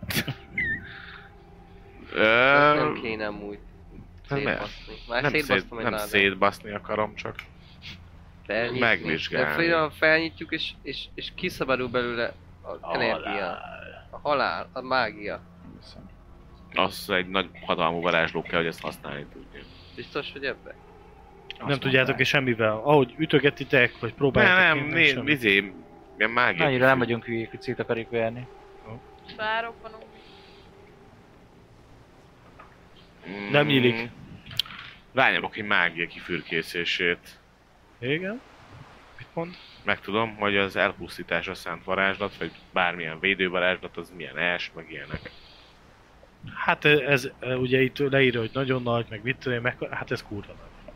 Ö, Nem kéne amúgy Hát miért? szétbaszni. Már nem, szét, szétbasztam egy nem ládát. szétbaszni akarom, csak Felnyitni. megvizsgálni. De fel- felnyitjuk és, és, és kiszabadul belőle az energia. A halál, a mágia. az egy nagy hatalmú varázsló kell, hogy ezt használni tudja. Biztos, hogy ebbe? Nem tudjátok és semmivel. Ahogy ütögetitek, vagy próbáljátok Nem, én, nem, meg mi, semmi. izé, ilyen mágia. Annyira nem vagyunk hülyék, hogy szét akarjuk verni. Felroppanunk. Mm, Nem nyílik. Rányomok egy mágia kifürkészését. Igen? Mit mond? Megtudom, hogy az elpusztításra szánt varázslat, vagy bármilyen védővarázslat, az milyen es, meg ilyenek. Hát ez e, ugye itt leírja, hogy nagyon nagy, meg mit tudom én, meg, hát ez kurva nagy.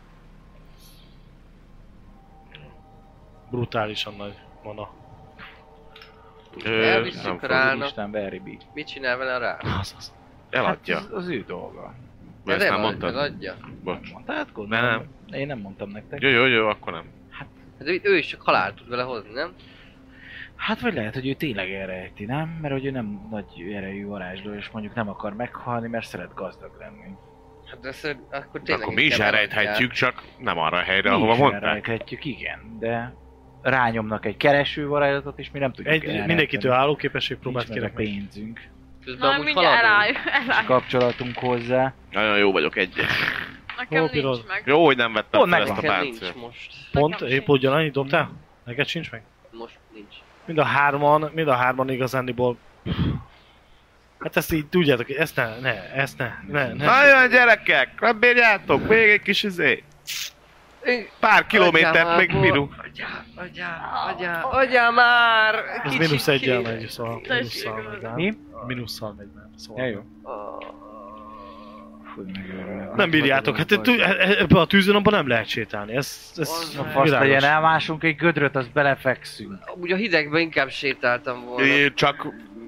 Brutálisan nagy mana. Ö, Elvisszük nem a fog- rának. Isten very big. Mit csinál vele rá? Azaz. Eladja. Hát az, az ő dolga. Vagy ezt nem már ad- mondtad? adja. Bocs. Mondtad, gondolom. Nem. Én nem mondtam nektek. Jó, jó, jó, akkor nem. Hát ő- ő is csak halált tud vele hozni, nem? Hát vagy lehet, hogy ő tényleg elrejti, nem? Mert hogy ő nem nagy erejű varázsló, és mondjuk nem akar meghalni, mert szeret gazdag lenni. Hát de ször, akkor tényleg Akkor mi is inkább elrejthetjük, csak nem arra a helyre, Mi ahova is mondták. elrejthetjük, igen, de rányomnak egy kereső varázslatot, és mi nem tudjuk Egy, elrejteni. mindenkitől álló képesség Nincs próbált meg a kérek meg. pénzünk, Közben Na, amúgy mindjárt elállj, haladunk. és elállj. kapcsolatunk hozzá. Nagyon jó vagyok egy. Nekem Hol pirod? nincs meg. Jó, hogy nem vettem Pont fel ezt a Nekem nincs páncélt. most. Pont, Nekem épp sincs. ugyanannyit dobtál? Neked sincs meg? Most nincs. Mind a hárman, mind a hárman igazániból... Hát ezt így tudjátok, ezt ne, ne, ezt ne, ne, ne. Nagyon gyerekek, nem bírjátok, még egy kis izé. Pár kilométert még bírunk. Agyám, agyám, agyám, agyám már! Ez Kicsit mínusz egyel kéne. megy, szóval Tessék, mínusszal megy ám. Mi? Mínusszal megy már, szóval. Ja, jó. Ah, Fúj, megőrülök. Nem bírjátok, hát e- e- ebbe a tűzönabban nem lehet sétálni, ez, ez Az Na meg. fasz legyen, világos. elmásunk egy gödröt, azt belefekszünk. Úgy a hidegben inkább sétáltam volna. Ö, Csak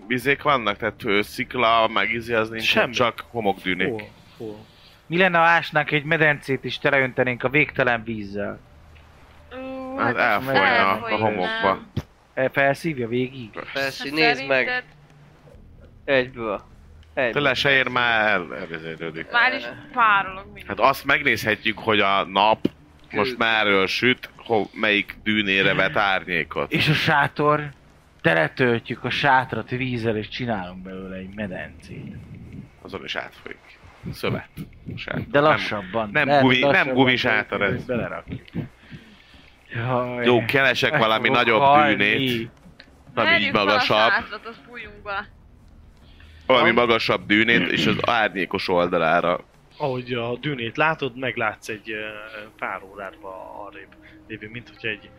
vizék vannak? Tehát ö, szikla, meg izé az nincs, Semmi. csak homokdűnék. Hol? Hol? Mi lenne, ha ásnánk egy medencét és teleöntenénk a végtelen vízzel? Ú, Hát ez elfolyna a elfolyna. homokba. E, Felszívja végig? Persze, Hát nézd meg. szerinted Egyből. Egyből. Tőle se ér már el, elveződődik. Már is párolog minden. Hát azt megnézhetjük, hogy a nap most merről süt, ho, melyik dűnére vet árnyékot. És a sátor, teletöltjük a sátrat vízzel és csinálunk belőle egy medencét. Azon is átfolyik. Szövet. Sátor. De lassabban. nem Lehet, gumi- nem lassabban gumi sátor ez. Belerakjuk. Jaj, Jó, keresek meg valami fogok nagyobb halni. dűnét. Ami így Verjük fel a magasabb. sátrat, azt bújjunk be. Valami magasabb dűnét, és az árnyékos oldalára. Ahogy a dűnét látod, meglátsz egy ö, pár órátba arrébb lévő, mint hogy egy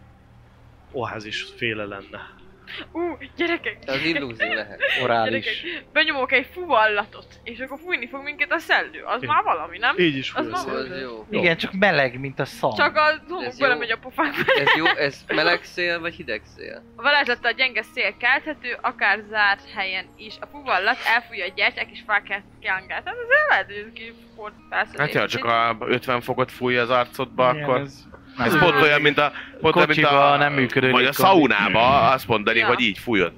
oázis féle lenne. Ú, gyerekek! De az illúzió lehet. Orális. Gyerekek, benyomok egy fuvallatot, és akkor fújni fog minket a szellő. Az már valami, nem? Így is Az fújsz. ma- Az jó. Igen, csak meleg, mint a szam. Csak a homok Ez jó. belemegy a pofánkba. Ez jó, ez meleg szél vagy hideg szél? A varázslattal gyenge szél kelthető, akár zárt helyen is. A fuvallat elfújja a gyertyák és fákát kiángát. Hát azért lehet, hogy ez ki sport felszerelés. Hát ja, csak a ötven fokot fújja az arcodba, Igen, akkor... ez- Ez Nem. pont olyan, mint a... Pont olyan, mint Kocsiba a nem működő vagy a légkondi. szaunába azt mondani, Ja. hogy így fújod.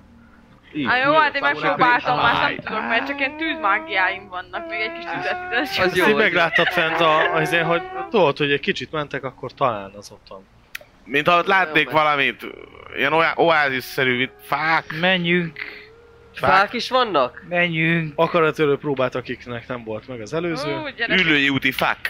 Á, jó, hát én megpróbáltam, más Áj. nem tudok, mert csak ilyen tűzmágiáim vannak, még egy kis tüzet ide. Az Azt jó, így az megláttad fent a, azért, hogy tudod, hogy egy kicsit mentek, akkor talán az ott van. Mint ha ott látnék valamit, ilyen oá- oázis-szerű fák. Menjünk, Fák is vannak? menjünk. Akaratörő próbált, akiknek nem volt meg az előző. Ú, gyerekek. Ülői úti fák.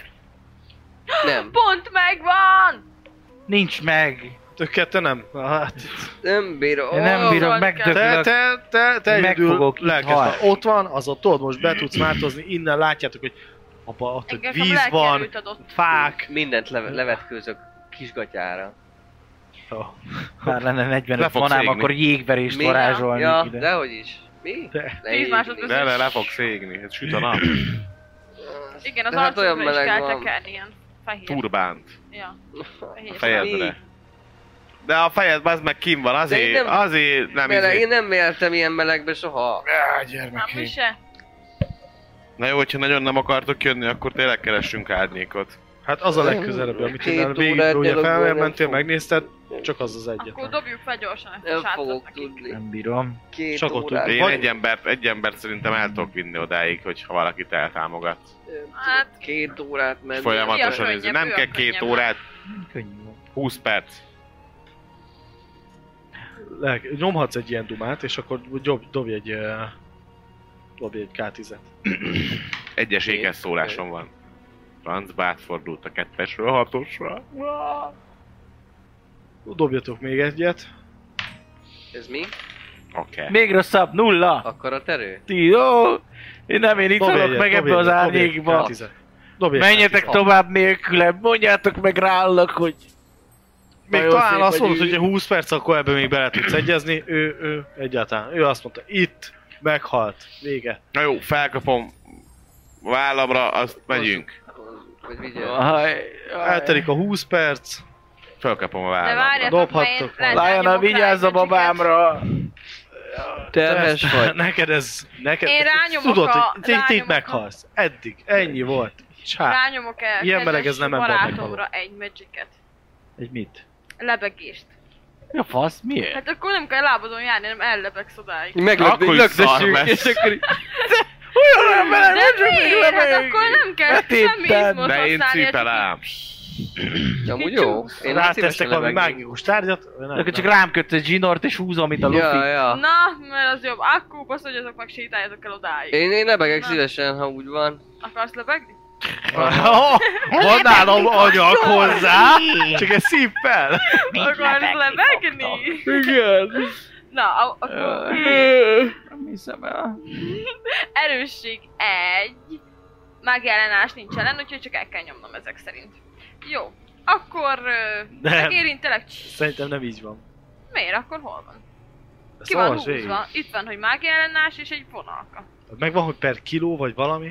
Nem. Pont megvan! Nincs meg. Ők kettő nem? Hát, Nem bírom. Én nem Ó, bírom, van, te, megdöglök. te, te, te Meg egyedül fogok itt lelkes halni. vagy. Ott van, az ott tudod, most be tudsz változni, innen látjátok, hogy abba ott Engem víz lelki van, erőt adott. fák. Mindent leve- levetkőzök kisgatyára. Oh. Már lenne Le negyvenöt fog manám, szégni. akkor jégverést Mi? varázsolni Ja, ide. dehogy is. Mi? De. Ne Tíz égni. másodperc. De le, le fog szégni, hát süt a nap. Igen, az De hát olyan arcodra is meleg kell van. tekerni, ilyen fehér. Turbánt. Ja, fehér. A fejedre. De a fejed az meg kim van, De azért, én nem- azért nem Meleg, én izé. nem éltem ilyen melegbe soha. Á, Nem, gyermekeim. mi se. Na jó, hogyha nagyon nem akartok jönni, akkor tényleg keressünk árnyékot. Hát az a legközelebb, amit Két innen végig, órát ugye gyalogolni nem felmentél, fog. megnézted, csak az az Akkor egyetlen. dobjuk fel gyorsan ezt a Nem sátrat fogok neki. tudni. Nem bírom. Két Csak ott órát. Én Vagy- egy embert, egy embert szerintem el tudok vinni odáig, hogyha valakit eltámogat. Hát, Két órát És menni. folyamatosan Mi a nézni. könnyebb? Nem Ő a kell két könnyebb. órát, Könnyű volt. húsz perc. Le, nyomhatsz egy ilyen dumát, és akkor dob, dobj egy... eh, dobj egy ká tízet. Egyes ékes szólásom van. Francba átfordult a kettesről a hatosra. Dobjatok még egyet. Ez mi? Oké. Okay. Még rosszabb, nulla! Akaraterő? Ti jó! Én nem, én itt Dobj vagyok egyet, meg dobj ebbe az egyet, dobj egy árnyékba. ká tízet. Dobj egy Menjetek ká tízet. tovább nélkülem, mondjátok meg rállak, hogy... Még Nagyon talán szép azt vagy, mondod, Ügy. hogy húsz perc, akkor ebben még bele tudsz egyezni. Ő, ő egyáltalán. Ő azt mondta, itt meghalt. Vége. Na jó, felkapom a vállamra, azt megyünk. Vagy vigyel. Aj, aj. Eltelik a húsz perc. Felkapom a de vállamra. várjatok, mert én Dobhattok. lehet, hogy Lájana, nyomok rá vigyázz a egy kicsiket. babámra! Terhes Ezt- vagy. Neked ez... Neked, Én rányomok tudod, a- hogy te, te itt rányomok a- meghalsz. Eddig. Ennyi volt. Csá. Rányomok el Ilyen meleg, ez nem embernek barátomra egy magicet. Egy mit? Lebegést. Mi a fasz? Miért? Hát akkor nem kell lábadon járni, hanem ellebegsz odáig. Akkor is szar lesz. és akkor így- Olyan meleg, De miért? Hát akkor nem kell Betépted. semmi izmot De én használni, cipelám. Amúgy jó. Én Rátesztek valami mágikus tárgyat. Nem, Akkor csak nem. rám kötsz egy zsinort és húzom, mint a Luffy. Ja, ja. Na, mert az jobb. Akkor basz, hogy azok meg sétáljatok el odáig. Én, én lebegek Na. szívesen, ha úgy van. Akarsz lebegni? Van nálam anyag hozzá, csak egy szíppel. Akarsz lebegni? Igen. Na, a- akkor Nem hiszem el. erősség egy. Mágiellenállás nincs ellen, úgyhogy csak el kell nyomnom ezek szerint. Jó. Akkor ö, Nem. megérintelek. Szerintem nem így van. Miért? Akkor hol van? Ki Szóval van az végig. húzva? Itt van, hogy mágiellenállás és egy vonalka. Meg van, hogy per kiló vagy valami.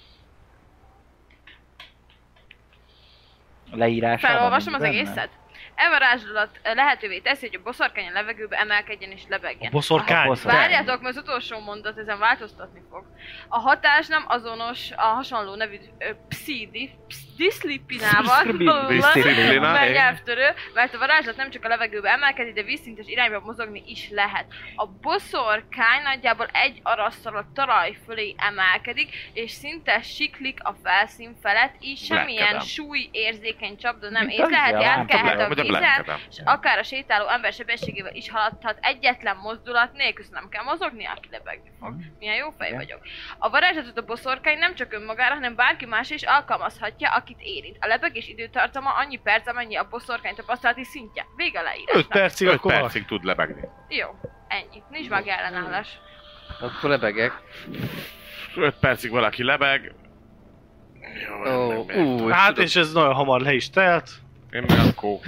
A leírásában Felolvasom az nincs benne? egészet? E varázslat lehetővé teszi, hogy a boszorkány a levegőbe emelkedjen és lebegjen. A boszorkány? Várjátok, mert az utolsó mondat ezen változtatni fog. A hatás nem azonos a hasonló nevű pszidi, diszlipinával, mert nyelvtörő, mert a varázslat nem csak a levegőbe emelkedik, de vízszintes irányba mozogni is lehet. A boszorkány nagyjából egy arasszal a talaj fölé emelkedik, és szinte siklik a felszín felett, így semmilyen súly érzékeny csapda nem észlelheti, átkelhet a vízen, és akár a sétáló ember sebességével is haladhat egyetlen mozdulat nélkül, nem kell mozogni, aki lebegni fog. Milyen jó fej vagyok. A varázslatot a boszorkány nem csak önmagára, hanem bárki más is alkalmazhatja, akit érint. A lebegés időtartama annyi perc, amennyi a boszorkány tapasztalati szintje. Vége a leírásnak. öt percig, öt akkor percig tud lebegni. Jó, ennyi. Nincs meg ellenállás. Akkor lebegek. öt percig valaki lebeg. Jó, Ó, ú, Hát és ez nagyon hamar le is telt. Én meg akkor...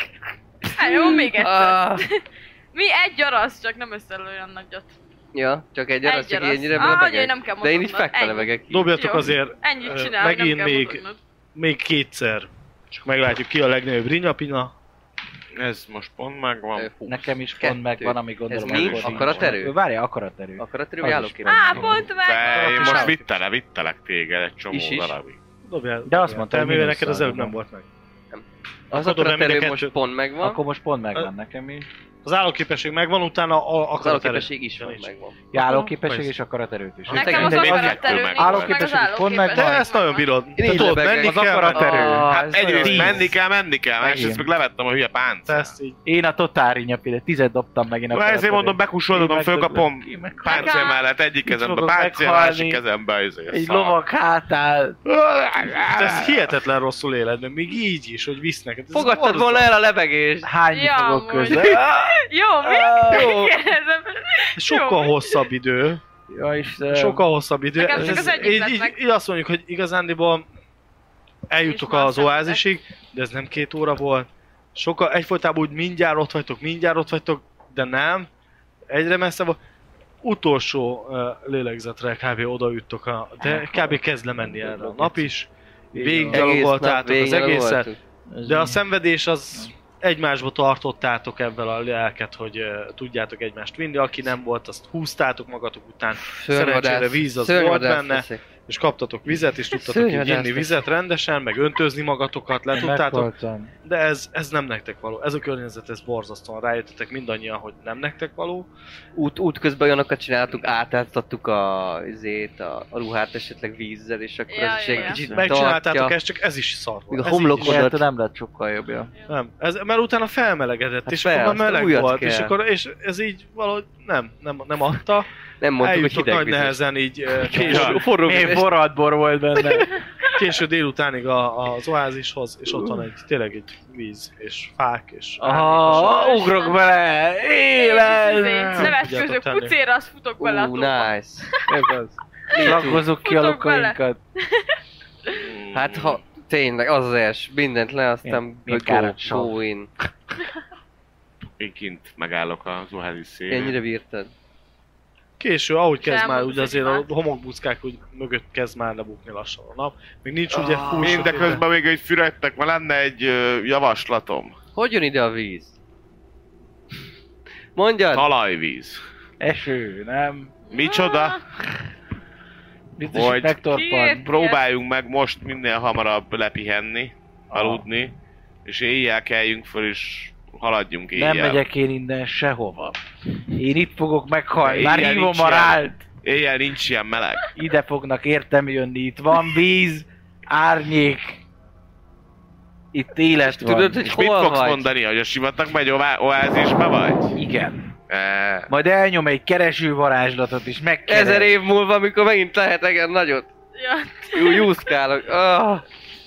Hát jó, még egyszer. Ah, Mi egy arasz, csak nem összel olyan nagyot. ja, csak egy arasz, csak arasz. ennyire Ah, hogy lebegek. nem kell De én így mozognod. fekve Ennyi. lebegek. Dobjatok Jó. azért Ennyit ö, csinál, hogy nem megint kell még, mozognod. még kétszer. Csak meglátjuk ki a legnagyobb rinyapina. Ez most pont megvan. Ö, húsz. Nekem is Kettő. pont megvan, ami gondolom. Ez mi? akkor nincs. Akaraterő? Várja, akaraterő. Akaraterő Az vagy is állóképesség? Á, van. pont meg! De én most Sárga. vittele, vittelek téged egy csomó Is is. darabig. Dobjál, De azt mondta, te, hogy mivel mínusz neked az előbb száz nem van. volt meg. Az Akkor dobjál mind a akaraterő most kettőt. pont megvan. Akkor most pont megvan nekem is. Az állóképesség megvan, utána a Az akaraterő. állóképesség is van, Nincs. megvan. Ja, állóképesség Persze. és akaraterőt is. Nekem az Mindegy, akaraterő kettő nincs, meg. Állóképesség meg az is pont megvan. De állóképesség ezt nagyon megvan. bírod. Én Te is tudod, lebegek. menni Az kell, akaraterő. Ah, Hát ez Egyrészt nagyon- menni kell, menni kell, másrészt Megint. meg levettem a hülye te páncát. ezt így. Én a totári nyapire, tizet dobtam megint Na, ezért mondom, bekussolodom, fölkapom páncél Nekem- mellett, egyik kezembe fogok páncél, meghalni. másik kezembe ez Egy lovak hátál. De ez hihetetlen rosszul éled, mert még így is, hogy visz neked. Ez Fogadtad borzasztó. volna el a lebegést. Hányni Ja, fogok amúgy. közben? Jó, mi? Jó. Kérdezem. Sokkal hosszabb idő. Ja, Istenem. Sokkal hosszabb idő. Nekem csak Ez- az egyik így, lett így, meg. így azt mondjuk, hogy igazándiból eljutok És már az oázisig, de ez nem két óra volt. Sokkal, egyfolytában úgy mindjárt ott vagytok, mindjárt ott vagytok, de nem. Egyre messze volt. Utolsó uh, lélegzetre kb. Odaüttök, a, de kb. Kezd lemenni erre a nap is. Végiggyalogoltátok az egészet. De a szenvedés az egymásba tartottátok ebben a lelket, hogy uh, tudjátok egymást vinni. Aki nem volt, azt húztátok magatok után. Szerencsére víz az volt benne, és kaptatok vizet, és tudtatok így Szörnyedelsz inni lesz. vizet rendesen, meg öntözni magatokat, le tudtátok. Meghaltam. De ez, ez nem nektek való. Ez a környezet, ez borzasztóan. Rájöttetek mindannyian, hogy nem nektek való. Út, út közben olyanokat csináltuk, átáztattuk a, izét, a, a ruhát esetleg vízzel, és akkor Ja, ez is ja, egy ja. kicsit Megcsináltátok tartja. ezt, csak ez is szar Még a volt. Ez homlokod- így is- Érted, nem lett sokkal jobb, ja. Nem, ez, mert utána felmelegedett, Hát és fel, akkor már aztán meleg újat volt, kell. és akkor és ez így valahogy nem, nem, nem adta. Nem mondtuk, hogy Eljutok hideg nagy vizet. nehezen így eh, Ja, késő, forró Még vizes. forradbor volt benne. késő délutánig a, az oázishoz, és ott van egy, tényleg egy víz, és fák, és Ah, ugrok bele! Élet! Levetkőzök Tudjátok tenni. pucéra, azt futok bele a Ú, tóba. nice. Ez az. Lakozzuk ki a Futok bele. lukainkat. Hát ha tényleg, az az els, mindent le, aztán Milyen- hogy milyen go, kárátság. go in. Én kint megállok az oázis szélén. Ennyire bírtad. Késő, ahogy kezd Sem már, mondsz, ugye azért hogy a már. homokbuckák úgy mögött kezd már lebukni lassan a nap. Még nincs ugye Ah, fúj Mind de sötét, közben még egy fürettek, ma lenne egy ö, javaslatom. Hogy jön ide a víz? Mondjad! Talajvíz. Eső, nem? Micsoda? Biztos, Hogy- hogy megtorpan. Kiért? Próbáljunk meg most minél hamarabb lepihenni, aludni, és éjjel keljünk föl, és haladjunk éjjel. Nem megyek én innen sehova. Én itt fogok meghalni. Éjjel Már hívom nincs a ilyen. rált. Éjjel nincs ilyen meleg. Ide fognak értem jönni. Itt van víz, árnyék. Itt élet van. Tudod, hogy És mit hol fogsz vagy? mondani, hogy a sivatag megy oá- oázisba vagy? Igen. E, Majd elnyom egy kereső varázslatot is, megkeres. Ezer év múlva, amikor megint lehetegen nagyot. Ja. Jó, júszkálok. Ah.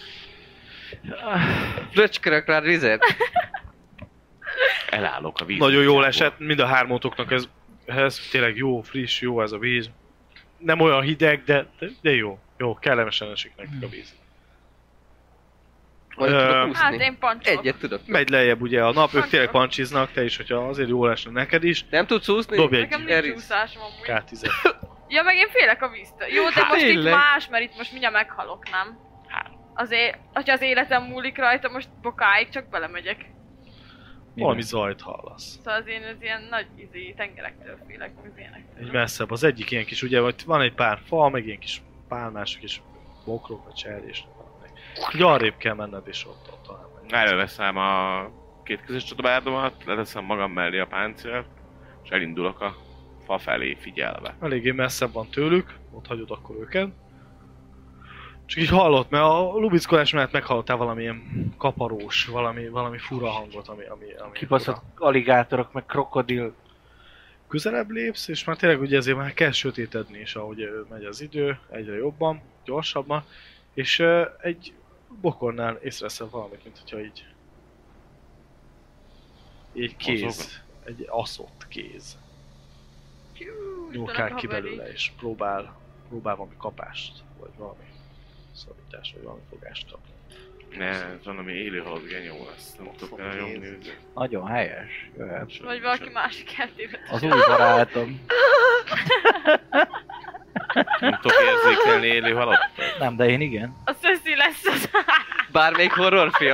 Fröcskörök rád vizet. elállok a víz. Nagyon jól esett, mind a hármótoknak ez, ez tényleg jó, friss, jó ez a víz. Nem olyan hideg, de, de, de jó. Jó, kellemesen esik nektek a víz. Majd Ö, tudok úszni. Hát én pancsolok. Egyet tudok. Megy lejjebb ugye a nap, ők tényleg pancsiznak, te is, hogyha azért jól esne neked is. Nem tudsz úszni? Dobj egy Nekem nincs Eris. úszásom amúgy. ká tíz. Ja, meg én félek a víztől. Jó, de Hát most itt tényleg? más, mert itt most mindjárt meghalok, nem? Azért, hogyha az életem múlik rajta, most bokáig csak belemegyek. Valami zajt hallasz. Szóval az én az ilyen nagy izé, tengerektől félek, meg ilyenektől. Egy messzebb. Az egyik ilyen kis, ugye, vagy van egy pár fa, meg ilyen kis pálmások és bokrok, vagy cserjés. Így arrébb kell menned, és ott, ott talán. Előveszem a két közös csodabárdomat, leteszem magam mellé a páncélt, és elindulok a fa felé figyelve. Eléggé messzebb van tőlük, ott hagyod akkor őket. Csak így hallott, mert a lubickolás mellett meghallottál valamilyen kaparós, valami, valami fura hangot, ami... ami, ami Kibaszott aligátorok, meg krokodil. Közelebb lépsz, és már tényleg ugye ezért már kell sötétedni is, ahogy megy az idő, egyre jobban, gyorsabban, és uh, egy bokornál észreveszel valamit, mint hogyha így... Egy kéz, Mozog. egy aszott kéz. Nyúlkál ki belőle, és próbál, próbál valami kapást, vagy valami szorítást, vagy valami fogást kapni. Ne, ez valami élőhalott genyó lesz, nem tudok el nyomni. Nagyon helyes. Jöhet. Vagy valaki másik eltévedt. Az új barátom. Nem tudok érzékelni élőhalottat. Nem, de én igen. A szöszi lesz az. Bármelyik horrorfilm.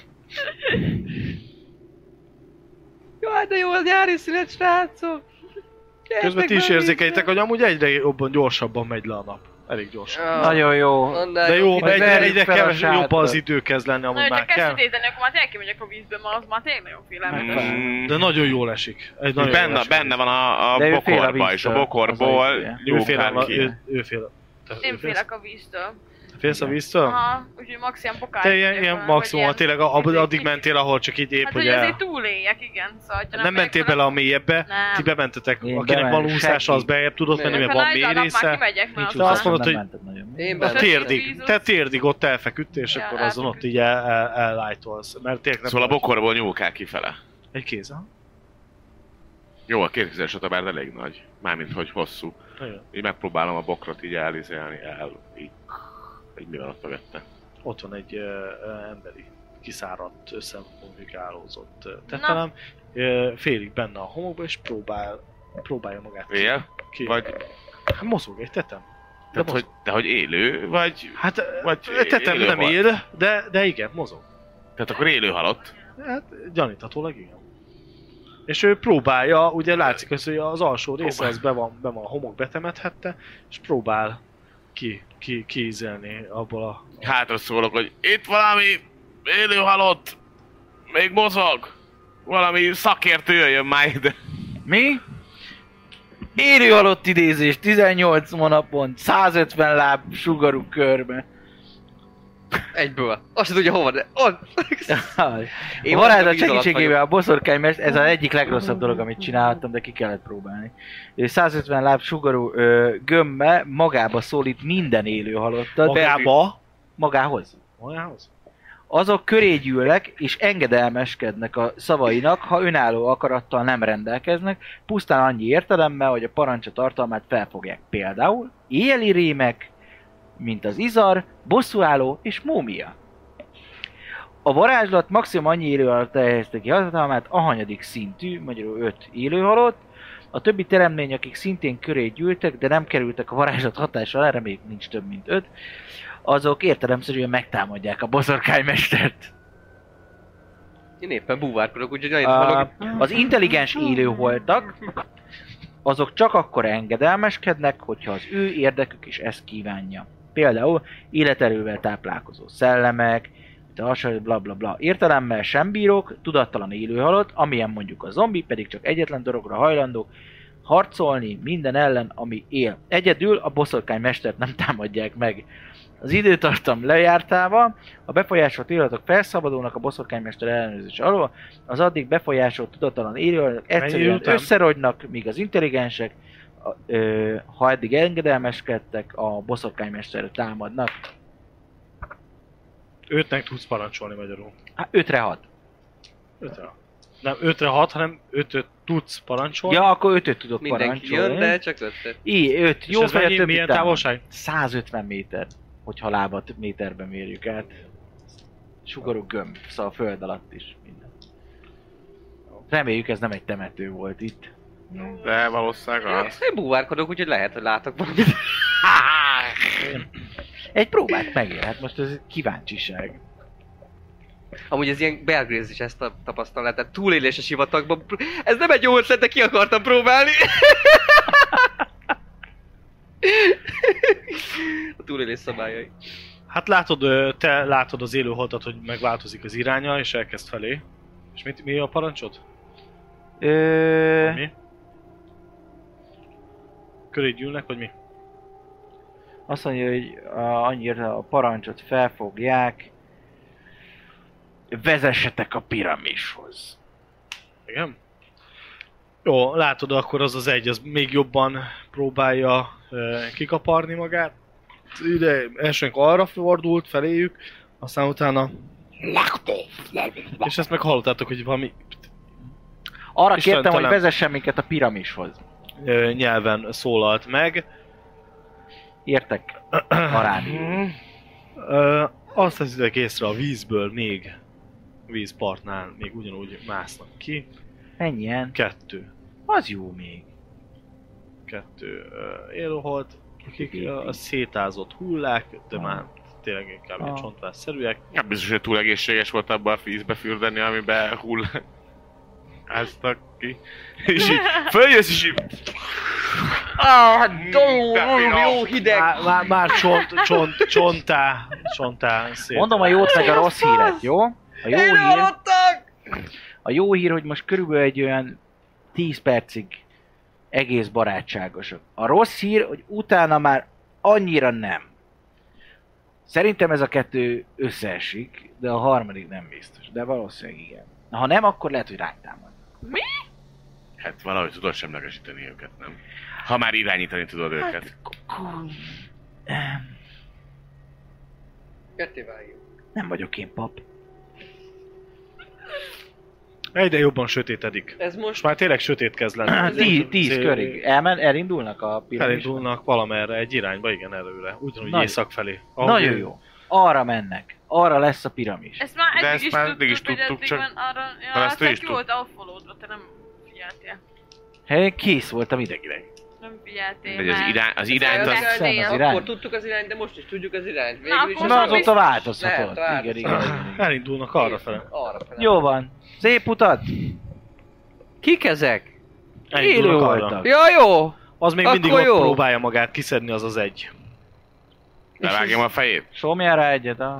Jaj, de jó, az nyári szünet, srácok! Közben ti is érzékelitek, hogy amúgy egyre jobban, gyorsabban megy le a nap. Elég gyorsan. Ja. Nagyon jó. De jó, Majd egyre, verjük egyre fel a kevesebb, jobb sátot. az idő kezd lenni, amúgy Na, már csak kezd kell. sötéteni, akkor már tényleg kimegyek a vízbe, mert az már tényleg nagyon félelmetes. Mm, De nagyon jól esik. Egy nagyon benne, jól esik. benne van a, a De ő fél a bokorba, és a víztől, bokorból az a izé. Ő fél, nyúlkál a, ki. ő, ő fél. Te, Én ő félsz? félek a víztől. Félsz a víztől? Aha, úgyhogy max ilyen bokár. Te ilyen, ilyen maximum, tényleg a- a- addig mentél, ahol csak így épp, Hát, hogy hogy el... azért túléljek, igen. Szóval, ha Nem mentél bele a mélyebbre, Nem. ti bementetek, Én akinek van bementem, úszása, az senki. bejebb tudott menni, mert Ha van nagy mély nap már része. kimegyek, mert De azt mondod, nem hogy- mented nagyon. Én A benne. térdig, Vízus. te térdig ott elfeküdtél, és Ja, akkor azon ott így el- el- ellájtolsz. Mert tényleg nem Szóval a vagy- bokorból nyúlkál kifele. Egy kéz, aha. Jó, a két közös csodabárd elég nagy. Mármint, hogy hosszú. Nagyon. Így megpróbálom a bokrot így elizélni, el, így, így mi van ott mögötte. Ott van egy uh, uh, emberi, kiszáradt, összemunkálózott uh, tetelem. Uh, félig benne a homokba, és próbál, próbálja magát Él? ki. Vagy, Hát mozog egy tetem. De tehát, mozog. hogy, de hogy élő, vagy... Hát vagy vagy tetem élő nem volt? él, de, de igen, mozog. Tehát akkor élő halott. Hát gyaníthatólag igen. És ő próbálja, ugye látszik, hogy az alsó része az be van, be van a homok betemethette, és próbál ki, ki, kiízelni abból a... Hátra szólok, hogy itt valami élő halott, még mozog. Valami szakértő jöjjön már ide. Mi? Élő halott idézés, tizennyolc hónapon, százötven láb sugarú körbe. Egyből. Azt se tudja hova, de ott. A Én varázslat vagyok, víz alatt segítségével a boszorkánymester, ez az egyik legrosszabb dolog, amit csinálhattam, de ki kellett próbálni. Ő százötven láb sugarú ö, gömbbe magába szólít minden élő halottat. Magába? Magához. Magához? Azok köré gyűlnek és engedelmeskednek a szavainak, ha önálló akarattal nem rendelkeznek, pusztán annyi értelemmel, hogy a parancsa tartalmát felfogják. Például éjjeli rémek, mint az izar, bosszúálló és múmia. A varázslat maximum annyi élő alatt elhelyezte ki hatalmát, ahanyadik szintű, magyarul öt élő halott. A többi teremtmény, akik szintén köré gyűltek, de nem kerültek a varázslat hatása alá, még nincs több mint öt, azok értelemszerűen megtámadják a boszorkánymestert. Én éppen búvárkodok, úgyhogy gyanítom valaki. Uh, az intelligens élőholtak, azok csak akkor engedelmeskednek, hogyha az ő érdekük is ezt kívánja. Például életerővel táplálkozó szellemek, de hasonló bla bla bla. Értelemmel sem bírók, tudattalan élőhalott, amilyen mondjuk a zombi, pedig csak egyetlen dologra hajlandó, harcolni minden ellen, ami él. Egyedül a boszorkánymestert nem támadják meg. Az időtartam lejártával a befolyásolt illatatok felszabadulnak a boszorkánymester ellenőrzés alól, az addig befolyásolt tudattalan élők egyszerűen után? összerogynak, míg az intelligensek, a- ö, ha eddig engedelmeskedtek, a boszorkánymester támadnak. Ötnek tudsz parancsolni magyarul. Hát ötre hat. Ötre. Nem ötre hat, hanem ötöt tudsz parancsolni. Ja, akkor ötöt tudok Mindenki parancsolni. jön, de csak ötlet. I, öt. És Jó ez fel, mennyi, többi milyen támad. távolság? százötven méter, hogyha lábat méterben mérjük át. Sugarú gömb, szóval a föld alatt is minden. Reméljük ez nem egy temető volt itt. De valószínűleg az. Én búvárkodok, úgyhogy lehet, hogy látok valamit. Egy próbát megér, hát most ez kíváncsiság. Amúgy ez ilyen Bear Grylls is ezt a tapasztalat, tehát túlélés a sivatagban. Ez nem egy jó ötlet, de ki akartam próbálni. A túlélés szabályai. Hát látod, te látod az élőholdat, hogy megváltozik az iránya, és elkezd felé. És mit, mi a parancsod? Ö... Mi? Köré gyűlnek, vagy mi? Azt mondja, hogy a, annyira a parancsot felfogják. Vezessetek a piramishoz. Igen? Jó, látod, akkor az az egy, az még jobban próbálja e, kikaparni magát. Ide elsőnk arra fordult feléjük, aztán utána... És ezt meg hallottátok, hogy valami... Arra kértem, Istentelen. hogy vezessen minket a piramishoz. E, nyelven szólalt meg. Értek? Arányul. e, azt hiszek észre a vízből még, vízpartnál még ugyanúgy másznak ki. Menjen. Kettő. Az jó még. Kettő uh, élőhold, akik uh, a szétázott hullák, de már tényleg inkább ilyen Ah. csontvásszerűek. Nem biztos, hogy túl egészséges volt abban a vízbe fürdeni, amiben hull... Áztak ki. És így följössz és így... Ah, hát jó, jó hideg! Már, már, már csont, csont, csontá, csontá szét. Mondom a jót meg a rossz híret, jó? A jó hír, a jó hír, hogy most körülbelül egy olyan tíz percig egész barátságosak. A rossz hír, hogy utána már annyira nem. Szerintem ez a kettő összeesik, de a harmadik nem biztos. De valószínűleg igen. Ha nem, akkor lehet, hogy ránk támad. Hát valahogy tudod semlegesíteni őket, nem? Ha már irányítani tudod őket. Ketté vágjuk. Nem vagyok én pap. Egyre jobban sötétedik. Ez most... Most már tényleg sötét kezd lenni. Tíz, tíz Azért körig. Elmen, elindulnak a piramisra? Elindulnak valamerre, egy irányba, igen, előre. Ugyanúgy Nagyon- észak felé. Ahogy Nagyon ő- jó. Arra mennek. Arra lesz a piramis. Ezt már De eddig ezt is már tudtuk, eddig is hogy tudtuk, eddig csak- van arra... Ja, Már ezt azt ő is ki volt offfolódva, te nem figyeltél. Hey, kész voltam idegileg. Nem figyeltél Vagy az, már. irány, az irányt az... Földön. Szem az Akkor irány. tudtuk az irányt, de most is tudjuk az irányt. Na, Végül is akkor Na most az- azóta biztos- változhatott. Lehet, Igen, igen, igen, igen. Elindulnak arra fele. Arra fele. Jó van. Szép utat! Kik ezek? Élő Elindulnak arra. voltak. Ja, jó! Az még Akkor mindig ott jó. próbálja magát kiszedni, az az egy. Levágjam a fejét? Szomjál rá egyet, a...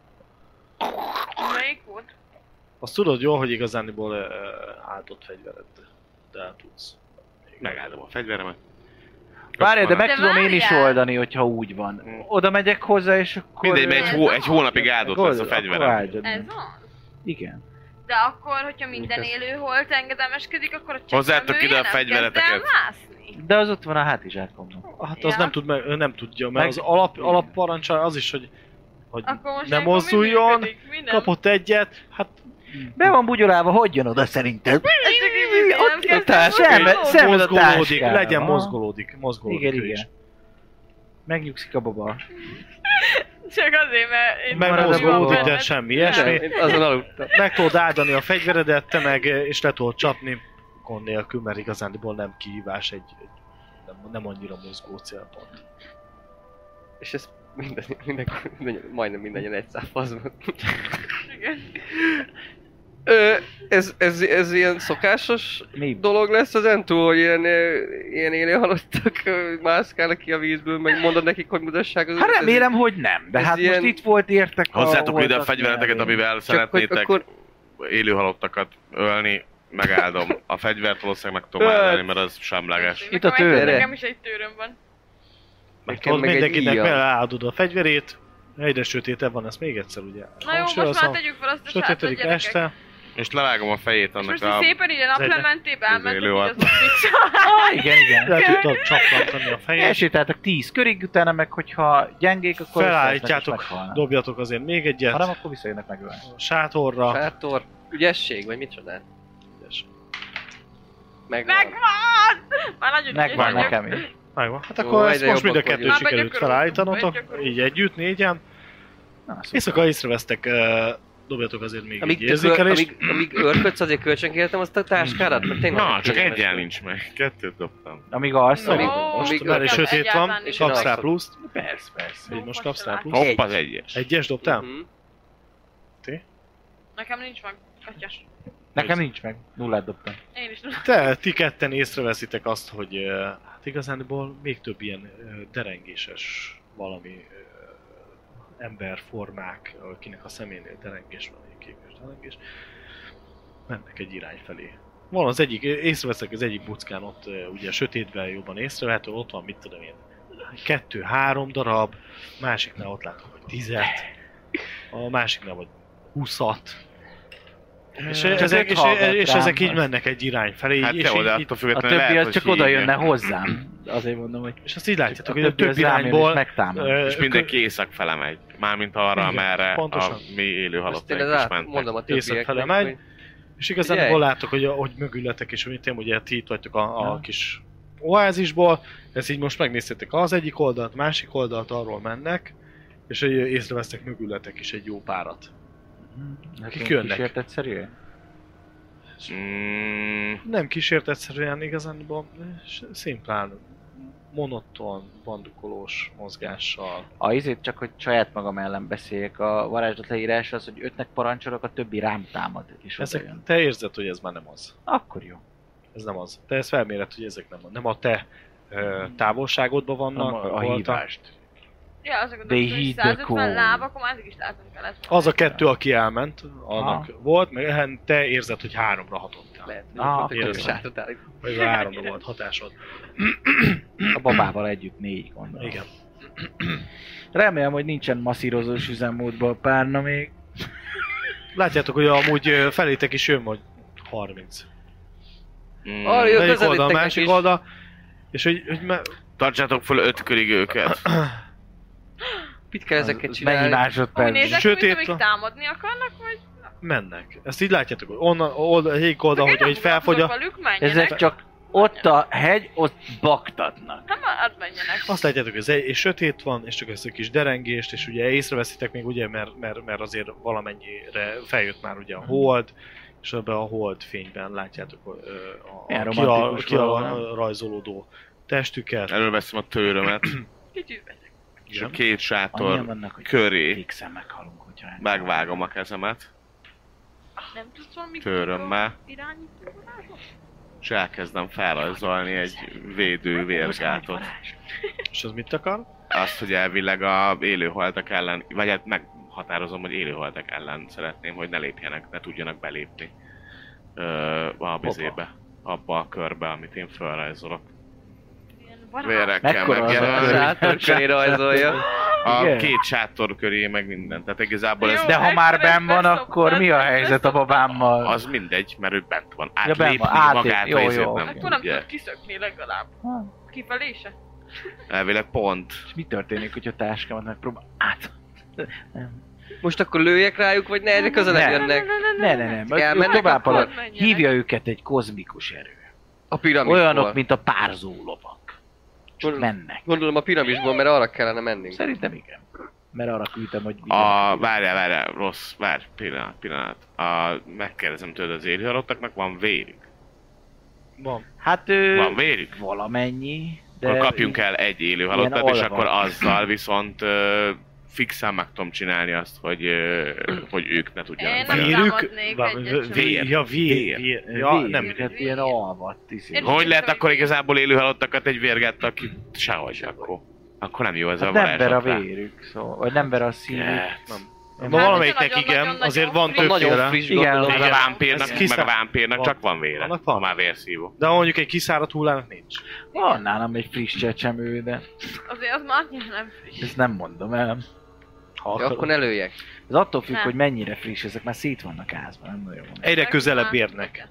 Melyik volt? Azt tudod jól, hogy igazániból uh, áldott fegyvered, de el tudsz. Megáldom a fegyveremet. Várjál, de meg De tudom én is várjál! oldani, hogyha úgy van. Oda megyek hozzá, és akkor... Mindegy, mert egy, Ez hó, az. egy hónapig áldott lesz a Akkor fegyverem. áldjad Ez meg. van? Igen. De akkor, hogyha minden élő holt engedelmeskedik, akkor a Hozzátok csecsemője ide a nem fegyvereteket. kezd el mászni. De az ott van a hátizsákomnak. Hát az Ja. nem, tud, meg, ő nem tudja, mert Meg- az alap, alapparancsal az is, hogy, hogy Akkor most ne ilyenkor mi mozduljon, működik? Mi nem? kapott egyet, hát Be van bugyolálva, hogy jön oda szerinted? Ez csak így nem Ott- kezd ott áll, el semmi- mozgolódni. semmi- Szemed a mozgolódik, táskába. legyen Aha. mozgolódik, mozgolódik Igen, ő igen. is. Megnyugszik a baba. Csak azért, mert én Megmozgolódik, baba. de semmi ilyesmi. Én azon aludtam. Meg tudod áldani a fegyveredet, te meg, és le tudod csapni gond nélkül, mert igazándiból nem kihívás, egy, egy nem, nem annyira mozgó célpont. És ez minden, minden, minden, majdnem mindannyian egy száfaz volt. Igen. Ö, ez, ez, ez ilyen szokásos Mi? dolog lesz az entúl, hogy ilyen, ö, ilyen élő halottak ö, mászkálnak ki a vízből, meg mondod nekik, hogy mutassák az Hát utat, ez remélem, hogy nem. De ez hát ilyen- most itt volt értek a... Hozzátok ide a voltak fegyvereteket, nyelvén. amivel így- Csak hogy szeretnétek akkor élő halottakat ölni. Megáldom. A fegyvert valószínűleg meg tudom áldani, mert az semleges. Itt a Nekem egy- tőre. Nekem is egy tőröm van. Meg Nekem tudod, meg egy mindenkinek íjam. beleáldod a fegyverét, egyre sötétebb van, ezt még egyszer ugye. Na jó, most hangsúlyozom. már tegyük fel azt a sátot, Sötétedik gyerekek. este, És levágom a fejét És annak most a... így szépen így a az naplementébe az elmentünk, élő így arc. az ott vissza. Ah, igen, igen. le tudod csaplantani a fejét. Elsétáltak tíz körig, utána meg, hogyha gyengék, akkor Felállítjátok, összeesnek és meghalnak. dobjatok azért még egyet Ha nem, akkor visszajönnek megölni. a sátorra. sátor, ügyesség, vagy mit csodál? Megvan. Megvan! Már nagyon ügyes Megvan vagyok. nekem is. Megvan. Hát Jó, akkor ezt egyre most mind a jobbak kettőt vagyunk. Már sikerült begyakoroltuk, felállítanotok, begyakoroltuk. így együtt, négyen. Na, szuper. Éjszaka észrevesztek, uh, dobjatok azért még Amíg, egy te kö- érzékelést. amíg, amíg örködsz, azért kölcsönkértem azt a táskádat, mert tényleg... Na, csak kényelmes egyen volt. nincs meg. Kettőt dobtam. Amíg alszol? Amíg- Ó, Most, amíg mert egy nekem sötét van, egyáltalán és nincs. kapsz rá alszom. pluszt. Persze, persze. Így most kapsz rá Most pluszt. Hopp, az egyes. Egyes dobtál? Mhm. Nekem nincs meg, katyas. Nekem nincs meg. Nullát dobtam. Én is nullát. Te, ti ketten észreveszitek azt, hogy uh, hát igazából még több ilyen uh, derengéses valami uh, emberformák, akinek a szeménél derengés van, egy kékes derengés, mennek egy irány felé. Van az egyik, észreveszek az egyik buckán ott, uh, ugye sötétben jobban észrevehető, ott van mit tudom én, kettő-három darab, másiknál ott látok, hogy tizet, a másiknál vagy húszat. És, ezek, és, és ezek így mennek egy irány felé. Hát és te oda, így, attól A függetlenül többi lehet, az csak hogy oda jönne hívják. hozzám. Azért mondom, hogy... és azt így látjátok, A hogy a többi több az rám jön és irányból... megtámad. ö, És mindenki észak fele megy. Mármint arra, Igen, amerre pontosan. a mi élő Azt én halottaink az is át, mentek. mondom a észak fele többieknek, megy. hogy És igazán Figyelj! abból látok, hogy, hogy mögületek is, mint én, ugye ti itt vagytok a, a Ja. kis oázisból, ezt így most megnéztétek az egyik oldalt, másik oldalt, arról mennek, és hogy észrevesztek mögületek is egy jó párat. Kik jönnek? Kísértetszerűen? Mm, Nem kísértetszerűen igazából, szimplán monoton, bandukolós mozgással. A izét csak, hogy saját magam ellen beszéljek, a varázslat leírás az, hogy ötnek parancsolok, a többi rám támad, és Ezek, oda jön. te érzed, hogy ez már nem az. Akkor jó. Ez nem az. Te ezt felméred, hogy ezek nem, nem a te ö, távolságodban vannak. A, a voltak. hívást. Ja, azok a They dolgok, hogy heed the százötven call. láb, akkor már is látni kellett. Az a kettő, aki elment, annak ha. volt, meg ehen te érzed, hogy háromra hatottál. lehet, hogy Ah, pont egy akkor kis jó. sátot állít. Vagy a háromra volt hatásod. A babával együtt négy gondolom. Igen. Remélem, hogy nincsen masszírozós üzemmódban a párna még. Látjátok, hogy amúgy ö, felétek is jön majd harminc. mm, Arra jön Egyik közelítek oldal, neki másik is. oldal. És hogy, hogy me- tartsátok föl öt körig őket. Mit kell ezeket Az csinálni? Úgy másodperc? nézek, Sötét mint amíg van. támadni akarnak, vagy... mennek. Ezt így látjátok, hogy onnan, oldal, egyik oldal, hogy egy felfogy a... Velük, menjenek. Ezek csak ott a hegy, ott baktatnak. Hát már menjenek. Azt látjátok, hogy ez egy, és sötét van, és csak ezt a kis derengést, és ugye észreveszitek még ugye, mert, mert, mert azért valamennyire feljött már ugye a hold, és ebben a hold fényben látjátok ö, a, Milyen a, romantikus kia, valahol, kia rajzolódó testüket. Előveszem a tőrömet, Kicsit veszek. és a Igen. két Annyian sátor vannak, hogy köré fixen meghalunk, hogyha... megvágom a kezemet, Nem tudsz valami Tőrömmel. irányító varázsot? és elkezdem felrajzolni egy védő vérgátot. És az mit akar? Azt, hogy elvileg a élőholtak ellen, vagy hát meghatározom, hogy élőholtak ellen szeretném, hogy ne lépjenek, ne tudjanak belépni ö, a bizébe, abba a körbe, amit én felrajzolok. Ilyen varázs. Vérekkel Mekkora az a megjelölve. kör? Sátor köré rajzolja. A Igen. két sátor köré, meg minden. Tehát igazából ez Jó. De ha már Ekkor ezt benn van, beszoptad, akkor mi a ezt helyzet a beszoptad. babámmal? az mindegy, mert ő bent van. Ja, benn Átlépni van, átlép- magát, jó, a jó. izét nem Akkor nem tudja. tud kiszökni legalább. Kifelé se? Elvileg pont. És mi történik, hogyha táskámat megpróbál... Át... Nem. Most akkor lőjek rájuk, vagy ne, egyre közelebb Ne. jönnek? Ne, ne, ne, Elmennek, mert tovább akkor halad. menjenek. Hívja őket egy kozmikus erő. A piramisból. Olyanok, mint a párzó lovak. Csak Gondolom- mennek. Gondolom a piramisból, mert arra kellene mennünk. Szerintem igen. Mert arra küldtem, hogy... A... Várjál, várjál, rossz, várj, pillanat, pillanat. A... Megkérdezem tőled, az élőhalottaknak van vérük? Van. Hát ő... Van vérük? Valamennyi, de... Akkor kapjunk el egy élőhalottat, ilyen és alva. akkor azzal viszont ö, fixen meg tudom csinálni azt, hogy, ö, hogy ők ne Én tudjanak nem bele. tudom. Vérük? támadnék Va- egyet sem. vér. Ja, vér. Vér. vér. Ja, nem. Vérüket ilyen alvat. izé. Én- Hogy lehet akkor igazából élőhalottakat egy vérgáttal ki... Sehogy akkor. Akkor nem jó ez a Hát nem ver a varázslat rá. vérük, szóval... Vagy nem ver a szívük. Yeah. Ma Hát, valamelyiknek nagyon, igen, nagyon, azért nagyon van friss. Nagyon többféle. friss Igen, gondolom. Meg a Igen. vámpírnak, Ez meg a kiszá- vámpírnak van. csak van vére. Annak van. Ha már vérszívó. De ha mondjuk egy kiszáradt hullának nincs. Van nálam egy friss csecsemő, de Azért az már nem friss. ezt nem mondom el. Ha Ja, akarod. akkor ne lőjek. Ez attól függ, Nem. hogy mennyire friss, ezek már szét vannak ázva, nem nagyon van. Egyre közelebb érnek.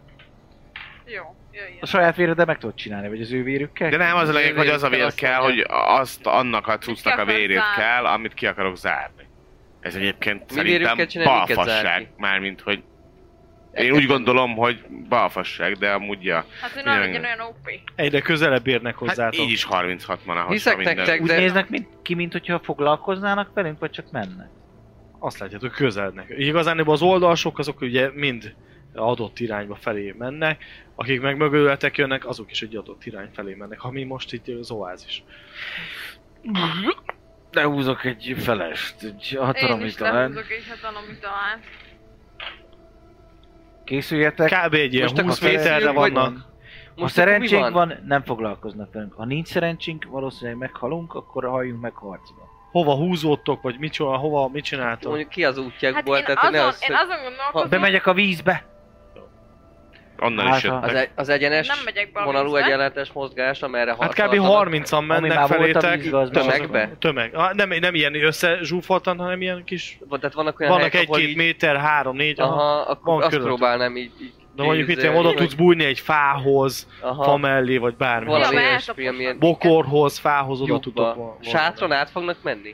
Jó, jöjjön. A saját véreddel meg tudod csinálni, vagy az ő vérükkel? De nem az a lényeg, hogy az a vér Azt kell, mondja. hogy azt annak a cuccnak a akarod vérét zárni. kell, amit ki akarok zárni. Ez egyébként Mi vérükkel szerintem csinálni, miket balfasság, zárni? mármint hogy én úgy gondolom, hogy balfasság, de amúgy ja. Hát, hogy ne legyen olyan ó pé. Egyre közelebb érnek Hát hozzátok. így is harminchat van ahhoz, Hiszek ha minden. nektek, Úgy de- néznek mint, ki, mint hogyha foglalkoznának velünk, vagy csak mennek? Azt látjátok, közelednek. Igazán az oldalsok azok ugye mind adott irányba felé mennek, akik meg mögöletek jönnek, azok is egy adott irány felé mennek, ha mi most itt az oázis. De húzok egy felest, egy Én is hatalomit talán. lehúzok egy hatalomit talán. Készüljetek. Kb. Egy ilyen Most húsz akkor méterre készüljünk, vagy vannak. Most Ha akkor szerencsénk mi van, nem foglalkoznak velünk. Ha nincs szerencsénk, valószínűleg meghalunk, akkor halljunk meg harcba. Hova húzódtok, vagy mit csinál, hova, mit csináltok? Mondjuk ki az útjákból, Hát én tehát azon, ne az, én hogy azon gondolkozom, Bemegyek a vízbe. Onnan Hát, is ha- jöttek. az, egy, az egyenes nem megyek be a vonalú vízbe. egyenletes mozgás, amerre Hát kb. haladnak. harmincan mennek már volt a felétek. vízbe, az Tömegbe? Az- Tömeg. Ah, nem, nem ilyen összezsúfoltan, hanem ilyen kis... Van- Tehát vannak olyan Vannak helyek, ahol egy-két így, méter, három, négy, aha. aha, van akkor azt körülöttük. próbálnám így, így De mondjuk mit nézni, én, oda hogy- tudsz bújni egy fához, aha, fa mellé, vagy bármi. valami Ja, mert ilyesmi, eltaposnak. amilyen Bokorhoz, fához oda tudok. lyukba. vo- Sátron át fognak menni?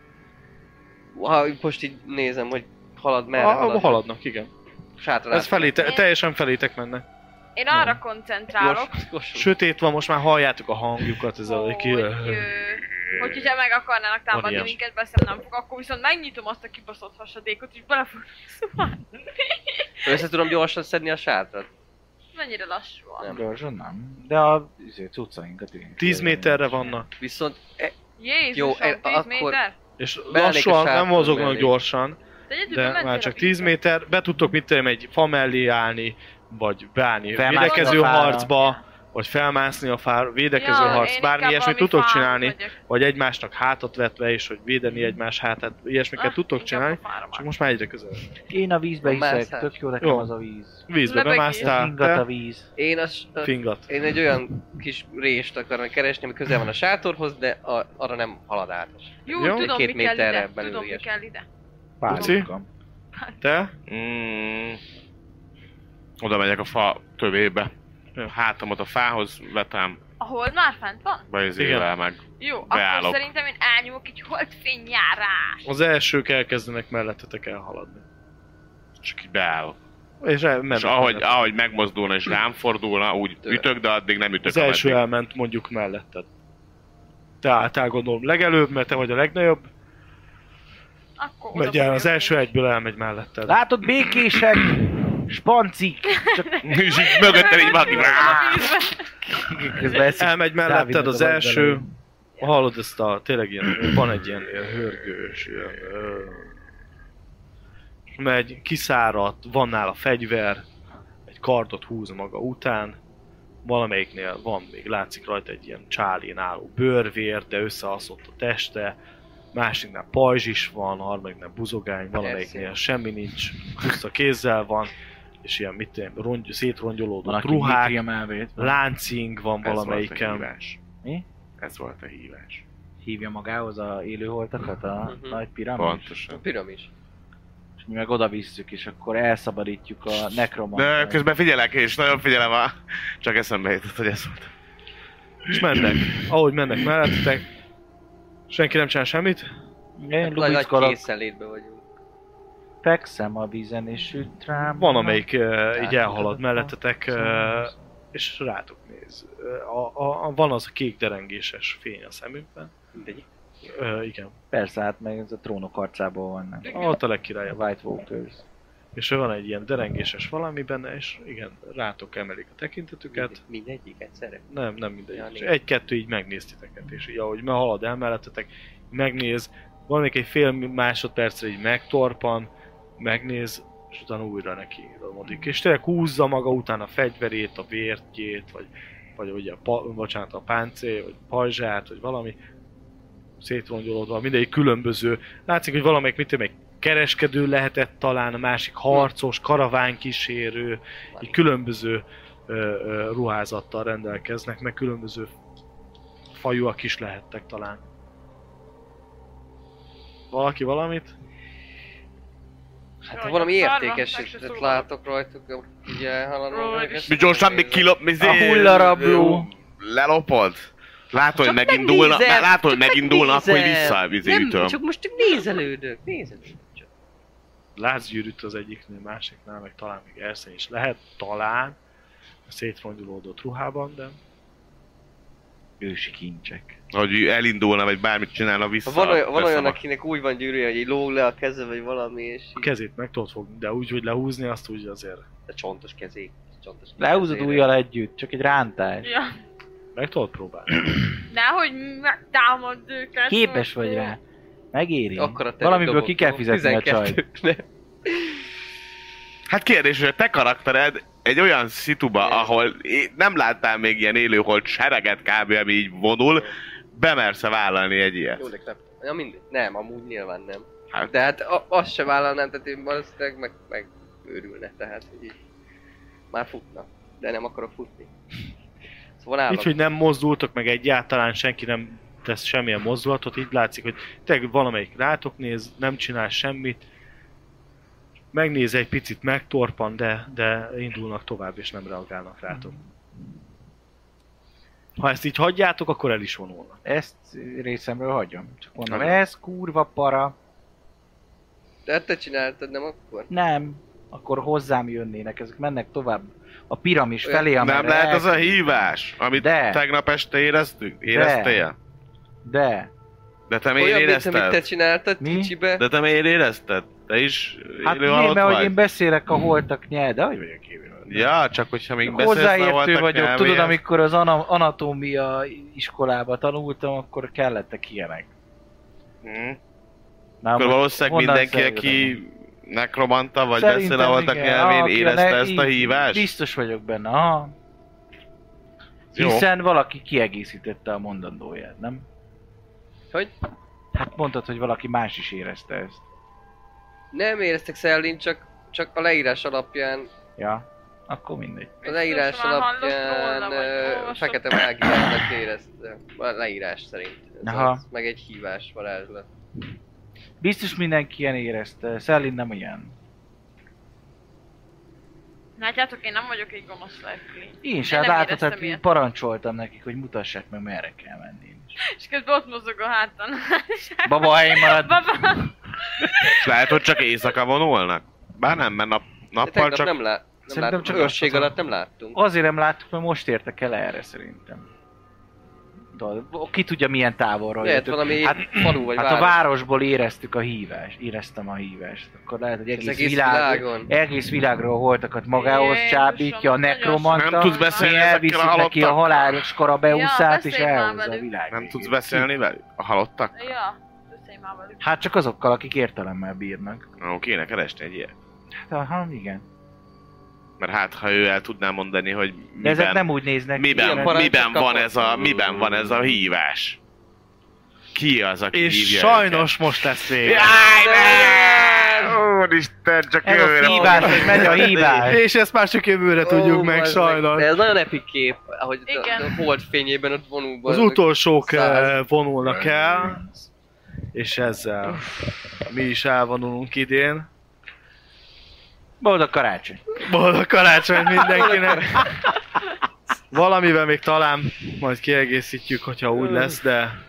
Ha most így nézem, hogy halad merre Ah, halad. haladnak, igen. Sátron Ez át. feléte, Én- teljesen felétek mennek. Én arra koncentrálok, Gyors, gyors. Sötét van, most már halljátok a hangjukat, ez a hogy, ki... ö, hogy hogyha meg akarnának támadni ilyen. minket, beszélni nem fog, akkor viszont megnyitom azt a kibaszott hasadékot, és bele fogok szúrni. Össze tudom gyorsan szedni a sátrat? Mennyire lassú van. Nem. Gyorsan nem. De a izé, cuccainkat igen. tíz méterre vannak. Viszont e, Jézusom, Jó, e- tíz akkor- méter? És Beállnék a lassan, nem sátron mozognak mellé. gyorsan, De, egyedül de mentél már a csak vízbe. tíz méter, be tudtok mit tudom, egy fa mellé állni, vagy beállni Felmászni védekező a fára. harcba, vagy felmászni a fára, védekező Ja, harc, én bármi inkább ilyesmit valami tudtok fához csinálni, megyek. vagy egymásnak hátat vetve is, hogy védeni egymás hátát, ilyesmiket Ah, tudtok inkább csinálni, a fára csak már. most már egyre közel. Én a vízbe A hiszek, mászás. tök jó nekem Jó. az a víz. Vízbe Lebegés. bemásztál, Ingat a te víz. én, az, fingat. én egy olyan kis rést akarok keresni, ami közel van a sátorhoz, de a, arra nem halad át. Jó, Jó? tudom, Két mi kell méterre ide. belül Tudom, mi ilyesmi. kell ide. Pálinkam. Te? Mm, oda megyek a fa tövébe. Hátamat a fához vetem, A hold már fent van? bajzével meg. Jó, Beállok. akkor szerintem én elnyomok egy holdfényjárás. Az elsők elkezdenek mellettetek elhaladni. Csak így beállok. És, el, És ahogy, ahogy megmozdulna és rám fordulna, úgy Tőle. ütök, de addig nem ütök, az első ameddig. elment mondjuk melletted. Te álltál gondolom legelőbb, mert te vagy a legnagyobb. Akkor oda Megy el, az fogok. első egyből elmegy melletted. Látod, békések, spancik. Csak És így mögöttem így valaki. A vízbe. közben eszik. Elmegy melletted Dávidnak az a első. vadbelején. Hallod ezt a, tényleg ilyen, van egy ilyen, ilyen hörgős, ilyen, ö, megy, kiszáradt, van nála fegyver, egy kardot húz maga után, valamelyiknél van még, látszik rajta egy ilyen csálén álló bőrvér, de összeaszott a teste, másiknál pajzs is van, harmadiknál buzogány, valamelyiknél semmi nincs, puszta kézzel van, és ilyen mit tudom, rongy, Van, szétrongyolódott aki ruhák, Mitriam elvét. láncing van Ez volt a valamelyiken. hívás. Mi? Ez volt a hívás. Hívja magához a élőholtakat, a Mhm. nagy piramis. Pontosan. Piramis. És mi meg oda visszük, és akkor elszabadítjuk a nekromant. De közben figyelek, és nagyon figyelem a... Csak eszembe jutott, hogy ez volt. És mennek. Ahogy mennek mellettetek, senki nem csinál semmit. Én Nagy, nagy lubickolok, készenlétben vagyunk. fekszem a vízen, és süt rám. Van, amelyik uh, így Hát, elhalad mellettetek, uh, és rátok néz. Uh, a, a, a, van az a kék derengéses fény a szemükben. Mindegy. Uh, igen. Persze, hát meg ez a trónok harcából vannak. Ott a A legkirályabb. White Walkers. És van egy ilyen derengéses valami benne, és igen, rátok emelik a tekintetüket. Mindegyik egyszerre. Nem, nem mindegy. Ja, És négy. egy-kettő így megnéz titeket, és így ahogy halad el mellettetek, megnéz, valamelyik egy fél másodpercre így megtorpan, megnéz, és utána újra neki romodik. És tényleg húzza maga után a fegyverét, a vértjét, vagy, vagy ugye a, pa, bocsánat, a páncél, vagy pajzsát, vagy valami szétrongyolódva, mindegyik különböző. Látszik, hogy valamelyik mit tudom, egy kereskedő lehetett talán, a másik harcos, karavánkísérő, így különböző ö, ö, ruházattal rendelkeznek, meg különböző fajúak is lehettek talán. Valaki valamit? Hát ha Jaj, valami szarva, értékeset meg se szólok. látok rajtuk, ugye haladnak. Róla Mi gyorsan még kilop... mi zé- A hullarabló. Lelopod? Látod, hogy Csak megindulna, megnézem, látod, hogy csak megindulna, akkor megnézem. vissza izé Nem, ütöm. csak most csak nézelődök, nézelődök. csak. Látsz gyűrűt az egyiknél, másiknál, meg talán még Erszeny is lehet, talán a szétrongyolódott ruhában, de Ősi kincsek. Hogy elindulna, vagy bármit csinálna vissza. Ha van olyan, van olyan összemak- akinek úgy van gyűrűje, hogy így lóg le a keze, vagy valami, és a így, kezét meg tudod fogni, de úgy, hogy lehúzni, azt úgy azért de csontos kezé. Csontos Lehúzod kezére. ujjal együtt, csak egy rántás. Ja. meg tudod próbálni. Nehogy megtámad őket. Képes vagy rá. Megéri. Akkora terület Valamiből dobott, ki kell jó? fizetni a csajt. tizenkettő, ne. Hát kérdés, hogy a te karaktered egy olyan szituba, ahol nem láttál még ilyen élőholt sereget kb. Ami így vonul, bemersz-e vállalni egy ilyet? Jó, de nem. Ja, mindegy. Nem, amúgy nyilván nem. Hát. De hát a, azt se vállalnám, tehát én valószínűleg meg, meg őrülne, tehát hogy így már futna. De nem akarok futni. Szóval állok. Így, hogy nem mozdultok meg egyáltalán, senki nem tesz semmilyen mozdulatot, így látszik, hogy tényleg valamelyik rátok néz, nem csinál semmit. Megnéz egy picit, megtorpan, de, de indulnak tovább és nem reagálnak rátok. Ha ezt így hagyjátok, akkor el is vonulnak. Ezt részemről hagyom. Csak mondom, ez kurva para. De te csináltad, nem akkor? Nem. Akkor hozzám jönnének, ezek mennek tovább a piramis Olyan felé, amerre Nem lehet el... az a hívás, amit De. tegnap este éreztünk? Éreztél? De. De te miért Olyan, mint érezted? amit te csináltad Mi? kicsibe. De te miért érezted? Te is Hát élő mi, halott mert hogy vagy? én beszélek a holtak nyelv, de hogy vagyok élő. Ja, csak hogyha még beszélsz a Hozzáértő holtak vagyok, nyelvéhez. tudod, amikor az ana- anatómia iskolába tanultam, akkor kellettek ilyenek. Hm. Na, Akkor most valószínűleg honnan mindenki, szerződöm? aki nekromanta, vagy Szerintem beszél a holtak igen. nyelvén, Aki érezte ne- ezt a így- hívást? Biztos vagyok benne, aha. Jó. Hiszen valaki kiegészítette a mondandóját, nem? Hogy? Hát mondtad, hogy valaki más is érezte ezt. Nem éreztek Szellin, csak, csak a leírás alapján, Ja, akkor mindegy. a leírás Biztos már hallott alapján róla, vagy ö, olvasott. fekete mágiának érezte. A leírás szerint. Ez Aha. az, meg egy hívás varázslat. Biztos mindenki ilyen érezte, Szellin nem ilyen. Látjátok, én nem vagyok egy gonosz lelkű. Én Én sem nem látod, éreztem hát ilyet. parancsoltam nekik, hogy mutassák meg, merre kell menni. És közben ott mozog a hátán. Baba, helyén marad. Baba! És lehet, hogy csak éjszaka vonulnak? Bár nem, mert nap, De nappal tegnap csak... nem, lá- nem Szerintem láttunk, csak csak őrség azt alatt nem láttunk. Azért nem láttuk, mert most értek el erre szerintem. Tudod, ki tudja milyen távolról Lehet jöttök. valami Hát, falu vagy hát a város. városból éreztük a hívást, éreztem a hívást. Akkor lehet, hogy egész, egész világ, világon. egész világról holtakat magához Jézusom, csábítja, a nagyon nekromanta, Nem tudsz beszélni mi ezekkel elviszik a neki a halottakkal? halálos karabeuszát, Ja, és beszélj már elhozza a velük. világ Nem végét. tudsz beszélni velük? A halottak? Ja, beszélj már velük. Hát csak azokkal, akik értelemmel bírnak. Ó, kéne keresni egy ilyet. Hát, aha, igen. Mert hát, ha ő el tudná mondani, hogy De ezek miben, nem úgy néznek ki, miben, Ilyen mert- parancsot miben, van kapott. ez a, miben van ez a hívás. Ki az, aki És hívja sajnos most lesz vége. Jaj, Úristen, csak Ez a jövőre hívás, fogom. hogy megy a hívás. És ezt már csak jövőre tudjuk Ó, meg, bazd sajnos. De ez nagyon epic kép, ahogy a, Igen. a hold fényében ott vonul. Az bazd. utolsók Száz. eh, vonulnak el, és ezzel mi is elvonulunk idén. Boldog karácsony! Boldog karácsony mindenkinek! Valamivel még talán majd kiegészítjük, hogyha úgy lesz, de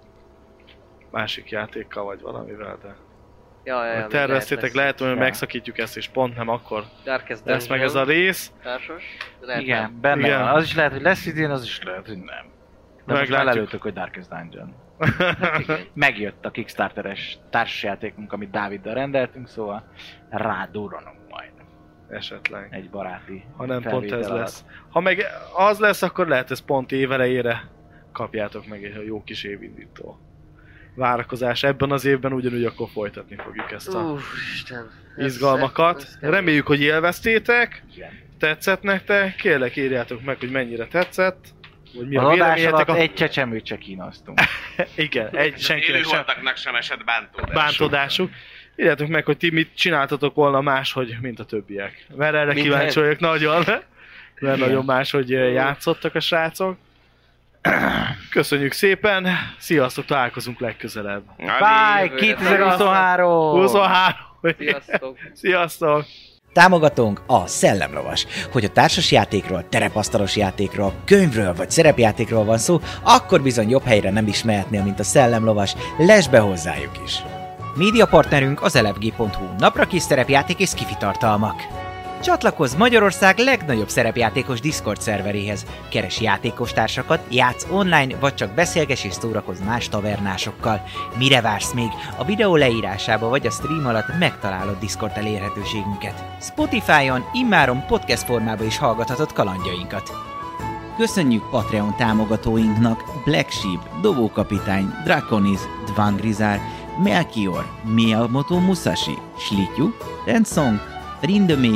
másik játékkal vagy valamivel, de Ja, ja, ja, majd terveztétek, lehet, hogy Ja. megszakítjuk ezt, és pont nem akkor Darkest lesz meg ez a Dungeon rész. társas. de lehet Igen, nem. benne Igen. van. Az is lehet, hogy lesz idén, az is lehet, hogy nem. De most Meglátjuk. belelőttük, hogy Darkest Dungeon. Megjött a Kickstarteres társasjátékunk, amit Dáviddal rendeltünk, szóval rádurranunk majd Esetleg. egy baráti Ha nem pont felvétel ez alatt. lesz. Ha meg az lesz, akkor lehet ez pont évelejére kapjátok meg egy jó kis évindító várakozás. Ebben az évben ugyanúgy akkor folytatni fogjuk ezt a Úf, Isten. Ez- izgalmakat. ez kemény. Reméljük, hogy élveztétek, Igen. tetszett nektek, kérlek írjátok meg, hogy mennyire tetszett, vagy mi a Az adás véleményetek. alatt A... egy csecsemőt se kínoztunk. Igen, egy senkinek sem Élőholtaknak sem esett bántódás. bántódásuk. Írjátok meg, hogy ti mit csináltatok volna máshogy, mint a többiek. Mert erre Minden. kíváncsi vagyok nagyon. Mert Igen. nagyon máshogy játszottak a srácok. Köszönjük szépen, sziasztok, találkozunk legközelebb. Bye! kétezer-huszonhárom! huszonhárom! Sziasztok! Sziasztok! Támogatónk a Szellemlovas. Hogy a társasjátékról, terepasztalos játékról, könyvről vagy szerepjátékról van szó, akkor bizony jobb helyre nem is mehetnél, mint a Szellemlovas. Lesz be hozzájuk is! Média partnerünk az elefg pont hu, napra kis szerepjáték és skifi tartalmak. Csatlakozz Magyarország legnagyobb szerepjátékos Discord szerveréhez. Keres játékostársakat, játsz online, vagy csak beszélges és szórakozz más tavernásokkal. Mire vársz még? A videó leírásába vagy a stream alatt megtalálod Discord elérhetőségünket. Spotify-on immáron podcast formában is hallgathatod kalandjainkat. Köszönjük Patreon támogatóinknak Black Sheep, Dobókapitány, Draconis, Dvangrizár, Melchior, Miyamoto Musashi, Slityu, Rensong, Rindemage,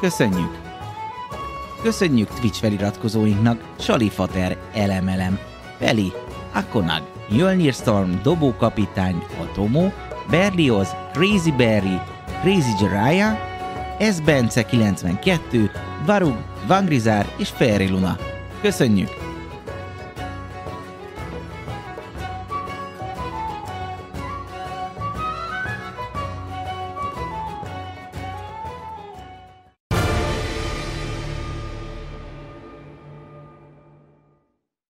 Köszönjük! Köszönjük Twitch feliratkozóinknak Salifater, Elemelem, Feli, Akonag, Mjölnir Storm, Dobókapitány, Atomo, Berlioz, Crazy Berry, Crazy Jiraiya, S. Bence kilencvenkettő, Varug, Vangrizár és Fairy Luna. Köszönjük!